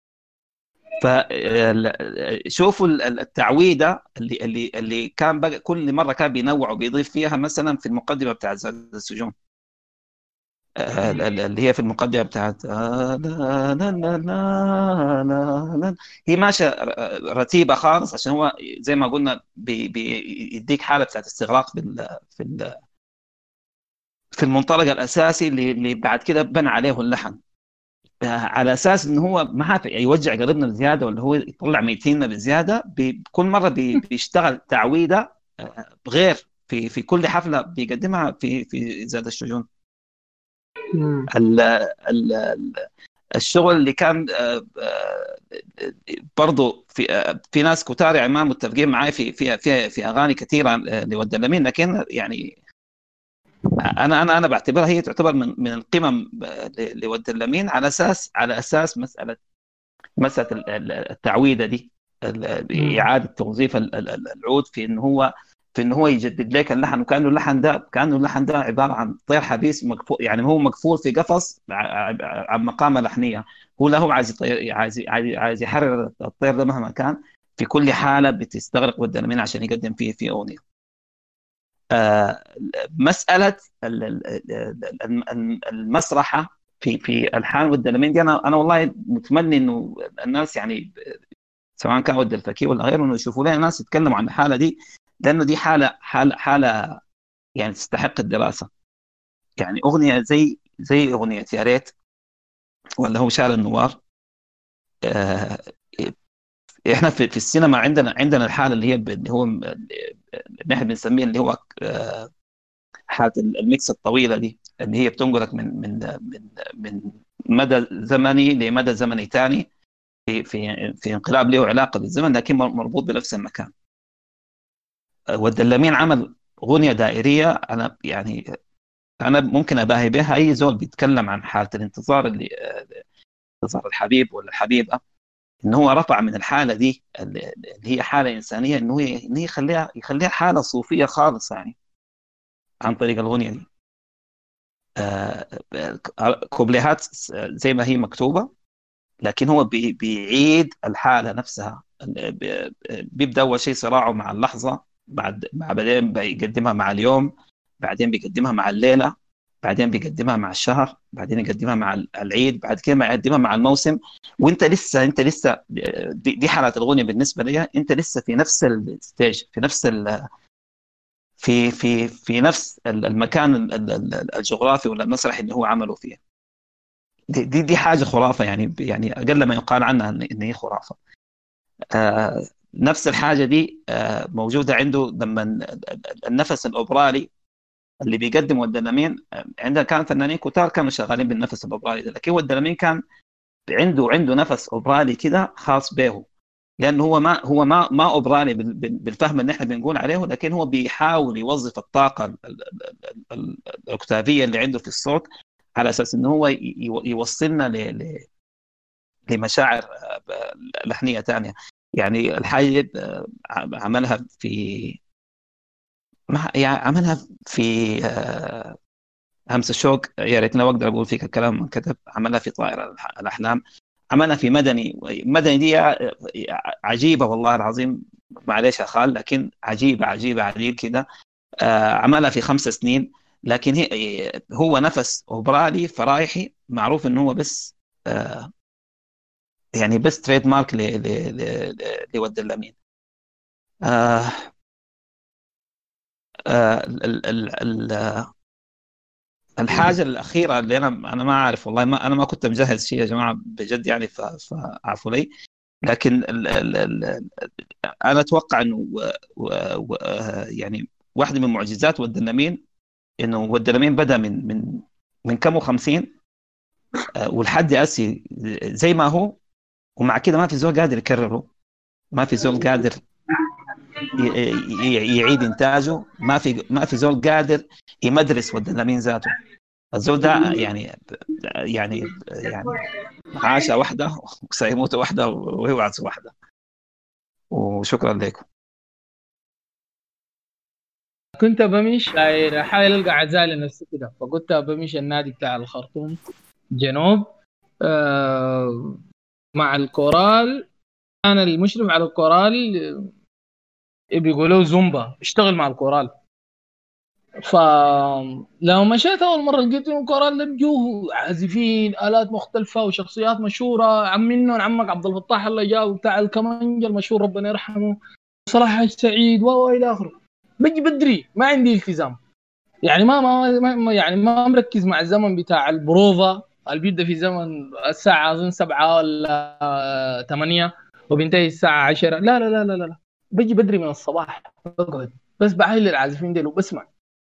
فشوفوا التعويده اللي اللي اللي كان بقى كل مره كان بينوع وبيضيف فيها، مثلا في المقدمه بتاعت زاد السجون اللي هي في المقدمه بتاعت لا لا لا لا لا، هي ماشيه رتيبه خالص، عشان هو زي ما قلنا بيديك حاله بتاعت استغراق في في في المنطلق الاساسي اللي, اللي بعد كده بنى عليه اللحن، على اساس انه هو ما يوجع قلبنا بزياده ولا هو يطلع ميتيننا بزياده. كل مره بيشتغل تعويده غير في في كل حفله بيقدمها في في زاد الشجون. ال ال الشغل اللي كان برضه في في ناس كتار يعني ما متفقين معي في في في في اغاني كثيره لودلمين، لكن يعني انا انا انا بعتبرها هي تعتبر من من القمم لودلمين، على اساس على اساس مساله مساله التعويده دي، اعاده توظيف العود في انه هو في انه هو يجدد لك اللحن، وكانه اللحن ده كانه اللحن ده عباره عن طير حبيس مقفول، يعني هو مقفول في قفص عن مقامه لحنيه. هو لا هو عايز عايز عايز يحرر الطير ده مهما كان، في كل حاله بتستغرق والدلمين عشان يقدم فيه في اغنيه. آه مساله المسرحه في في الحان والدلمين دي، انا انا والله متمني انه الناس يعني سواء كان ود الفكي ولا غيره انه يشوفوا لنا ناس يتكلموا عن الحاله دي، لانه دي حاله حاله حاله يعني تستحق الدراسه. يعني اغنيه زي زي اغنيه يا ريت ولا هو شال النوار. آه احنا في, في السينما عندنا عندنا الحاله اللي هي اللي هو اللي احنا بنسميه اللي هو آه حاله الميكس الطويله دي، اللي هي بتنقلك من من من من مدى زمني لمدى زمني ثاني في في في انقلاب له علاقه بالزمن لكن مربوط بنفس المكان. والدلمين عمل اغنيه دائريه، انا يعني انا ممكن اباهي بها اي زول بيتكلم عن حاله الانتظار، اللي انتظار الحبيب ولا الحبيبه، ان هو رفع من الحاله دي اللي هي حاله انسانيه، انه هي انه يخليها يخليها حاله صوفيه خالصه يعني عن طريق الاغنيه دي. آه كوبليهات زي ما هي مكتوبه، لكن هو بي بيعيد الحاله نفسها. بيبدا اول شيء صراعه مع اللحظه، بعد بعدين بيقدمها مع اليوم، بعدين بيقدمها مع الليله، بعدين بيقدمها مع الشهر، بعدين يقدمها مع العيد، بعد كده يقدمها مع الموسم، وانت لسه انت لسه دي, دي حالات الغنى بالنسبه لي، انت لسه في نفس الستيج، في نفس ال في في في نفس المكان الجغرافي ولا المسرح اللي هو عمله فيه. دي دي, دي حاجه خرافه، يعني يعني اقل ما يقال عنها ان هي خرافه. آه نفس الحاجه دي آه موجوده عنده لما النفس الاوبرالي اللي بيقدم والدلمين. عندنا كان فنانين كتار كانوا شغالين بالنفس الاوبرالي ده، لكن والدلمين كان عنده عنده نفس اوبرالي كده خاص به، لانه هو ما هو ما ما اوبرالي بالفهم اللي احنا بنقول عليه، لكن هو بيحاول يوظف الطاقه الاكتافيه اللي عنده في الصوت على اساس انه هو يوصلنا ل لمشاعر لحنيه ثانيه. يعني الحاجه عملها في يعني عملها في همس الشوق، يا ريتني اقدر اقول فيك الكلام من كتب. عملها في طائر الاحلام، عملها في مدني. مدني دي عجيبه والله العظيم، معلش يا خال، لكن عجيبه عجيبه عجيب كده. عملها في خمس سنين، لكن هي هو نفس اوبرالي فرايحي معروف انه هو بس يعني بس تريد مارك لود اللمين. آه آه ال ال ال الحاجة الأخيرة اللي أنا أنا ما أعرف والله، ما أنا ما كنت مجهز شيء يا جماعة بجد يعني، فعفوا لي. لكن ال ال ال أنا أتوقع إنه و و يعني واحدة من معجزات ود اللمين إنه ود اللمين بدأ من من من كم وخمسين ولحد أسي زي ما هو، ومع كده ما في زول قادر يكرره، ما في زول قادر يعيد إنتاجه، ما في ما في زول قادر يمدرس ود اللمين ذاته. الزول ده يعني يعني يعني عاشة واحدة وسيموت واحدة ويوعد واحدة. وشكرا لكم. كنت بمشي احاول القى عزاء لنفسي كده، فقلت بمشي النادي بتاع الخرطوم جنوب آه مع الكورال. انا المشرف على الكورال بيقولوا زومبا، اشتغل مع الكورال. فلو مشيت اول مره لقيت انه الكورال ده بيجوه عازفين الات مختلفه وشخصيات مشهوره، عم منهم عمك عبد الفتاح الله جاب بتاع الكمانجه المشهور ربنا يرحمه، صلاح السعيد و الى اخره. بجي بدري ما عندي التزام، يعني ما ما, ما يعني ما مركز مع الزمن بتاع البروفا اللي بيبدا في زمن الساعه اظن سبعة ولا ثمانية وبينتهي الساعه عشرة. لا لا لا لا لا بجي بدري من الصباح، بقعد بس بعايل العازفين ديل وبسمع.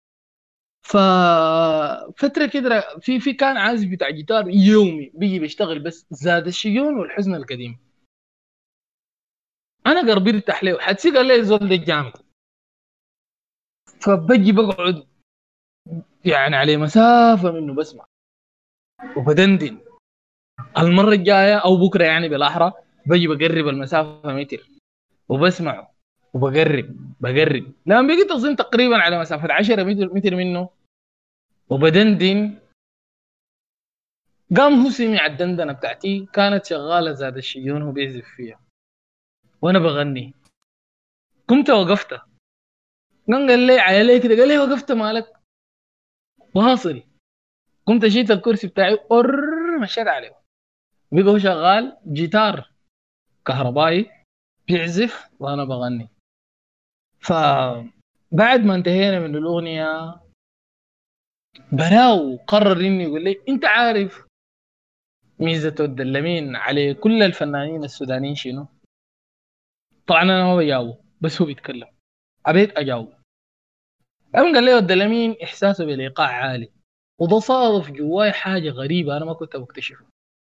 ففتره كده في في كان عازف بتاع جيتار يومي بيجي بيشتغل بس زاد الشجون والحزن القديم. انا قربي ارتاح له حتسي قال لي زول ده جامد، فبجي بقعد يعني على مسافه منه بسمع وبدندن. المره الجايه او بكره يعني بالاحرى بجي بقرب المسافه متر وبسمعه وبقرب بقرب لما بقيت اظن تقريبا على مسافه عشرة متر متر منه وبدندن. قام هو سمع الدندنه بتاعتي كانت شغاله زاد الشجون هو بيعزف فيها وانا بغني. قمت وقفت، قام قال لي على كده، قال لي وقفت مالك واصل. قمت شيت الكرسي بتاعي اور مشيت عليه، بقى هو شغال جيتار كهربائي بيعزف وانا بغني. فبعد ما انتهينا من الاغنيه براو قرر اني يقول لي انت عارف ميزه ود اللمين على كل الفنانين السودانيين شنو؟ طبعا انا ما بجاوب بس هو بيتكلم، ابيت اجاوب. قام قال لي ود اللمين احساسه بالايقاع عالي، وده صادف جواي حاجه غريبه انا ما كنت بكتشفها.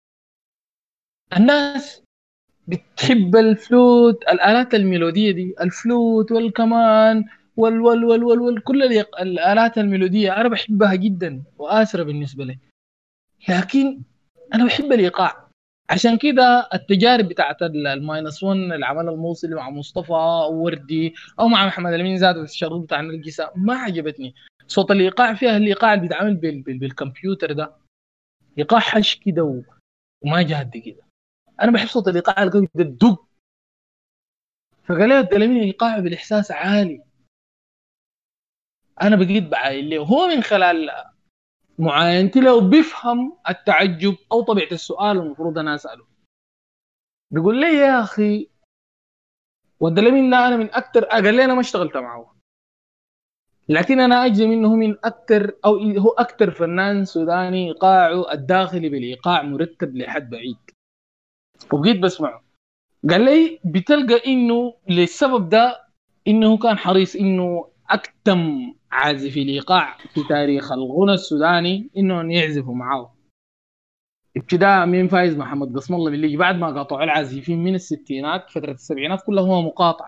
الناس بتحب الفلوت، الآلات الميلودية دي، الفلوت والكمان وال وال وال وال, وال كل الآلات الميلودية أنا بحبها جدا وآسرة بالنسبة لي، لكن أنا بحب الإيقاع. عشان كده التجارب بتاعت الماينس ون العمل الموصلي مع مصطفى أو وردي أو مع محمد أمين زاد في الشريط بتاع نرجسة ما عجبتني. صوت الإيقاع فيها الإيقاع اللي بيتعمل بال بال بالكمبيوتر ده إيقاع حش كده وما جاد كده. أنا بحب صوت الإيقاع القوي ده الدق. فقال لي الدلمين ايقاعه بالاحساس عالي. انا بقيت بعايل له هو من خلال معاينتي له بيفهم التعجب أو طبيعة السؤال المفروض أنا أسأله. بيقول لي يا أخي والدلمين ده أنا من أكتر، قال لي أنا ما اشتغلت معه لكن أنا أجزم إنه من أكتر أو هو أكتر فنان سوداني إيقاعه الداخلي بالإيقاع مرتب لحد بعيد، وبقيت بسمعه. قال لي بتلقى إنه للسبب ده إنه كان حريص إنه أكتم عازف الإيقاع في تاريخ الغنى السوداني إنه يعزفوا معاه، ابتداء من فايز محمد قسم الله باللي بعد ما قاطعوا العازفين من الستينات فترة السبعينات كلها هو مقاطع.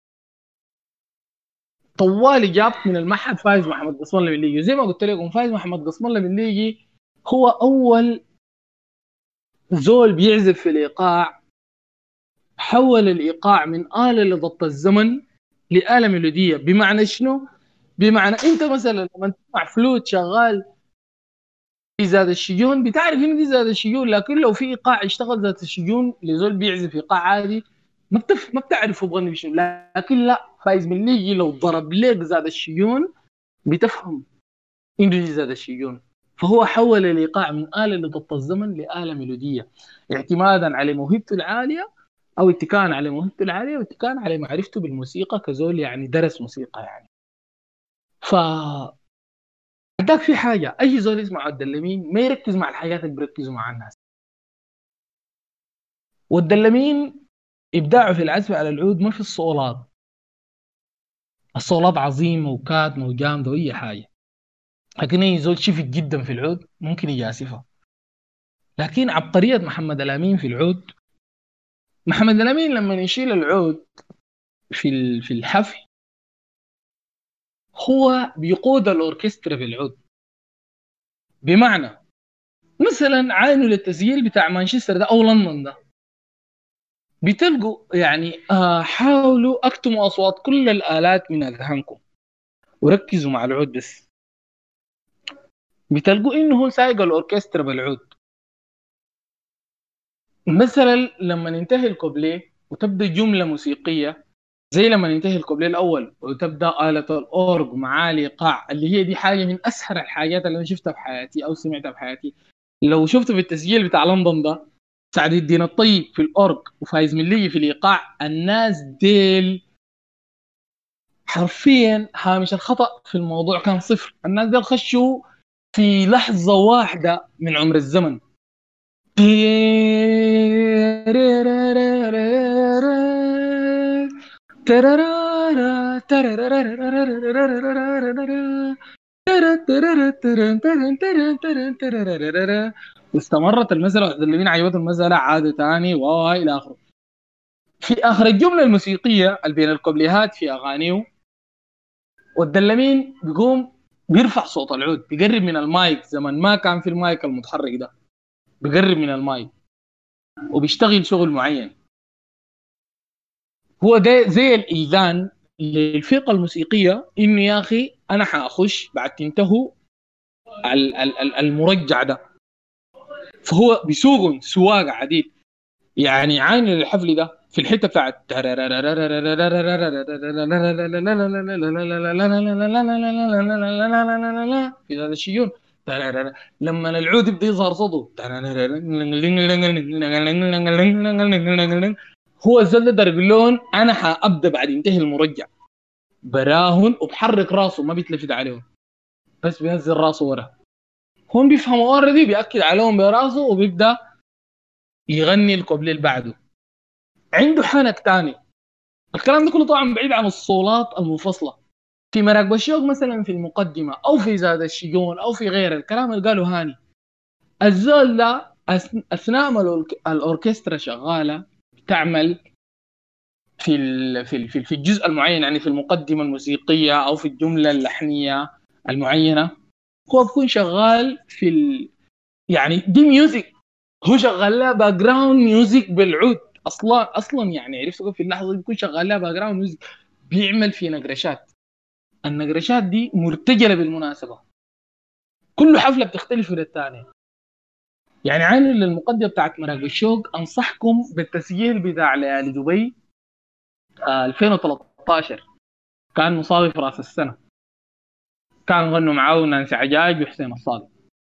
طوالي جاب من المعهد فايز محمد قسم الله باللي زي ما قلت لكم. فايز محمد قسم الله باللي هو أول زول بيعزف في الإيقاع، حول الإيقاع من آلة لضبط الزمن لآلة ميلودية. بمعنى شنو؟ بمعنى أنت مثلا لما تسمع فلوت شغال في زاد الشجون بتعرف إنه دي زاد الشجون، لكن لو في إيقاع يشتغل زاد الشجون لزول بيعزف إيقاع عادي ما بتف... ما بتعرفه بغني بشنو. لكن لا، فايز من اللي يجي لو ضرب لك زاد الشجون بتفهم إنه دي زاد الشجون. فهو حول الإيقاع من آلة لضبط الزمن لآلة ميلودية، اعتمادا على موهبته العالية أو اتكاء على موهبته العالية واتكاء على معرفته بالموسيقى كزول يعني درس موسيقى يعني. ف عندك في حاجة أي زول يسمع عبد اللمين ما يركز مع الحاجات اللي بيركزوا مع الناس. والدلمين إبداعه في العزف على العود ما في الصولات، الصولات عظيمة وكاتمة وجامدة وأي حاجة، لكن أي زول شفت جدا في العود ممكن يجاسفها. لكن عبقرية محمد الأمين في العود، محمد الأمين لما يشيل العود في في الحفل هو بيقود الأوركسترا في العود. بمعنى مثلا عينوا للتسجيل بتاع مانشستر ده أو لندن ده بتلقوا يعني آه حاولوا اكتموا اصوات كل الالات من اذهانكم وركزوا مع العود بس، بتلقوا انه هو سايق الاوركسترا بالعود. مثلا لما ينتهي الكوبليه وتبدا جمله موسيقيه زي لما ينتهي الكوبليه الاول وتبدا آلة الاورج مع الايقاع، اللي هي دي حاجه من اسهل الحاجات اللي انا شفتها في حياتي او سمعتها في حياتي. لو شفته في التسجيل بتاع لندن ده سعد الدين الطيب في الاورج وفايز مليجي في الايقاع، الناس ديل حرفيا هامش الخطأ في الموضوع كان صفر. الناس دي خشوا في لحظة واحدة من عمر الزمن. واستمرت المسألة الذين عجبتهم المسألة عادوا تاني وإلى آخره. في آخر الجملة الموسيقية اللي بين الكوبليهات في أغانيه والدلمين بيقوم بيرفع صوت العود، بيقرب من المايك زمن ما كان في المايك المتحرك ده، بيقرب من المايك وبيشتغل شغل معين. هو ده زي الإذان للفرقة الموسيقية إنه يا أخي أنا حأخش بعد تنتهوا المرجع ده. فهو بيسوق سواق عديد يعني عين الحفل ده في الحتة بتاعت في هذا الشيء لما العود يبدا يظهر صوته هو الزل ده لون انا حابدا بعد ينتهي المرجع براهن وبحرك راسه ما بيتلفت عليهم بس بينزل راسه ورا. هم بيفهموا اوريدي بياكد عليهم براسه وبيبدا يغني الكوبليه اللي بعده. عنده حنك تاني. الكلام ده كله طبعا بعيد عن الصولات المنفصله. في مراكب الشوق مثلا في المقدمه او في زاد الشجون او في غير الكلام اللي قاله هاني، الزول ده اثناء ما الاوركسترا شغاله بتعمل في في في الجزء المعين يعني في المقدمه الموسيقيه او في الجمله اللحنيه المعينه، هو بيكون شغال في ال... يعني دي ميوزك، هو شغال لها باك جراوند ميوزك بالعود اصلا اصلا يعني عرفت في اللحظه دي بيكون شغال لها باك جراوند ميوزك، بيعمل في نقرشات. النقرشات دي مرتجله بالمناسبه، كل حفله بتختلف من الثانيه. يعني عين للمقدمه بتاعت مراكب الشوق انصحكم بالتسجيل بتاع ليالي دبي آه ألفين وثلاثة عشر، كان مصادف راس السنه، كان غنوا معاه نانسي عجاج وحسين الصادق.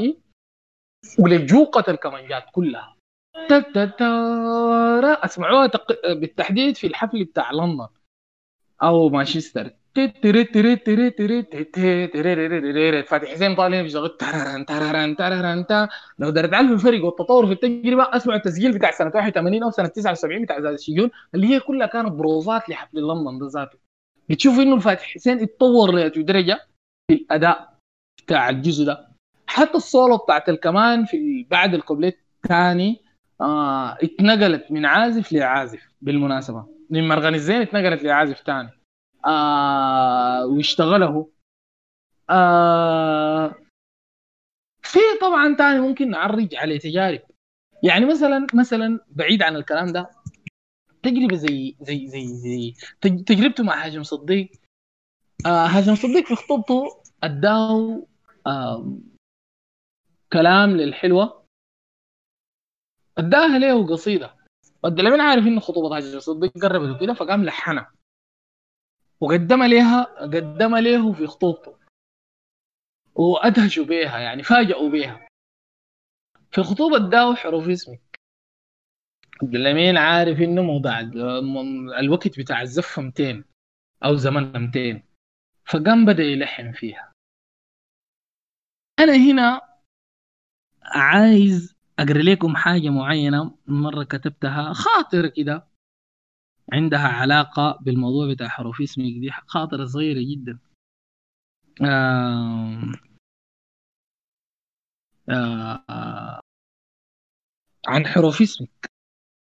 الغنائي ولجوقة الكمانجات كلها. تتتارا اسمعوها تق... بالتحديد في الحفل بتاع لندن او مانشستر. فاتح حسين طالع بيشتغل تررن تررن تررن تا. لو درت على الفرق والتطور في التجربه اسمع التسجيل بتاع سنه واحد وثمانين او سنه تسعة وسبعين بتاع زاد الشجون اللي هي كلها كانت بروفات لحفل لندن ده ذاته. بتشوف انه الفاتح حسين اتطور لدرجه في الاداء بتاع الجزء ده. حتى الصولو بتاعت الكمان في بعد الكوبليت الثاني آه اتنقلت من عازف لعازف بالمناسبه، من مرغني الزين اتنقلت لعازف ثاني آه واشتغله. آه في طبعا تاني ممكن نعرج عليه تجارب، يعني مثلا مثلا بعيد عن الكلام ده تجربه زي زي زي زي تج- تجربته مع هاشم صديق. آه هاشم صديق في خطبته اداه آه كلام للحلوه، اداها له قصيده، والدلمين عارف انه خطوبه هاشم صديق قربت وكده فقام لحنها وقدم لها قدم له في خطوبته وادهشوا بيها، يعني فاجئوا بيها في خطوبه داو حروف اسمك. الدلمين عارف انه موضوع الوقت بتاع الزفه مئتين او زمن مئتين، فقام بدا يلحن فيها. انا هنا عايز اقرا لكم حاجه معينه مره كتبتها خاطر كده عندها علاقه بالموضوع بتاع حروف اسمك دي، خاطره صغيره جدا. آه آه آه عن حروف اسمك.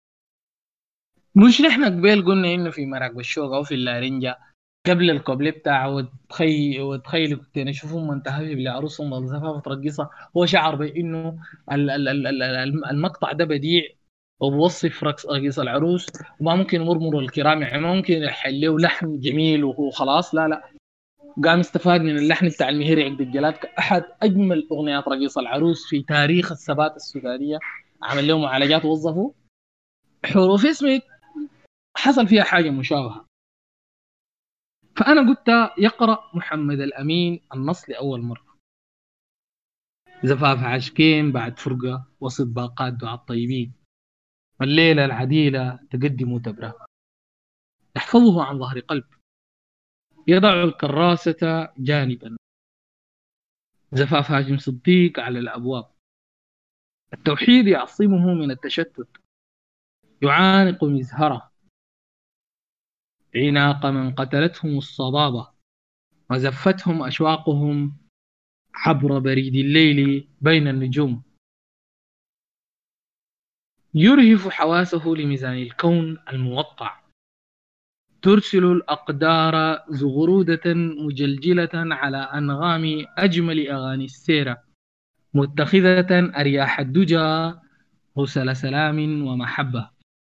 مش نحن قبل قلنا انه في مراكب الشوق او في اللارنجا قبل الكوبليه بتاعه وتخيل وتخيل كنت نشوفهم منتهي لعروسهم والزفاف ترقصها، هو شعر بانه ال- ال- ال- ال- ال- المقطع ده بديع وبوصف رقص رقص العروس وما ممكن مرمر الكرام، يعني ما ممكن يحليه لحن جميل وخلاص، لا لا قام استفاد من اللحن بتاع المهيري عقد الجلاد كأحد اجمل اغنيات رقيص العروس في تاريخ الثبات السودانيه، عمل لهم معالجات ووظفوا. حروف اسمك حصل فيها حاجه مشابهه، فأنا قلت يقرأ محمد الأمين النص لأول مرة، زفاف عشقين بعد فرقة وسط باقات دعاء الطيبين، الليلة العديلة تقدم تبرة يحفظه عن ظهر قلب، يضع الكراسة جانبا، زفاف هاشم صديق على الأبواب، التوحيد يعصمه من التشتت، يعانق مزهره، عناق من قتلتهم الصبابة وزفتهم أشواقهم عبر بريد الليل بين النجوم. يرهف حواسه لميزان الكون الموقع، ترسل الأقدار زغرودة مجلجلة على أنغام أجمل أغاني السيرة، متخذة أرياح الدجى غسل سلام ومحبة.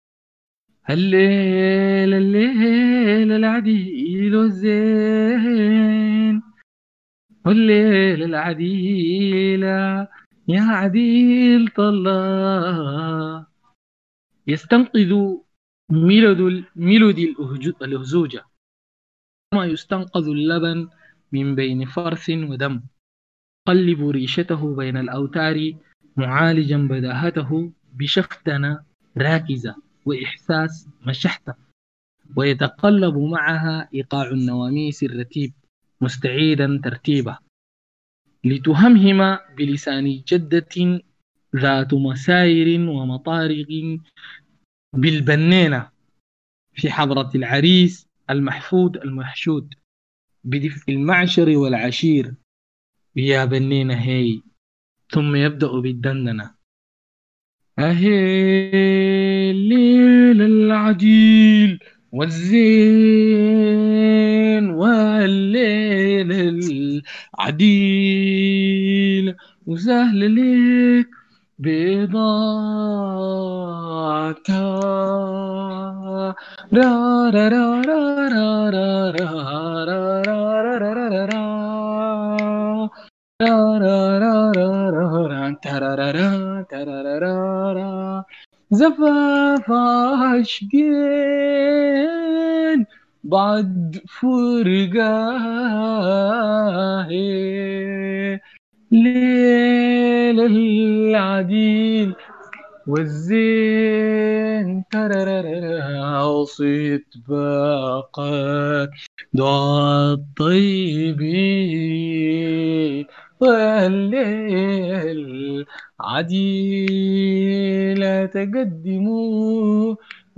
الليل الليل العديل الزين، والليل العديل يا عديل طلع، يستنقذ ميلود ميلودي الأهزوجة كما يستنقذ اللبن من بين فرث ودم. قلب ريشته بين الأوتار معالجا بداهته بشفتنة راكزة وإحساس مشحتة، ويتقلب معها إيقاع النواميس الرتيب مستعيدا ترتيبه، لتهمهم بلسان جدة ذات مساير ومطارق بالبنينة في حضرة العريس المحفود المحشود بدفء المعشر والعشير يا بنينة هي. ثم يبدأ بالدندنة: أهي الليل العديل والزين، والليل العديل وسهل لك بضاعتها را را را را را را را را را را را را. زفاف عشقين بعد فرقاه، ليل العديل والزين ترررر وصيت باقات دعاء الطيبين، والليل عديل تقدموا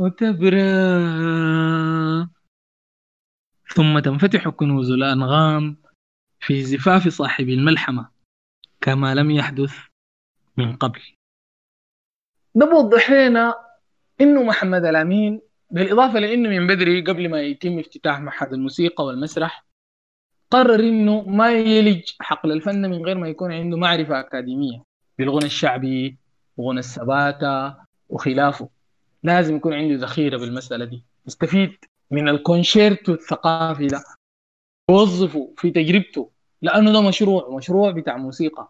وتبرى. ثم تنفتح كنوز الأنغام في زفاف صاحب الملحمة كما لم يحدث من قبل. ده بوضح لنا إنه محمد الأمين بالإضافة لأنه من بدري قبل ما يتم افتتاح معهد الموسيقى والمسرح قرر إنه ما يلج حقل الفن من غير ما يكون عنده معرفة أكاديمية بالغنى الشعبي وغنى السباتة وخلافه. لازم يكون عنده ذخيرة بالمسألة دي، يستفيد من الكونشيرتو الثقافي ده، يوظفه في تجربته، لأنه ده مشروع مشروع بتاع موسيقى.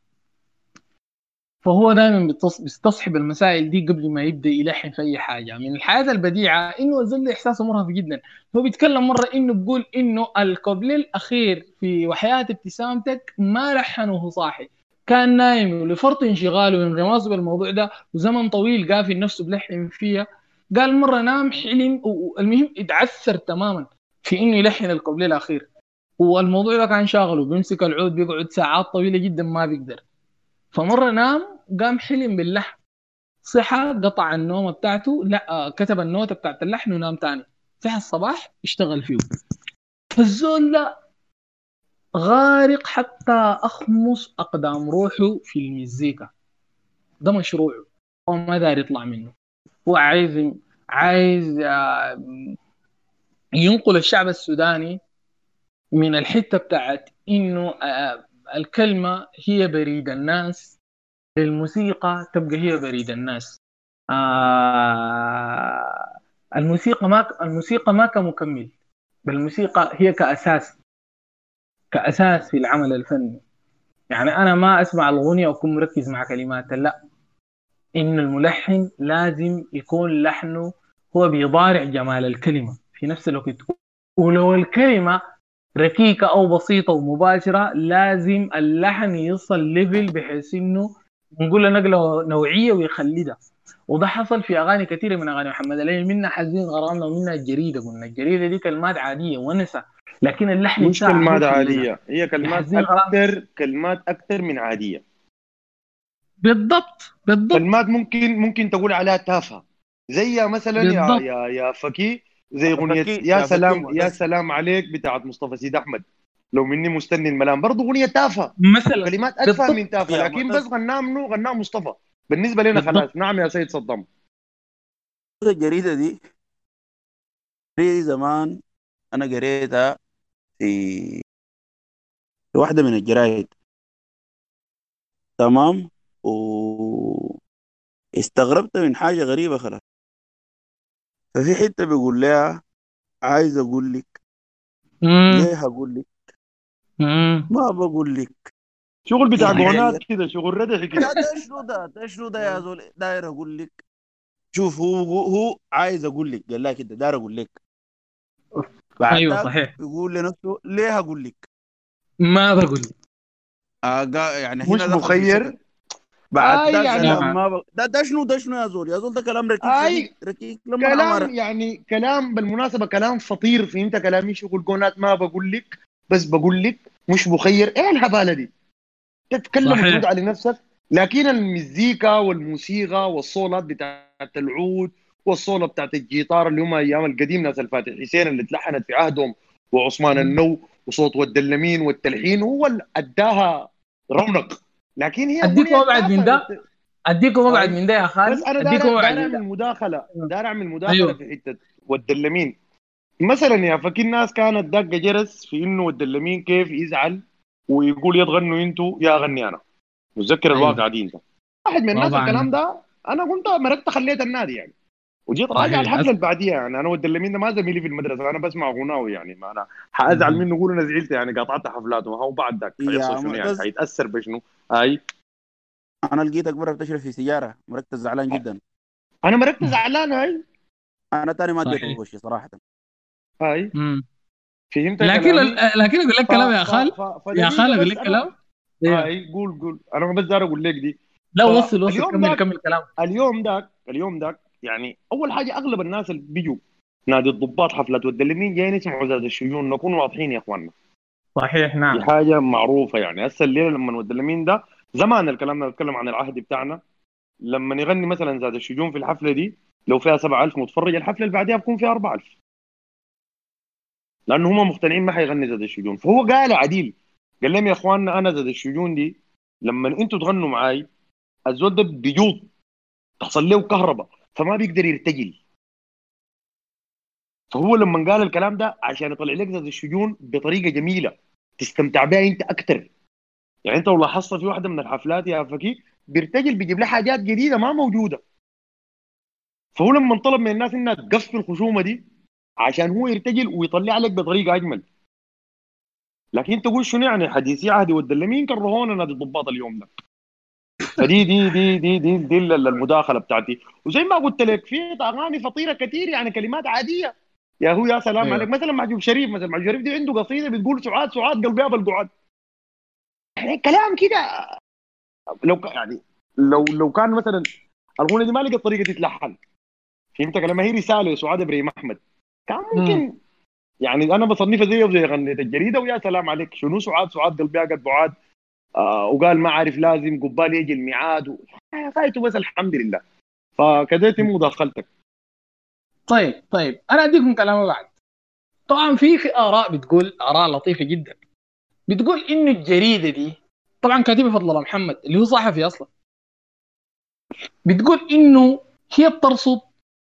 فهو دائما بيستصحب المسائل دي قبل ما يبدا يلحن في اي حاجه. من الحياه البديعه انه الزول احساسه مرهف جدا. هو بيتكلم مره انه بيقول انه الكوبليه الاخير في وحياه ابتسامتك ما لحنه صاحي، كان نايم ولفرط انشغاله وانغماسه بالموضوع ده وزمن طويل قافل نفسه بلحن فيها. قال مره نام حلم، والمهم اتعثر تماما في انه يلحن الكوبليه الاخير، والموضوع ده كان شاغله، بيمسك العود بيقعد ساعات طويله جدا ما بيقدر. فمرة نام قام حلم باللحن، صحى قطع النومة بتاعته، لا كتب النوتة بتاعت اللحن ونام تاني، صحى الصباح اشتغل فيه. فالزول لا غارق حتى أخمص أقدام روحه في المزيكا، ده مشروعه، هو ما دار يطلع منه. هو عايز عايز ينقل الشعب السوداني من الحتة بتاعت إنه الكلمة هي بريد الناس للموسيقى تبقى هي بريد الناس. آه الموسيقى ما الموسيقى ما كمكمل، بل الموسيقى هي كأساس كأساس في العمل الفني. يعني أنا ما أسمع الأغنية وأكون مركز مع كلماتها، لا، إن الملحن لازم يكون لحنه هو بيضارع جمال الكلمة في نفس الوقت. ولو الكلمة ركيكة أو بسيطة ومباشرة لازم اللحن يصل ليفل بحيث إنه نقول له نقلة نوعية ويخلدها. وده حصل في اغاني كثيره من اغاني محمد الأمين، منها حزين غرامنا ومنها الجريده. قلنا الجريده دي كلمات عاديه ونسى، لكن اللحن مش بتاعها كلمات هو عاديه، هي كلمات حزين غرام. اكثر، كلمات اكثر من عاديه. بالضبط بالضبط كلمات ممكن ممكن تقول عليها تافهه، زي مثلا يا بالضبط يا يا فكي زي اغنيه فكي يا يا فكي سلام يا معتز. سلام عليك بتاعت مصطفى سيد احمد، لو مني مستني الملام، برضه اغنيه تافهه، مثلا كلمات اتفه من بالضبط. تافهه، يا لكن بس معتز غناه منه، غناه مصطفى. بالنسبه لنا خلاص. بالضبط. نعم يا سيد صدام. الجريده دي الجريدة دي زمان انا قريتها في في واحده من الجرايد، تمام، واستغربت من حاجه غريبه خلاص. ففي حته بيقول لها عايز اقول لك، امم ليه هقول لك، امم ما بقول لك، شغل بتاع جونات اتغير. كده، شغل ردحي ده كده. ده شنو ده ده شنو ده يا زول، داير اقول لك. شوف هو هو, هو عايز اقول لك، قال لك كده داير اقول لك. بعد ايوه ذاك صحيح. يقول لنفسه ليه هقول لك. ما بقول. آه قا- يعني مش هنا دخل في شك. مخير. بعد اي ذاك قال لها يعني آه. ما ب... ده ده شنو ده شنو يا زول، يا زول ده كلام ركيك شديد، اي ركيك لما كلام، عماره. يعني كلام بالمناسبه كلام فطير. فهمت كلامي؟ شغل جونات، ما بقول لك بس بقول لك، مش مخير. ايه الهباله دي؟ تتكلم وترد صحيح. على نفسك. لكن المزيكا والموسيقى والصولات بتاعت العود والصوله بتاعت الجيتار اللي هم ايام القديم، ناس الفاتح حسين اللي اتلحنت في عهدهم، وعثمان النو، وصوت والدلمين والتلحين هو اللي اداها رونق. لكن هي اديكم اغنيه ابعد من تافهه ده، بت... اديكم ابعد هاي. من ده يا بس خالي، انا اديكم داير ابعد داير من ده. اعمل مداخله، داير اعمل مداخله ايوه. في حته والدلمين. مثلا يا فكي، الناس كانت داقه جرس في انه والدلمين كيف يزعل ويقول يا تغنوا انتوا يا اغني انا. متذكر ايوه الواقع دي انت؟ واحد من الناس طبعا. الكلام ده، انا قلت مرقت خليت النادي يعني، وجيت راجع صحيح الحفله أس... اللي بعديها. يعني انا والدلمين ده ما زميلي في المدرسه، انا بسمع غناوي يعني، ما انا حازعل مهم. منه يقول انا زعلت يعني قاطعت حفلاته. هو بعد ذاك حيحصل يا شنو يعني؟ معتز حيتاثر بشنو؟ اي. انا لقيتك برا بتشرب في سيجاره، مركز زعلان جدا. انا مركز زعلان. هاي. انا تاني ما اديته صحيح. وشي صراحه. هاي. مم. فهمت لكن ال... كلامي؟ لكن اقول لك ف كلام يا ف خال، ف يا خال فدقيقه اقول بس لك انا. كلام. ايوه. هاي قول قول، انا بس داير اقول لك دي. لا وصل وصل، فاليوم كمل ذاك كمل كلام. اليوم ذاك اليوم ذاك يعني اول حاجه اغلب الناس اللي بيجوا نادي الضباط حفلات والدلمين جايين يسمعوا زاد الشجون، نكون واضحين يا اخواننا. صحيح دي نعم. حاجه معروفه يعني. هسه الليله لما والدلمين ده زمان الكلام ده بتكلم عن العهد بتاعنا، لما يغني مثلا زاد الشجون في الحفله دي، لو فيها سبعة آلاف متفرج، الحفله اللي بعدها بكون فيها أربعة آلاف، لانه هم مقتنعين ما حيغني زاد الشجون. فهو قال عديل، قال لهم يا اخواننا انا زاد الشجون دي لما انتوا تغنوا معاي، الزول ده بيجوط، تحصل له كهرباء، فما بيقدر يرتجل. فهو لما قال الكلام ده عشان يطلع لك ذات الشجون بطريقه جميله تستمتع بها انت اكثر. يعني انت لو لاحظت في واحده من الحفلات يا فكي بيرتجل، بيجيب لها حاجات جديده ما موجوده. فهو لما طلب من الناس انها تقفل الخشومه دي عشان هو يرتجل ويطلع لك بطريقه اجمل. لكن انت تقول شنو يعني حديثي عهدي والدلمين كرهونا نادي الضباط اليوم ده. فدي دي دي دي دي, دي المداخله بتاعتي. وزي ما قلت لك في اغاني فطيره كثير يعني كلمات عاديه. يا هو يا سلام عليك، ايوه مثلا محجوب شريف، مثلا محجوب شريف دي عنده قصيده بتقول سعاد سعاد قلبي ابو القعاد. يعني كلام كده. لو ك... يعني لو لو كان مثلا الاغنيه دي ما لقت طريقه تتلحن، فهمت كلام؟ هي رساله لسعاد ابراهيم احمد، كان امم ممكن يعني انا بصنفها زي زي غنيت الجريده ويا سلام عليك شنو سعاد سعاد قلبي قد بعاد. آه وقال ما عارف لازم قبال يجي الميعاد و... فايته بس الحمد لله. فكده يتم مداخلتك. طيب طيب انا اديكم كلام بعد. طبعا في في اراء بتقول، اراء لطيفه جدا، بتقول انه الجريده دي، طبعا كاتبها فضل الله محمد اللي هو صحفي اصلا، بتقول انه هي بترصد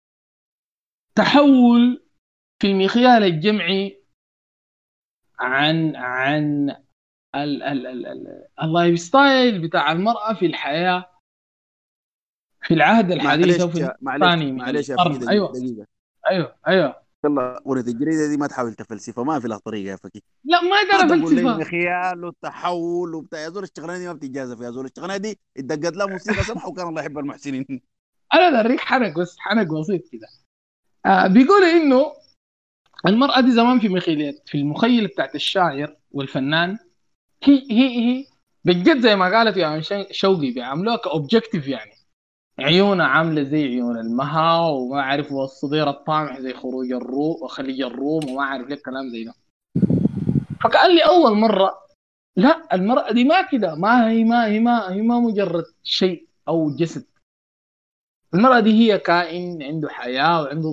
تحول في المخيال الجمعي عن عن ال ال ال ال اللايف ستايل بتاع المرأة في الحياة في العهد الحديث معلش أو في النصف معلش الثاني من معلش يا فكي، القرن. دقيقه أيوه دقيقه. أيوه أيوه. يلا ورث الجريده دي ما تحاول تفلسفه، ما في لها طريقه يا فكي. لا ما ما أقدر تقول لي أفلسفها. مخيال وتحول وبتاع، يا زول الشغلانه دي ما بتتجازف يا زول، الشغلانه دي اتدقت لها موسيقى سمحه وكان الله يحب المحسنين. أنا أوريك حنك، بس حنك بسيط كده. آه بيقولوا إنه المرأة دي زمان في مخيلة، في المخيلة بتاعت الشاعر والفنان، هي هي هي بجد زي ما قالت يا شوقي بيعاملوها كأوبجكتيف يعني. عيونها عامله زي عيون المها، وما اعرف، والصدير الطامح زي خروج الروم وخليج الروم، وما اعرف ليه كلام زي ده. فقال لي اول مره لا، المراه دي ما كده، ما هي ما هي ما هي ما مجرد شيء او جسد. المراه دي هي كائن عنده حياه وعنده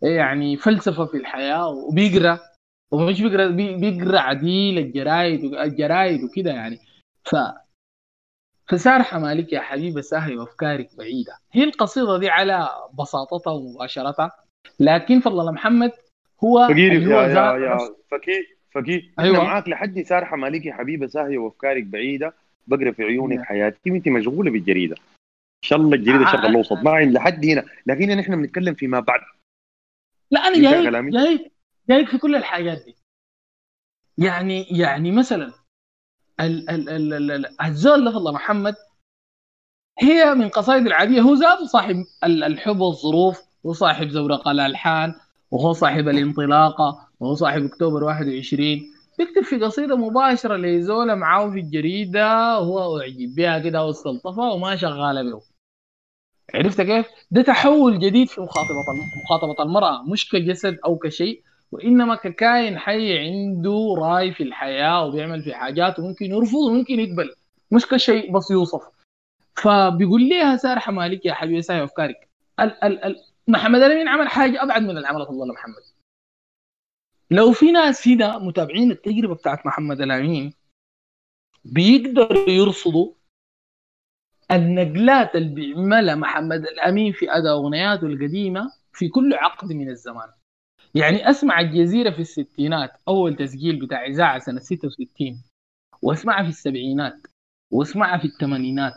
يعني فلسفه في الحياه وبيقرا، ومش بيقرا بي- بيقرا عديل الجرايد الجرايد وكده يعني. ف فسارحة مالك يا حبيبي ساهي وافكارك بعيده، هي القصيده دي على بساطتها ومباشرتها. لكن فضل الله محمد هو فقير اللي يا هو ذات يا يا نفسه. فقيه فقيه احنا ايوه. معاك لحد سارحه مالكي حبيبه ساهيه وافكارك بعيده، بقرا في عيونك حياتي وانت مشغوله بالجريده. ان شاء الله الجريده شغل ع- الوسط معي لحد هنا، لكن نحن بنتكلم فيما بعد. لا انا فهمت جايك كلامي؟ جايك جايك في كل الحاجات دي. يعني يعني مثلا ال ال ال ال ال- الزول ده فضل محمد هي من قصائد العادية، هو ذاته صاحب ال- الحب والظروف، وصاحب زورق الألحان، وهو صاحب الانطلاقة، وهو صاحب أكتوبر واحد وعشرين. بيكتب في قصيدة مباشرة لزولة معاه في الجريدة، وهو أعجب بها كده واستلطفها وما شغالة به. عرفت كيف؟ ده تحول جديد في مخاطبة مخاطبة المرأة، مش كجسد أو كشيء، وإنما ككائن حي عنده رأي في الحياة وبيعمل في حاجات وممكن يرفض وممكن يقبل، مش كشيء بس يوصف. فبيقول لها سارحه مالك يا حبيبي ساي افكارك. ال ال ال محمد امين عمل حاجه ابعد من العمل فضل الله محمد. لو في ناس هنا متابعين التجربه بتاعت محمد الامين بيقدروا يرصدوا النقلات اللي بيعملها محمد الامين في اداء اغنياته القديمه في كل عقد من الزمان. يعني اسمع الجزيره في الستينات اول تسجيل بتاع اذاعه سنه ستة وستين، واسمعها في السبعينات، واسمعها في الثمانينات،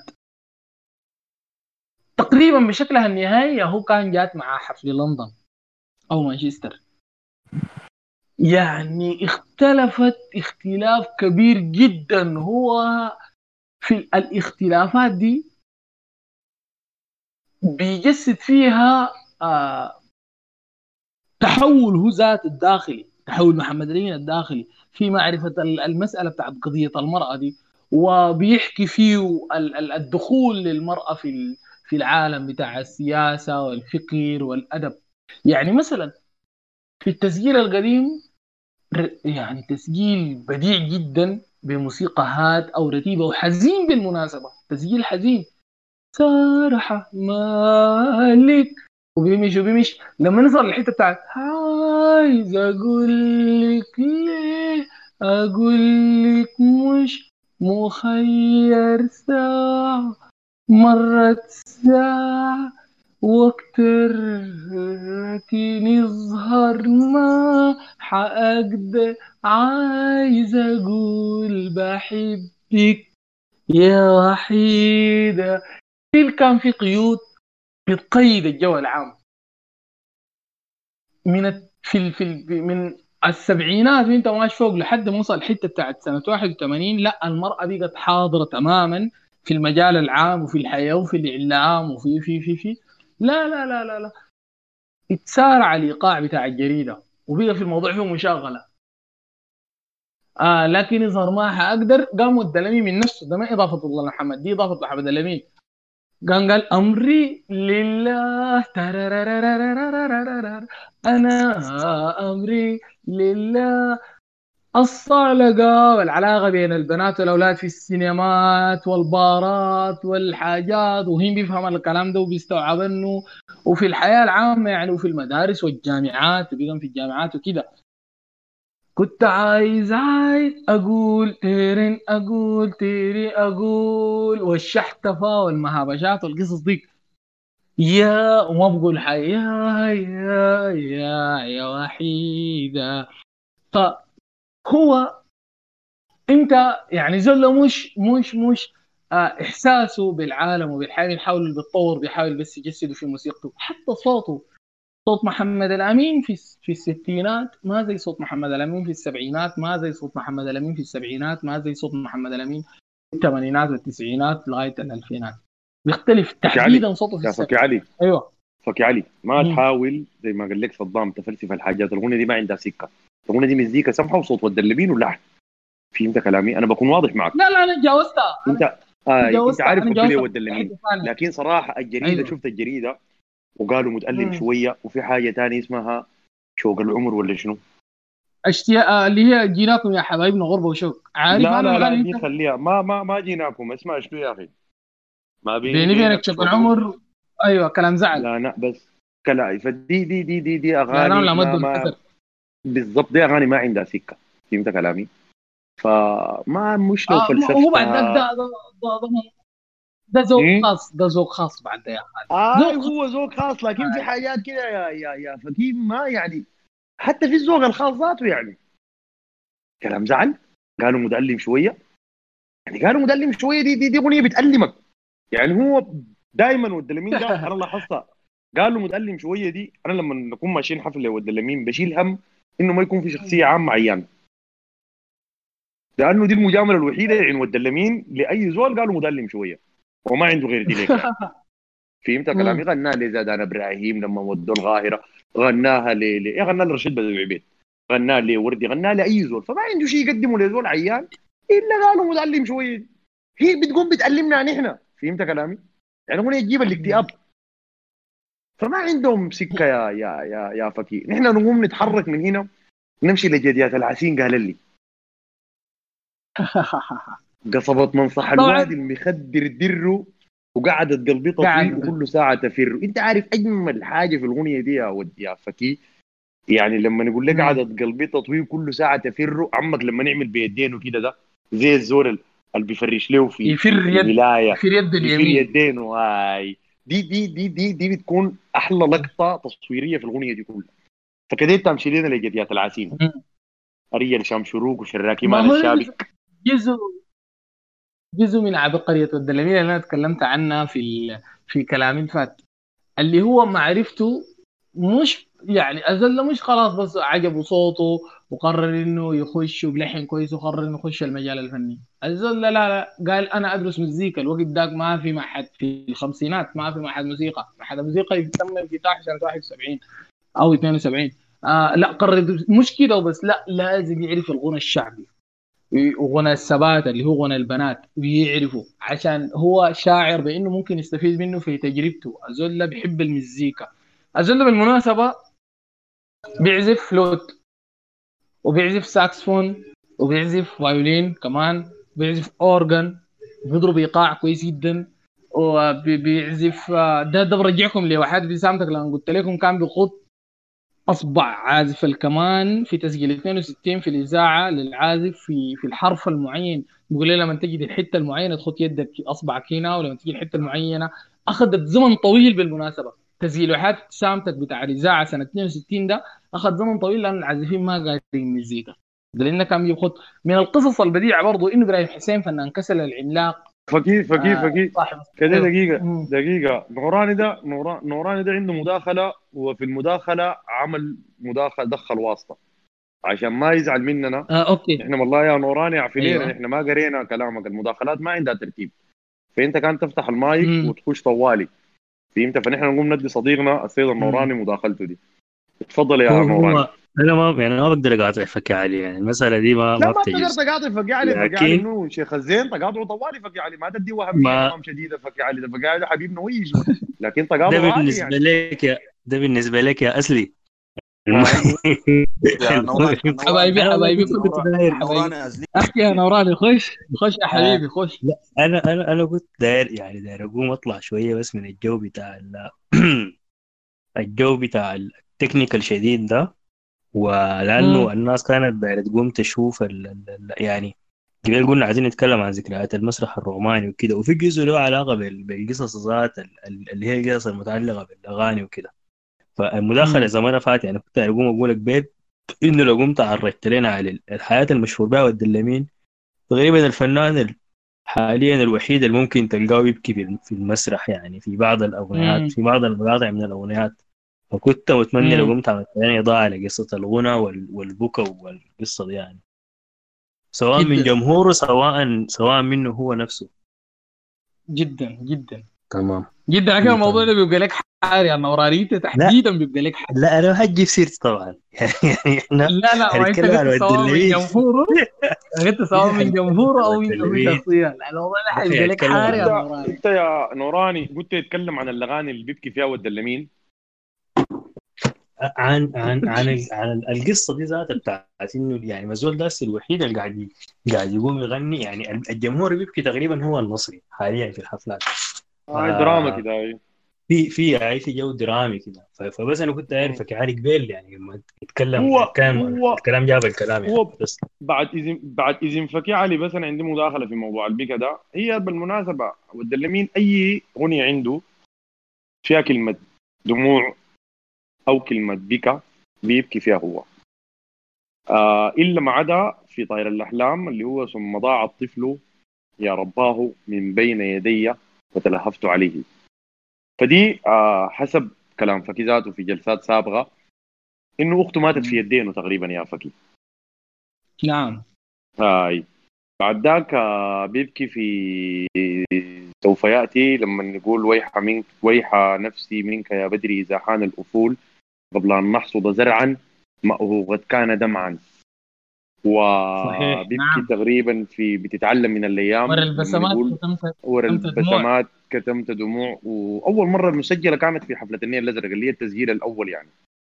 تقريبا بشكلها النهائي هو كان جات مع حفل لندن او مانشستر. يعني اختلفت اختلاف كبير جدا. هو في الاختلافات دي بيجسد فيها آه تحول هو ذات الداخلي، تحول محمد علي الداخلي في معرفة المسألة بتاعت قضية المرأة دي، وبيحكي فيه ال- ال- الدخول للمرأة في ال- في العالم بتاع السياسة والفكر والأدب. يعني مثلا في التسجيل القديم ر- يعني تسجيل بديع جدا بموسيقى هات او رتيبه وحزين بالمناسبه، تسجيل حزين. سارحة مالك، وبيمشي وبيمشي لما نصل الحته بتاعت عايز اقول لك ليه، اقول لك مش مخير ساعة، مرت ساعة وقت الركن يظهر ما حقدر، عايز اقول بحبك يا وحيدة. اللي كان في قيود بتقيد الجو العام من الت- في ال- في ال- من السبعينات وانت ماشي فوق لحد ما وصل الحته بتاعت سنه واحد وثمانين. لا المراه بقت حاضره تماما في المجال العام وفي الحياه وفي الاعلام وفي في في في لا لا لا لا لا اتسارع الايقاع بتاع الجريده وبقى في الموضوع فيه مشاغله. آه لكن يظهر ما حاقدر، قاموا الدلمي من نفسه، ده ما اضافه الله محمد، دي اضافه محمد الامين. قام قال امري لله ترارارارارارارارار، انا امري لله. الصالقة والعلاقة بين البنات والأولاد في السينمات والبارات والحاجات، وهم بيفهم الكلام ده وبيستوعب انه، وفي الحياة العامة يعني، وفي المدارس والجامعات وبيقوم في الجامعات وكده. كنت عايز عايز اقول تيرين اقول تيري اقول والشحتفة والمهابشات والقصص دي، يا وما بقول حي يا يا يا يا وحيدة. فهو انت يعني زول مش مش مش آه احساسه بالعالم وبالحياه بيحاول بيتطور، بيحاول بس يجسده في موسيقته. حتى صوته، صوت محمد الامين في في الستينات ما زي صوت محمد الامين في السبعينات، ما زي صوت محمد الامين في السبعينات، ما زي صوت محمد الامين في الثمانينات والتسعينات لغايه الالفينات. بيختلف فكي علي تحديدا صوته في يا فكي السبعينات. علي ايوه. فكي علي ما مم. تحاول زي ما قال لك صدام تفلسف الحاجات. الاغنيه دي ما عندها سكه، الاغنيه دي مزيكا سمحه وصوت والدلبين ولحن. فهمت كلامي؟ انا بكون واضح معك. لا لا انا جاوزتها، انت انا آه انت جاوزتها عارف انا فكي لي جاوزتها في والدلمين. حته ثانيه. لكن صراحه الجريده، ايوه. شفت الجريده وقالوا متألم مم. شويه، وفي حاجه تانية اسمها شوق العمر ولا شنو. اشتياء اللي هي جيناكم يا حبايبنا غربه وشوق، عارف لا انا لا لا الاغاني دي دي. خليها، ما ما ما جيناكم. اسمع شنو يا اخي، ما بيني بيني بينك بينك شوق شوق عمر. العمر. ايوه كلام زعل. لا لا بس كلا فدي دي دي دي دي لا لا اغاني لا ما مد ما الكسر. بالضبط، دي اغاني ما عندها سكه. فهمت كلامي؟ فما مش لو اه ما هو بعد ذاك فلسفتها. ده ده ده, ده, ده ذوق امم خاص، ده ذوق خاص بعد ده يا خالد. آه ذوق خاص. هو ذوق خاص، لكن في حاجات كده يا يا يا فكيم ما يعني، حتى في الذوق الخاص ذاته يعني كلام زعل. قالوا متألم شويه، يعني قالوا متألم شويه دي دي, دي اغنيه بتألمك. يعني هو دائما والدلمين ده انا لاحظتها. قالوا متألم شويه دي، انا لما نكون ماشيين حفله والدلمين بشيل هم انه ما يكون في شخصيه عامه عيان، لانه دي المجامله الوحيده يعني والدلمين لاي زول قالوا متألم شويه وما عنده غير دي ليك يعني. فهمت كلامي؟ مم. غناها لزادان ابراهيم لما ودوا القاهره، غناها ل ل إيه غناها لرشيد بدوي عبيد، غناها لوردي، غناها لاي زول، فما عنده شيء يقدمه لزول عيان الا قالوا متألم شويه. هي بتقوم بتألمنا نحن. فهمت كلامي؟ يعني اغنيه تجيب الاكتئاب. فما عندهم سكه يا يا يا يا فكي. نحن نقوم نتحرك من هنا نمشي لجديات العسين. قال لي قصبت منصح الوادي طبعا المخدر دره، وقعدت قلبي تطوي قاعد وكل ساعه تفر. انت عارف اجمل حاجه في الاغنيه دي يا ود يا فكي؟ يعني لما نقول لك مم. قعدت قلبي تطوي وكل ساعه تفر، عمك لما نعمل بيدينه كده ده زي الزول اللي بيفرش له في يفر في في يد، الملايه، يفر يد يفر اليمين. يدينه. هاي دي دي دي دي دي بتكون احلى لقطه تصويريه في الاغنيه دي كلها. فكده تمشي لنا لجديات العسين، مم. اريل شام شروق وشراكي ما مال هو ده الشابك. جزء جزء من عبقرية الدلمية اللي أنا تكلمت عنها في ال... في كلامي الفات، اللي هو معرفته. مش يعني أزل مش خلاص بس عجبه صوته وقرر إنه يخش بلحن كويس وقرر إنه يخش المجال الفني. أزل لا لا قال أنا أدرس مزيكا. الوقت داك ما في معهد، في الخمسينات ما في معهد موسيقى. معهد الموسيقى تم افتتاحه سنة واحد وسبعين أو اثنين وسبعين. آه لا قرر يدرس- مش كده وبس، لا لازم يعرف الغنى الشعبي وغنى الثبات اللي هو غنى البنات ويعرفه، عشان هو شاعر بانه ممكن يستفيد منه في تجربته. ازولا بيحب المزيكا. ازولا بالمناسبه بيعزف فلوت وبيعزف ساكسفون وبيعزف فايولين كمان، بيعزف اورجن، بيضرب ايقاع كويس جدا وبيعزف. ده ده برجعكم لوحات ابتسامتك لما قلت لكم كان بيخط أصبع عازف الكمان في تسجيل اثنين وستين في الإذاعة للعازف في في الحرف المعين. بيقول لي لما تجي الحتة المعينة تخط يدك أصبعك هنا، ولما تجي الحتة المعينة. أخذت زمن طويل بالمناسبة. تسجيل وحات سامتك بتاع الإذاعة سنة اثنين وستين ده أخذ زمن طويل لأن العازفين ما قادرين مزيكا. ده لأنه كان بيخط من القصص البديعة برضو إنه إبراهيم حسين فنان كسل العملاق. فكي فكي آه فكي صاحب كده الصغير. دقيقة مم. دقيقة. نوراني ده نورا- نوراني ده عنده مداخلة، وفي المداخلة عمل مداخلة دخل واسطة عشان ما يزعل مننا. آه أوكي. نحن والله يا نوراني عفلينا، أيوه. نحن ما قرينا كلامك. المداخلات ما عندها ترتيب، فانت كان تفتح المايك مم. وتخش طوالي. فهمت؟ فنحن نقوم ندي صديقنا السيد مم. النوراني مداخلته دي. اتفضل يا هو نوراني. هو انا ما يعني ما بقدر اقاطع فكي علي، يعني المساله دي ما لا ما ما بتقدر بتجوز. تقاطع فقي علي. فقي علي لكن انه شيخ الزين تقاطعه طوالي. فقي علي ما تديه اهميه ما كمان شديده. فقي علي ده فقي علي حبيبنا ويجي، لكن ده تقاطعه عادي بالنسبه يعني. لك يا ده بالنسبه لك يا اصلي. الم... هاي يا نوراني الم... نوراني حبايبي انا ما حبايبي كنت كلكم. كنت نوراني داير. حبايبي نوراني ازلي. احكي يا نوراني. خش خش يا آه حبيبي خش. لا انا انا انا كنت داير، يعني داير اقوم اطلع شويه بس من الجو بتاع ال... الجو بتاع التكنيكال شديد ده، ولانه امم الناس كانت دايره تقوم تشوف ال... ال... ال- يعني قبل قلنا عايزين نتكلم عن ذكريات المسرح الروماني وكده، وفي جزء له علاقه بال- بالقصص ذات ال- ال- اللي هي القصص المتعلقه بالاغاني وكده. فالمداخله امم زي ما انا فات يعني كنت اقوم اقول لك بيت انه لو قمت عرجت لنا على ال- الحياه المشهور بها والدلمين، تقريبا الفنان ال- حاليا الوحيد اللي ممكن تلقاه يبكي في في المسرح، يعني في بعض الاغنيات، امم في بعض المقاطع من الاغنيات. فكنت متمني لو امم قمت عملت لنا اضاءه لقصه الغنى وال- والبكا والقصه دي، يعني سواء من جدا جمهوره سواء سواء منه هو نفسه. جدا جدا تمام. جدا. على كده الموضوع ده بيبقى لك حار يا نوراني، انت لا تحديدا بيبقى لك حار. لا انا ما حجيب سيرتي طبعا يعني احنا لا لا، ما انت هنتكلم عن قلت ود سواء من اللمين. جمهوره، قلت سواء اذا من هنتكلم جمهوره عن او ود من او من اللمين شخصيا. لا الموضوع ده ده حيبقى لك هنتكلم حار انت يا عن نوراني. انت يا نوراني قلت يتكلم عن الاغاني اللي بيبكي فيها والدلمين. عن عن عن ال- عن ال- القصه دي ذاتها بتاعت انه يعني مازول داس الوحيد اللي قاعد ي- قاعد يقوم يغني، يعني الجمهور اللي بيبكي تقريبا هو المصري حاليا في الحفلات. هاي دراما آه كده. هاي في في يعني في جو درامي كده. ف- فبس انا كنت عارف فكعلي قبيل يعني لما يتكلم هو كان هو الكلام جاب الكلام يعني هو بس. بعد إذن بعد إذن فكي علي، بس أنا عندي مداخلة في موضوع البيكا ده. هي بالمناسبة والدلمين أي أغنية عنده فيها كلمة دموع أو كلمة بيكا بيبكي فيها هو، آه إلا ما عدا في طائر الأحلام اللي هو ثم ضاع الطفل يا رباه من بين يدي وتلهفت عليه. فدي آه حسب كلام فكي ذاته في جلسات سابقة إنه أخته ماتت في يدينه تقريبا يا فكي. نعم. هاي بعد ذاك آه، بيبكي في سوف يأتي لما نقول ويح منك ويح نفسي منك يا بدري إذا حان الأفول قبل أن نحصد زرعا ماؤه قد كان دمعا. صحيح. وبيبكي نعم. تقريبا في بتتعلم من الأيام ورا لما البسمات يقول كتمت ورا كتمت دموع. البسمات كتمت دموع. وأول مرة المسجلة كانت في حفلة النيل الأزرق اللي هي التسجيل الأول يعني.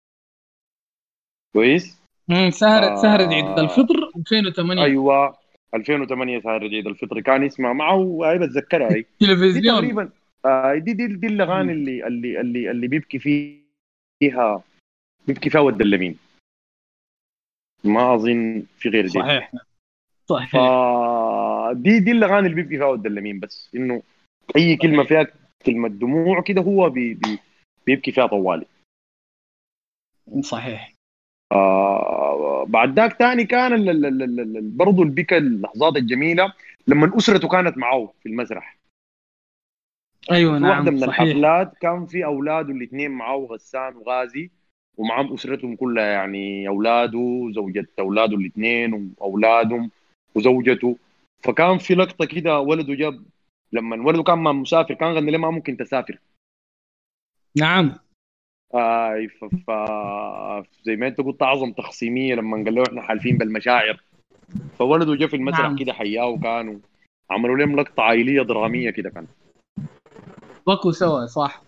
كويس. امم سهرة سهرة عيد آه الفطر ألفين وثمانية. ايوه ألفين وثمانية سهر عيد الفطر كان يسمع معه وهي بتذكرها هي. دي تلفزيون. تقريبا آه دي دي, دي الاغاني اللي اللي اللي اللي بيبكي فيها بيبكي فيها والدلمين، ما اظن في غير دي. صحيح. صحيح. فدي دي الاغاني اللي بيبكي فيها والدلمين، بس انه اي كلمه فيها كلمه دموع كده هو بي بي بيبكي فيها طوالي. صحيح. آه بعد ذاك تاني كان ال- ال- ال- ال- ال- برضو البكا اللحظات الجميله لما اسرته كانت معه في المسرح. أيوة في واحدة نعم. من صحيح. الحفلات كان في أولاده الاثنين معاه غسان وغازي ومعهم أسرتهم كلها، يعني أولاده زوجة أولاده الاثنين وأولادهم وزوجته. فكان في لقطة كده ولده جاب لما ولده كان ما مسافر كان غنى له ما ممكن تسافر. نعم. آه ف... ف... زي ما انت قلت أعظم تخصيمية لما قال له احنا حالفين بالمشاعر. فولده جاء في المسرح نعم. كده حياه وكانوا عملوا لهم لقطة عائلية درامية كده كان. بكوا سوا. صح.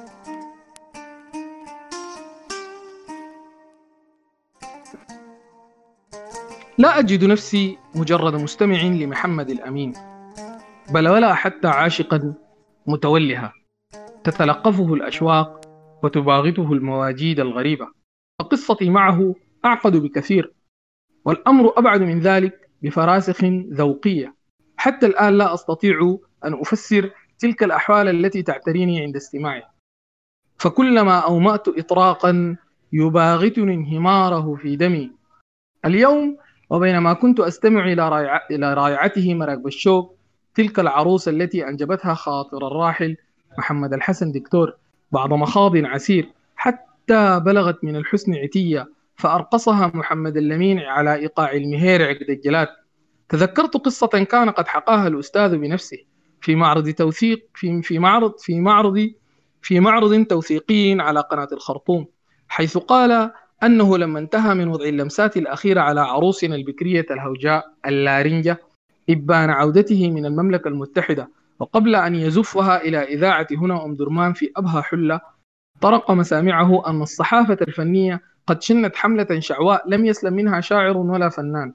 لا أجد نفسي مجرد مستمع لمحمد الأمين، بل ولا حتى عاشقا متولها تتلقفه الأشواق وتباغته المواجيد الغريبة. فقصتي معه أعقد بكثير، والأمر أبعد من ذلك بفراسخ ذوقية. حتى الآن لا أستطيع أن أفسر تلك الأحوال التي تعتريني عند استماعه، فكلما أومأت إطراقا يباغتني انهماره في دمي. اليوم وبينما كنت أستمع إلى رائع إلى رائعته مراكب الشوق، تلك العروس التي أنجبتها خاطر الراحل محمد الحسن دكتور بعد مخاض عسير حتى بلغت من الحسن عتية، فأرقصها محمد اللمين على إيقاع المهير عقد الجلاد. تذكرت قصة كان قد حكاها الأستاذ بنفسه في معرض توثيق في في معرض في معرض في معرض توثيقي على قناة الخرطوم، حيث قال أنه لما انتهى من وضع اللمسات الأخيرة على عروسنا البكرية الهوجاء اللارنجة إبان عودته من المملكة المتحدة، وقبل أن يزفها إلى إذاعة هنا أم درمان في أبها حلة، طرق مسامعه أن الصحافة الفنية قد شنت حملة شعواء لم يسلم منها شاعر ولا فنان،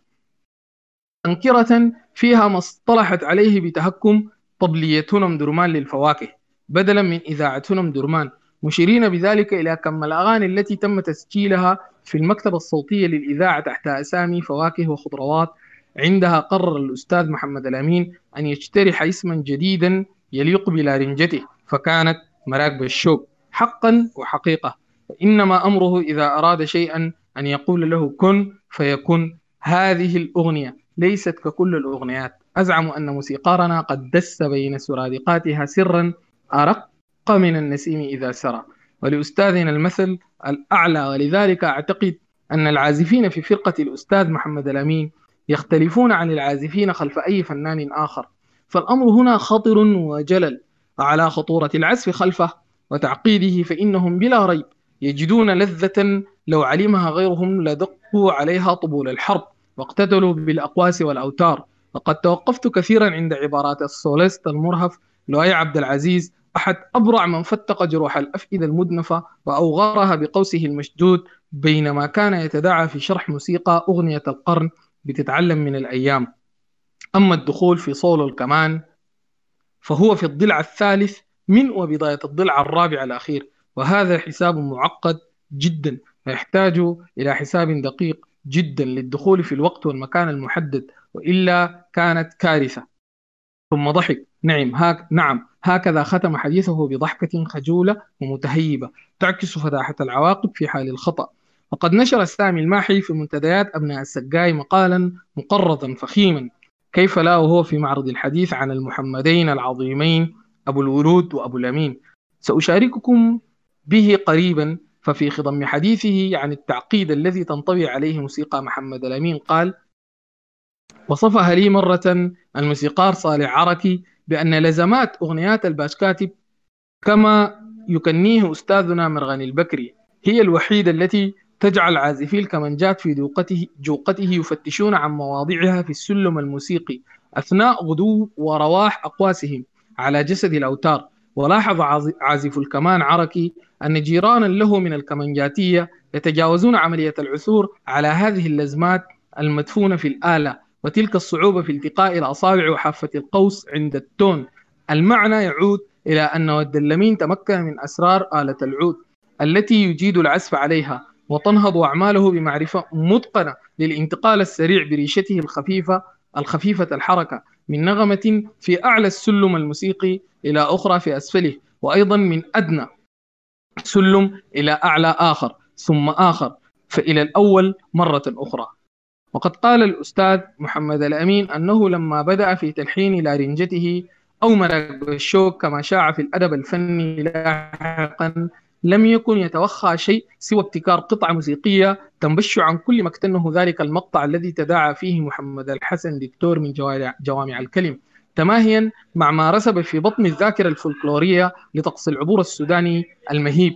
تنكرة فيها ما اصطلحت عليه بتهكم طبلية هنم درمان للفواكه بدلا من إذاعة هنم درمان، مشيرين بذلك إلى كم الأغاني التي تم تسجيلها في المكتبة الصوتية للإذاعة تحت أسامي فواكه وخضروات. عندها قرر الأستاذ محمد الأمين أن يجترح اسما جديدا يليق بلارنجته، فكانت مراكب الشوق. حقا وحقيقة إنما أمره إذا أراد شيئا أن يقول له كن فيكون. هذه الأغنية ليست ككل الأغنيات، أزعم أن موسيقارنا قد دس بين سرادقاتها سرا أرق من النسيم إذا سرى، ولأستاذنا المثل الأعلى. ولذلك أعتقد أن العازفين في فرقة الأستاذ محمد الأمين يختلفون عن العازفين خلف أي فنان آخر، فالأمر هنا خطر وجلل على خطورة العزف خلفه وتعقيده، فإنهم بلا ريب يجدون لذة لو علمها غيرهم لدقوا عليها طبول الحرب واقتتلوا بالأقواس والأوتار. وقد توقفت كثيرا عند عبارات السوليست المرهف لؤي عبد العزيز، أحد أبرع من فتق جروح الأفئدة المدنفة وأوغرها بقوسه المشدود بينما كان يتداعى في شرح موسيقى أغنية القرن بتتعلم من الأيام. أما الدخول في صولو الكمان فهو في الضلع الثالث من وبداية الضلع الرابع الأخير، وهذا حساب معقد جدا يحتاج إلى حساب دقيق جدا للدخول في الوقت والمكان المحدد، وإلا كانت كارثة. ثم ضحك. نعم هاك نعم هكذا ختم حديثه بضحكة خجولة ومتهيبة تعكس فداحة العواقب في حال الخطأ. وقد نشر سامي الماحي في منتديات أبناء السقاي مقالا مقرضا فخيما، كيف لا وهو في معرض الحديث عن المحمدين العظيمين أبو الورود وأبو الأمين. سأشارككم به قريبا. ففي خضم حديثه عن التعقيد الذي تنطوي عليه موسيقى محمد الأمين قال: وصفها لي مرة الموسيقار صالح عركي بأن لزمات أغنيات الباشكاتب كما يكنيه أستاذنا مرغني البكري هي الوحيدة التي تجعل عازفي الكمنجات في جوقته, جوقته يفتشون عن مواضعها في السلم الموسيقي أثناء غدو ورواح أقواسهم على جسد الأوتار. ولاحظ عازف الكمان عركي أن جيرانا له من الكمنجاتية يتجاوزون عملية العثور على هذه اللزمات المدفونة في الآلة، وتلك الصعوبة في التقاء الأصابع وحافة القوس عند التون. المعنى يعود إلى أن الدلمين تمكن من أسرار آلة العود التي يجيد العزف عليها، وتنهض أعماله بمعرفة متقنة للانتقال السريع بريشته الخفيفة الخفيفة الحركة من نغمة في أعلى السلم الموسيقي إلى أخرى في أسفله، وأيضا من أدنى سلم إلى أعلى آخر ثم آخر فإلى الأول مرة أخرى. وقد قال الأستاذ محمد الأمين أنه لما بدأ في تلحين لارنجته أو مرق الشوك كما شاع في الأدب الفني لاحقا لم يكن يتوخى شيء سوى ابتكار قطعة موسيقية تنبش عن كل ما اكتنه ذلك المقطع الذي تداعى فيه محمد الحسن دكتور من جوامع الكلم، تماهيا مع ما رسب في بطن الذاكرة الفولكلورية لطقس العبور السوداني المهيب.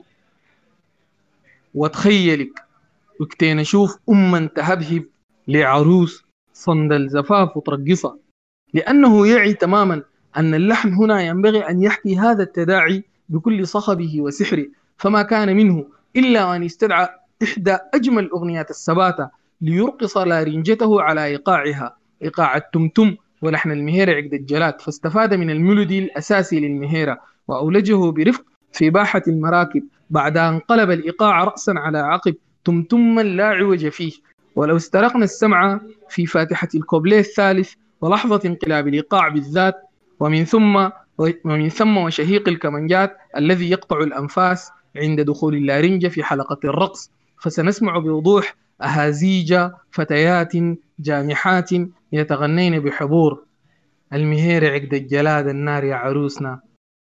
وتخيلك وكتين أشوف أما تهبهب لعروس صندل زفاف وترقصة، لأنه يعي تماما أن اللحن هنا ينبغي أن يحكي هذا التداعي بكل صخبه وسحره، فما كان منه إلا أن يستدعى إحدى أجمل أغنيات السباتة ليرقص لارنجته على إيقاعها، إيقاع التمتم ولحن المهيرة عقد الجلات، فاستفاد من الميلودي الأساسي للمهيرة وأولجه برفق في باحة المراكب بعد أن قلب الإيقاع رأسا على عقب تمتما لا عوج فيه. ولو استرقنا السمع في فاتحة الكوبليه الثالث ولحظة انقلاب الإيقاع بالذات، ومن ثم ومن ثم وشهيق الكمنجات الذي يقطع الأنفاس عند دخول اللارنجة في حلقة الرقص، فسنسمع بوضوح أهازيج فتيات جامحات يتغنين بحضور: المهير عقد الجلاد النار يا عروسنا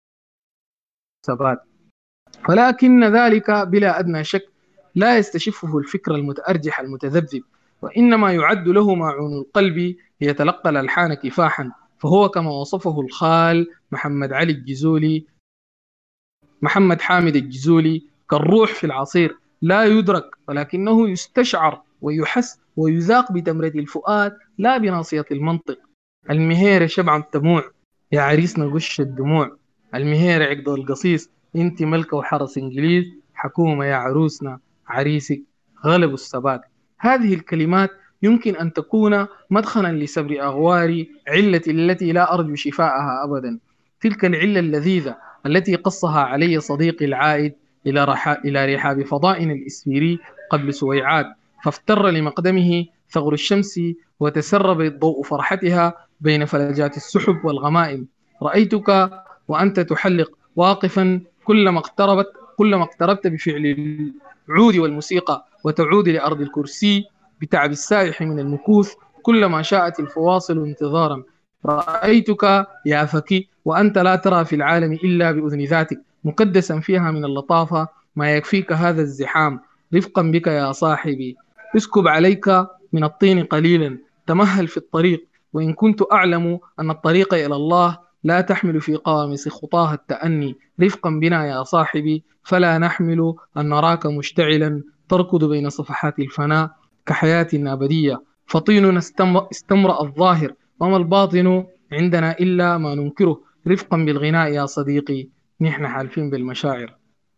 سبات. ولكن ذلك بلا أدنى شك لا يستشفه الفكر المتأرجح المتذبذب، وإنما يعد له معون القلب ليتلقى الألحان كفاحا، فهو كما وصفه الخال محمد علي الجزولي محمد حامد الجزولي كالروح في العصير لا يدرك ولكنه يستشعر ويحس ويذاق بتمرة الفؤاد لا بناصية المنطق. المهير شبع الدموع يا عريسنا قش الدموع، المهير عقد القصيص انت ملكة وحرس انجليز، حكومة يا عروسنا عريسك غلب الثبات. هذه الكلمات يمكن أن تكون مدخلا لسبر أغوار علة التي لا أرجو شفاءها أبدا، تلك العلة اللذيذة التي قصها علي صديقي العائد إلى, رحا... إلى رحاب فضائن الإسفيري قبل سويعات، فافتر لمقدمه ثغر الشمس وتسرب الضوء فرحتها بين فلجات السحب والغمائم. رأيتك وأنت تحلق واقفا كلما اقتربت كلما اقتربت بفعل العود والموسيقى وتعود لأرض الكرسي بتعب السائح من المكوث كلما شاءت الفواصل انتظارا. رأيتك يا فكي وأنت لا ترى في العالم إلا بأذن ذاتك مكدسا فيها من اللطافة ما يكفيك هذا الزحام. رفقا بك يا صاحبي اسكب عليك من الطين قليلا، تمهل في الطريق، وإن كنت أعلم أن الطريق إلى الله لا تحمل في قوامس خطاها التأني. رفقا بنا يا صاحبي فلا نحمل أن نراك مشتعلا تركض بين صفحات الفناء كحياة أبدية، فطيننا استمرأ الظاهر وما الباطن عندنا إلا ما ننكره. رفقا بالغناء يا صديقي نحن حالفين بالمشاعر.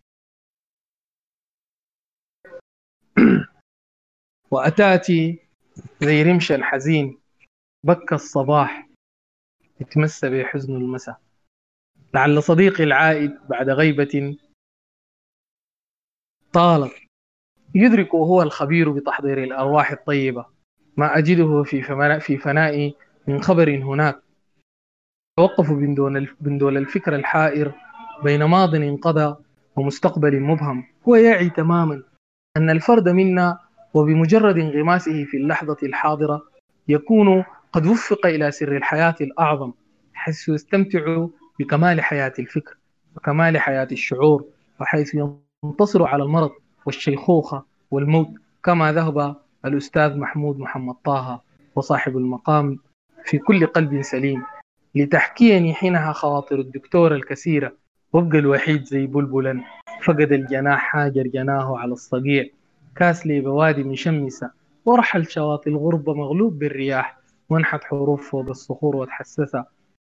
وأتاتي زي رمش الحزين بكى الصباح اتمسى بحزن المساء، لعل صديقي العائد بعد غيبة طالت يدرك وهو الخبير بتحضير الأرواح الطيبة ما أجده في فناء في فنائي من خبر هناك توقف من دون الفكر الحائر بين ماض انقضى ومستقبل مبهم. هو يعي تماما أن الفرد منا وبمجرد انغماسه في اللحظة الحاضرة يكون قد وفق إلى سر الحياة الأعظم، حيث يستمتع بكمال حياة الفكر وكمال حياة الشعور، وحيث ينتصر على المرض والشيخوخة والموت، كما ذهب الأستاذ محمود محمد طه وصاحب المقام في كل قلب سليم لتحكيني حينها خواطر الدكتور الكثيرة، وابقى الوحيد زي بلبلا فقد الجناح حاجر جناه على الصقيع، كاس لي بوادي مشمسة ورحل شواطئ الغربة مغلوب بالرياح، وانحت حروف فوق الصخور وتحسسها.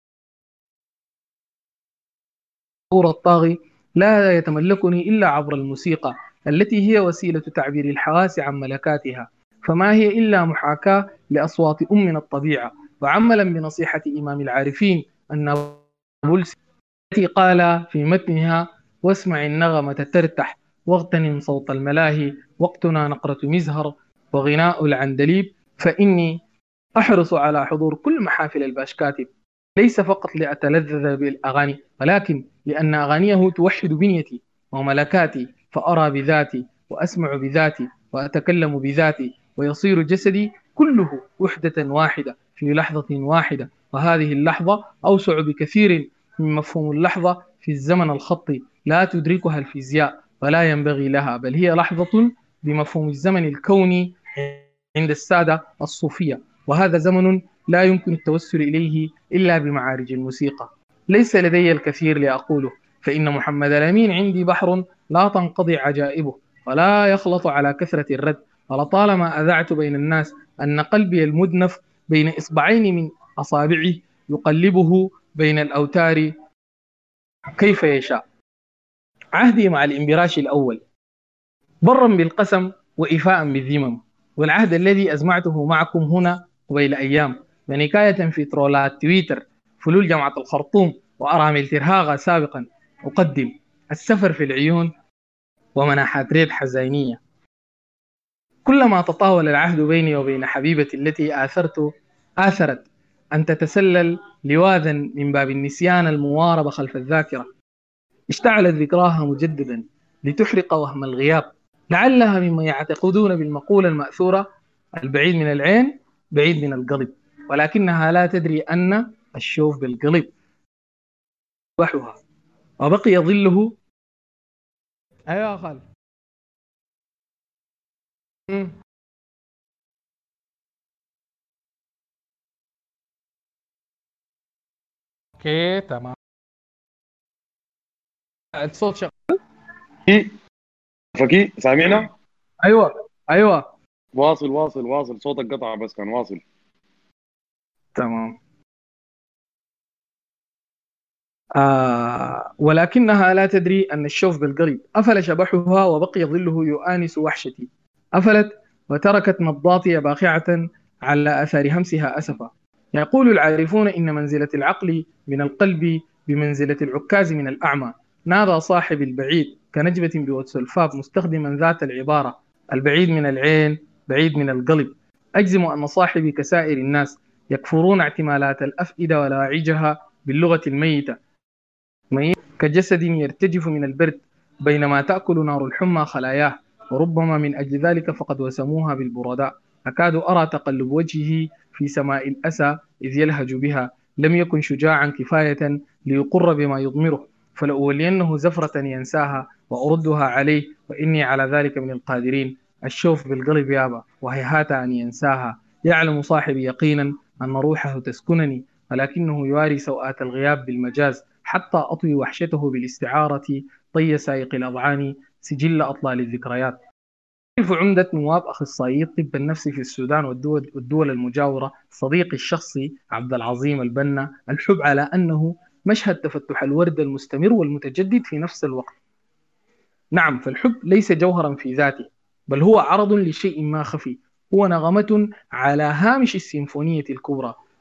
الصخور الطاغي لا يتملكني إلا عبر الموسيقى التي هي وسيلة تعبير الحواس عن ملكاتها، فما هي إلا محاكاة لأصوات أمنا الطبيعة، وعملا بنصيحة إمام العارفين النابلسي التي قال في متنها: واسمع النغمة ترتح واغتنم صوت الملاهي، وقتنا نقرة مزهر وغناء العندليب، فإني أحرص على حضور كل محافل الباشكاتب، ليس فقط لأتلذذ بالأغاني ولكن لأن أغانيه توحد بنيتي وملكاتي، فأرى بذاتي وأسمع بذاتي وأتكلم بذاتي، ويصير جسدي كله وحدة واحدة في لحظة واحدة، وهذه اللحظة أوسع بكثير من مفهوم اللحظة في الزمن الخطي، لا تدركها الفيزياء ولا ينبغي لها، بل هي لحظة بمفهوم الزمن الكوني عند السادة الصوفية، وهذا زمن لا يمكن التوسل إليه إلا بمعارج الموسيقى. ليس لدي الكثير لأقوله، فإن محمد الأمين عندي بحر لا تنقضي عجائبه ولا يخلط على كثرة الرد، ولطالما أذعت بين الناس أن قلبي المدنف بين إصبعين من أصابعه يقلبه بين الأوتار كيف يشاء. عهدي مع الإنبراشي الأول برا بالقسم وإفاء بالذمم، والعهد الذي أزمعته معكم هنا قبيل أيام ونكاية في ترولات تويتر فلول جامعة الخرطوم وأرامل ترهاغا سابقا، أقدم السفر في العيون ومناحات ريد حزينية. كلما تطاول العهد بيني وبين حبيبتي التي آثرت آثرت أن تتسلل لواذا من باب النسيان المواربة خلف الذاكرة، اشتعلت ذكراها مجددا لتحرق وهم الغياب، لعلها مما يعتقدون بالمقولة المأثورة: البعيد من العين بعيد من القلب، ولكنها لا تدري أن الشوف بالقلب وحوها وبقي ظله. أيوة يا خالد. اوكي تمام. الصوت شغال. فكي سامعنا؟ ايوه ايوه واصل واصل واصل، صوتك قطع بس كان واصل. تمام. آه ولكنها لا تدري أن الشوف بالقلب. أفل شبحها وبقي ظله يؤانس وحشتي، أفلت وتركت نبضاتي باخعة على أثار همسها أسفا. يقول العارفون إن منزلة العقل من القلب بمنزلة العكاز من الأعمى. نادى صاحب البعيد كنجبة بواتسلفاب مستخدما ذات العبارة: البعيد من العين بعيد من القلب. أجزم أن صاحبي كسائر الناس يكفرون اعتمالات الأفئدة ولاعجها باللغة الميتة، كجسد يرتجف من البرد بينما تأكل نار الحمى خلاياه، وربما من أجل ذلك فقد وسموها بالبرداء. أكاد أرى تقلب وجهه في سماء الأسى إذ يلهج بها، لم يكن شجاعا كفاية ليقر بما يضمره، فلأولينه زفرة ينساها وأردها عليه، وإني على ذلك من القادرين. الشوف بالقلب يابا وهيهات أن ينساها. يعلم صاحبي يقينا أن روحه تسكنني، ولكنه يواري سوءات الغياب بالمجاز حتى أطوي وحشته بالاستعارة طي سائق الأضعان سجل أطلال الذكريات. يعرف عمدة نواب أخصائي الطب النفسي في السودان والدول, والدول المجاورة صديقي الشخصي عبد العظيم البنا الحب على أنه مشهد تفتح الورد المستمر والمتجدد في نفس الوقت. نعم، فالحب ليس جوهرا في ذاته، بل هو عرض لشيء ما خفي، هو نغمة على هامش السيمفونية الكبرى،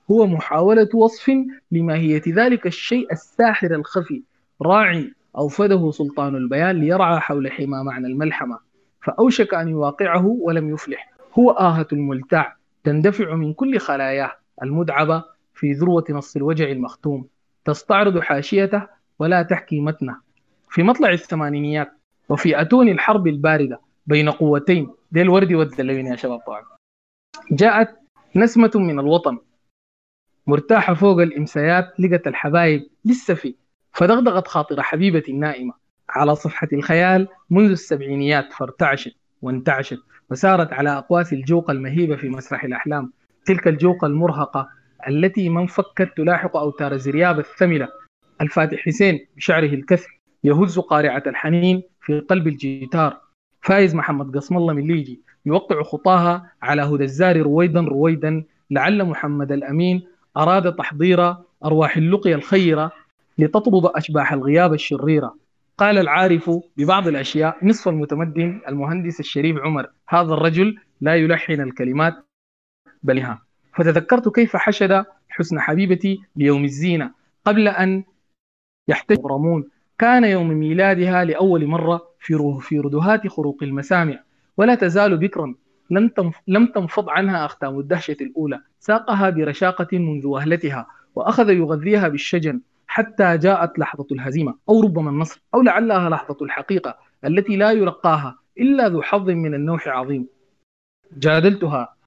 هو محاولة وصف لماهية ذلك الشيء الساحر الخفي، راع أوفده سلطان البيان ليرعى حول حمى معنى الملحمة، فأوشك أن يواقعه ولم يفلح. هو آهة الملتاع تندفع من كل خلاياه المدعبة في ذروة نص الوجع المختوم، تستعرض حاشيته ولا تحكي متنه. في مطلع الثمانينيات وفي أتون الحرب الباردة بين قوتين، دي الورد والدلوين يا شباب طبعا، جاءت نسمة من الوطن مرتاحة فوق الإمسايات، لقت الحبايب لسه في، فدغدغت خاطر حبيبتي النائمة على صفحة الخيال منذ السبعينيات، فارتعشت وانتعشت وسارت على أقواس الجوق المهيبة في مسرح الأحلام، تلك الجوق المرهقة التي من فكت تلاحق أوتار زرياب الثملة. الفاتح حسين بشعره الكثر يهز قارعة الحنين في قلب الجيتار، فايز محمد قسم الله من ليجي يوقع خطاها على هدى الزار رويدا رويدا، لعل محمد الأمين أراد تحضير أرواح اللقيا الخيرة لتطرد أشباح الغياب الشريرة. قال العارف ببعض الأشياء نصف المتمدن المهندس الشريف عمر، هذا الرجل لا يلحن الكلمات بلها. فتذكرت كيف حشد حسن حبيبتي ليوم الزينة قبل أن يحتج رمون، كان يوم ميلادها لأول مرة في في ردهات خروق المسامع، ولا تزال بكرا لم لم تنفض عنها أختام الدهشة الأولى، ساقها برشاقة منذ وهلتها وأخذ يغذيها بالشجن حتى جاءت لحظة الهزيمة أو ربما النصر، أو لعلها لحظة الحقيقة التي لا يلقاها إلا ذو حظ من النوح عظيم. جادلتها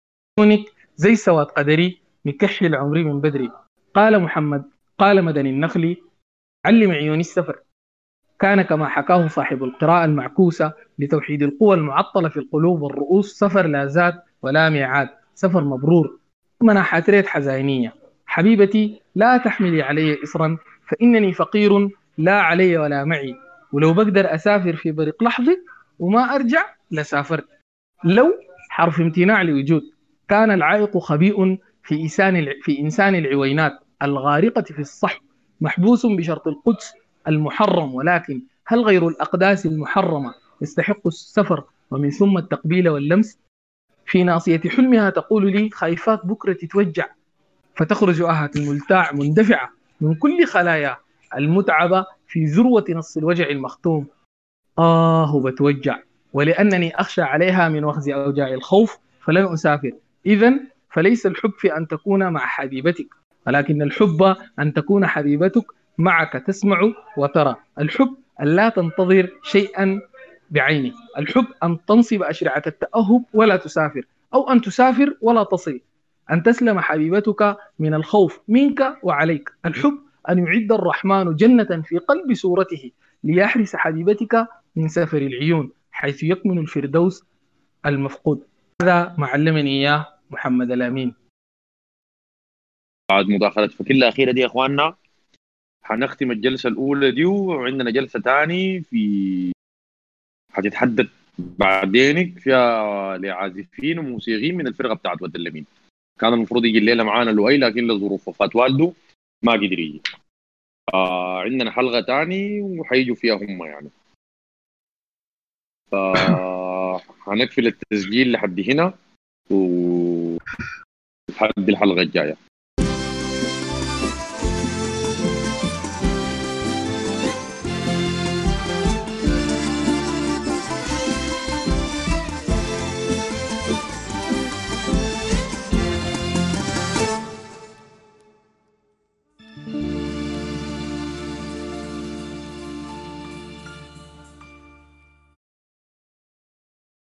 زي سواد قدري مكحل عمري من بدري. قال محمد قال مدني النخلي علم عيوني السفر، كان كما حكاه صاحب القراءة المعكوسة لتوحيد القوى المعطلة في القلوب والرؤوس، سفر لا زاد ولا ميعاد، سفر مبرور. مناحات ريت حزينية، حبيبتي لا تحملي علي إصرا فإنني فقير لا علي ولا معي، ولو بقدر أسافر في بريق لحظة وما أرجع لسافرت. لو حرف امتناع لوجود، كان العائق خبيء في إنسان في إنسان العوينات الغارقة في الصحب، محبوس بشرط القدس المحرم، ولكن هل غير الأقداس المحرمة يستحق السفر ومن ثم التقبيل واللمس؟ في ناصية حلمها تقول لي خايفاك بكرة تتوجع، فتخرج آهة الملتاع مندفعة من كل خلايا المتعبة في ذروة نص الوجع المختوم. آه بتوجع، ولأنني أخشى عليها من وخز أوجاع الخوف فلن أسافر. إذن فليس الحب في أن تكون مع حبيبتك، ولكن الحب أن تكون حبيبتك معك تسمع وترى. الحب أن لا تنتظر شيئا بعينه، الحب أن تنصب أشرعة التأهب ولا تسافر، أو أن تسافر ولا تصل، أن تسلم حبيبتك من الخوف منك وعليك. الحب أن يعد الرحمن جنة في قلب سورته ليحرس حبيبتك من سفر العيون حيث يكمن الفردوس المفقود. هذا ما علمني إياه محمد الأمين. بعد مداخلة فكل الأخيرة دي يا إخواننا حنختم الجلسة الأولى دي، وعندنا جلسة تاني في حتتحدث بعدينك فيها لعازفين وموسيقيين من الفرقة بتاعت ود اللمين. كان المفروض يجي الليلة معانا لؤي، لكن لظروف وفاة والده ما قدر يجي. آه عندنا حلقة تاني وحيجوا فيها هم يعني، فهنقفل التسجيل لحد هنا ولحد الحلقة الجاية.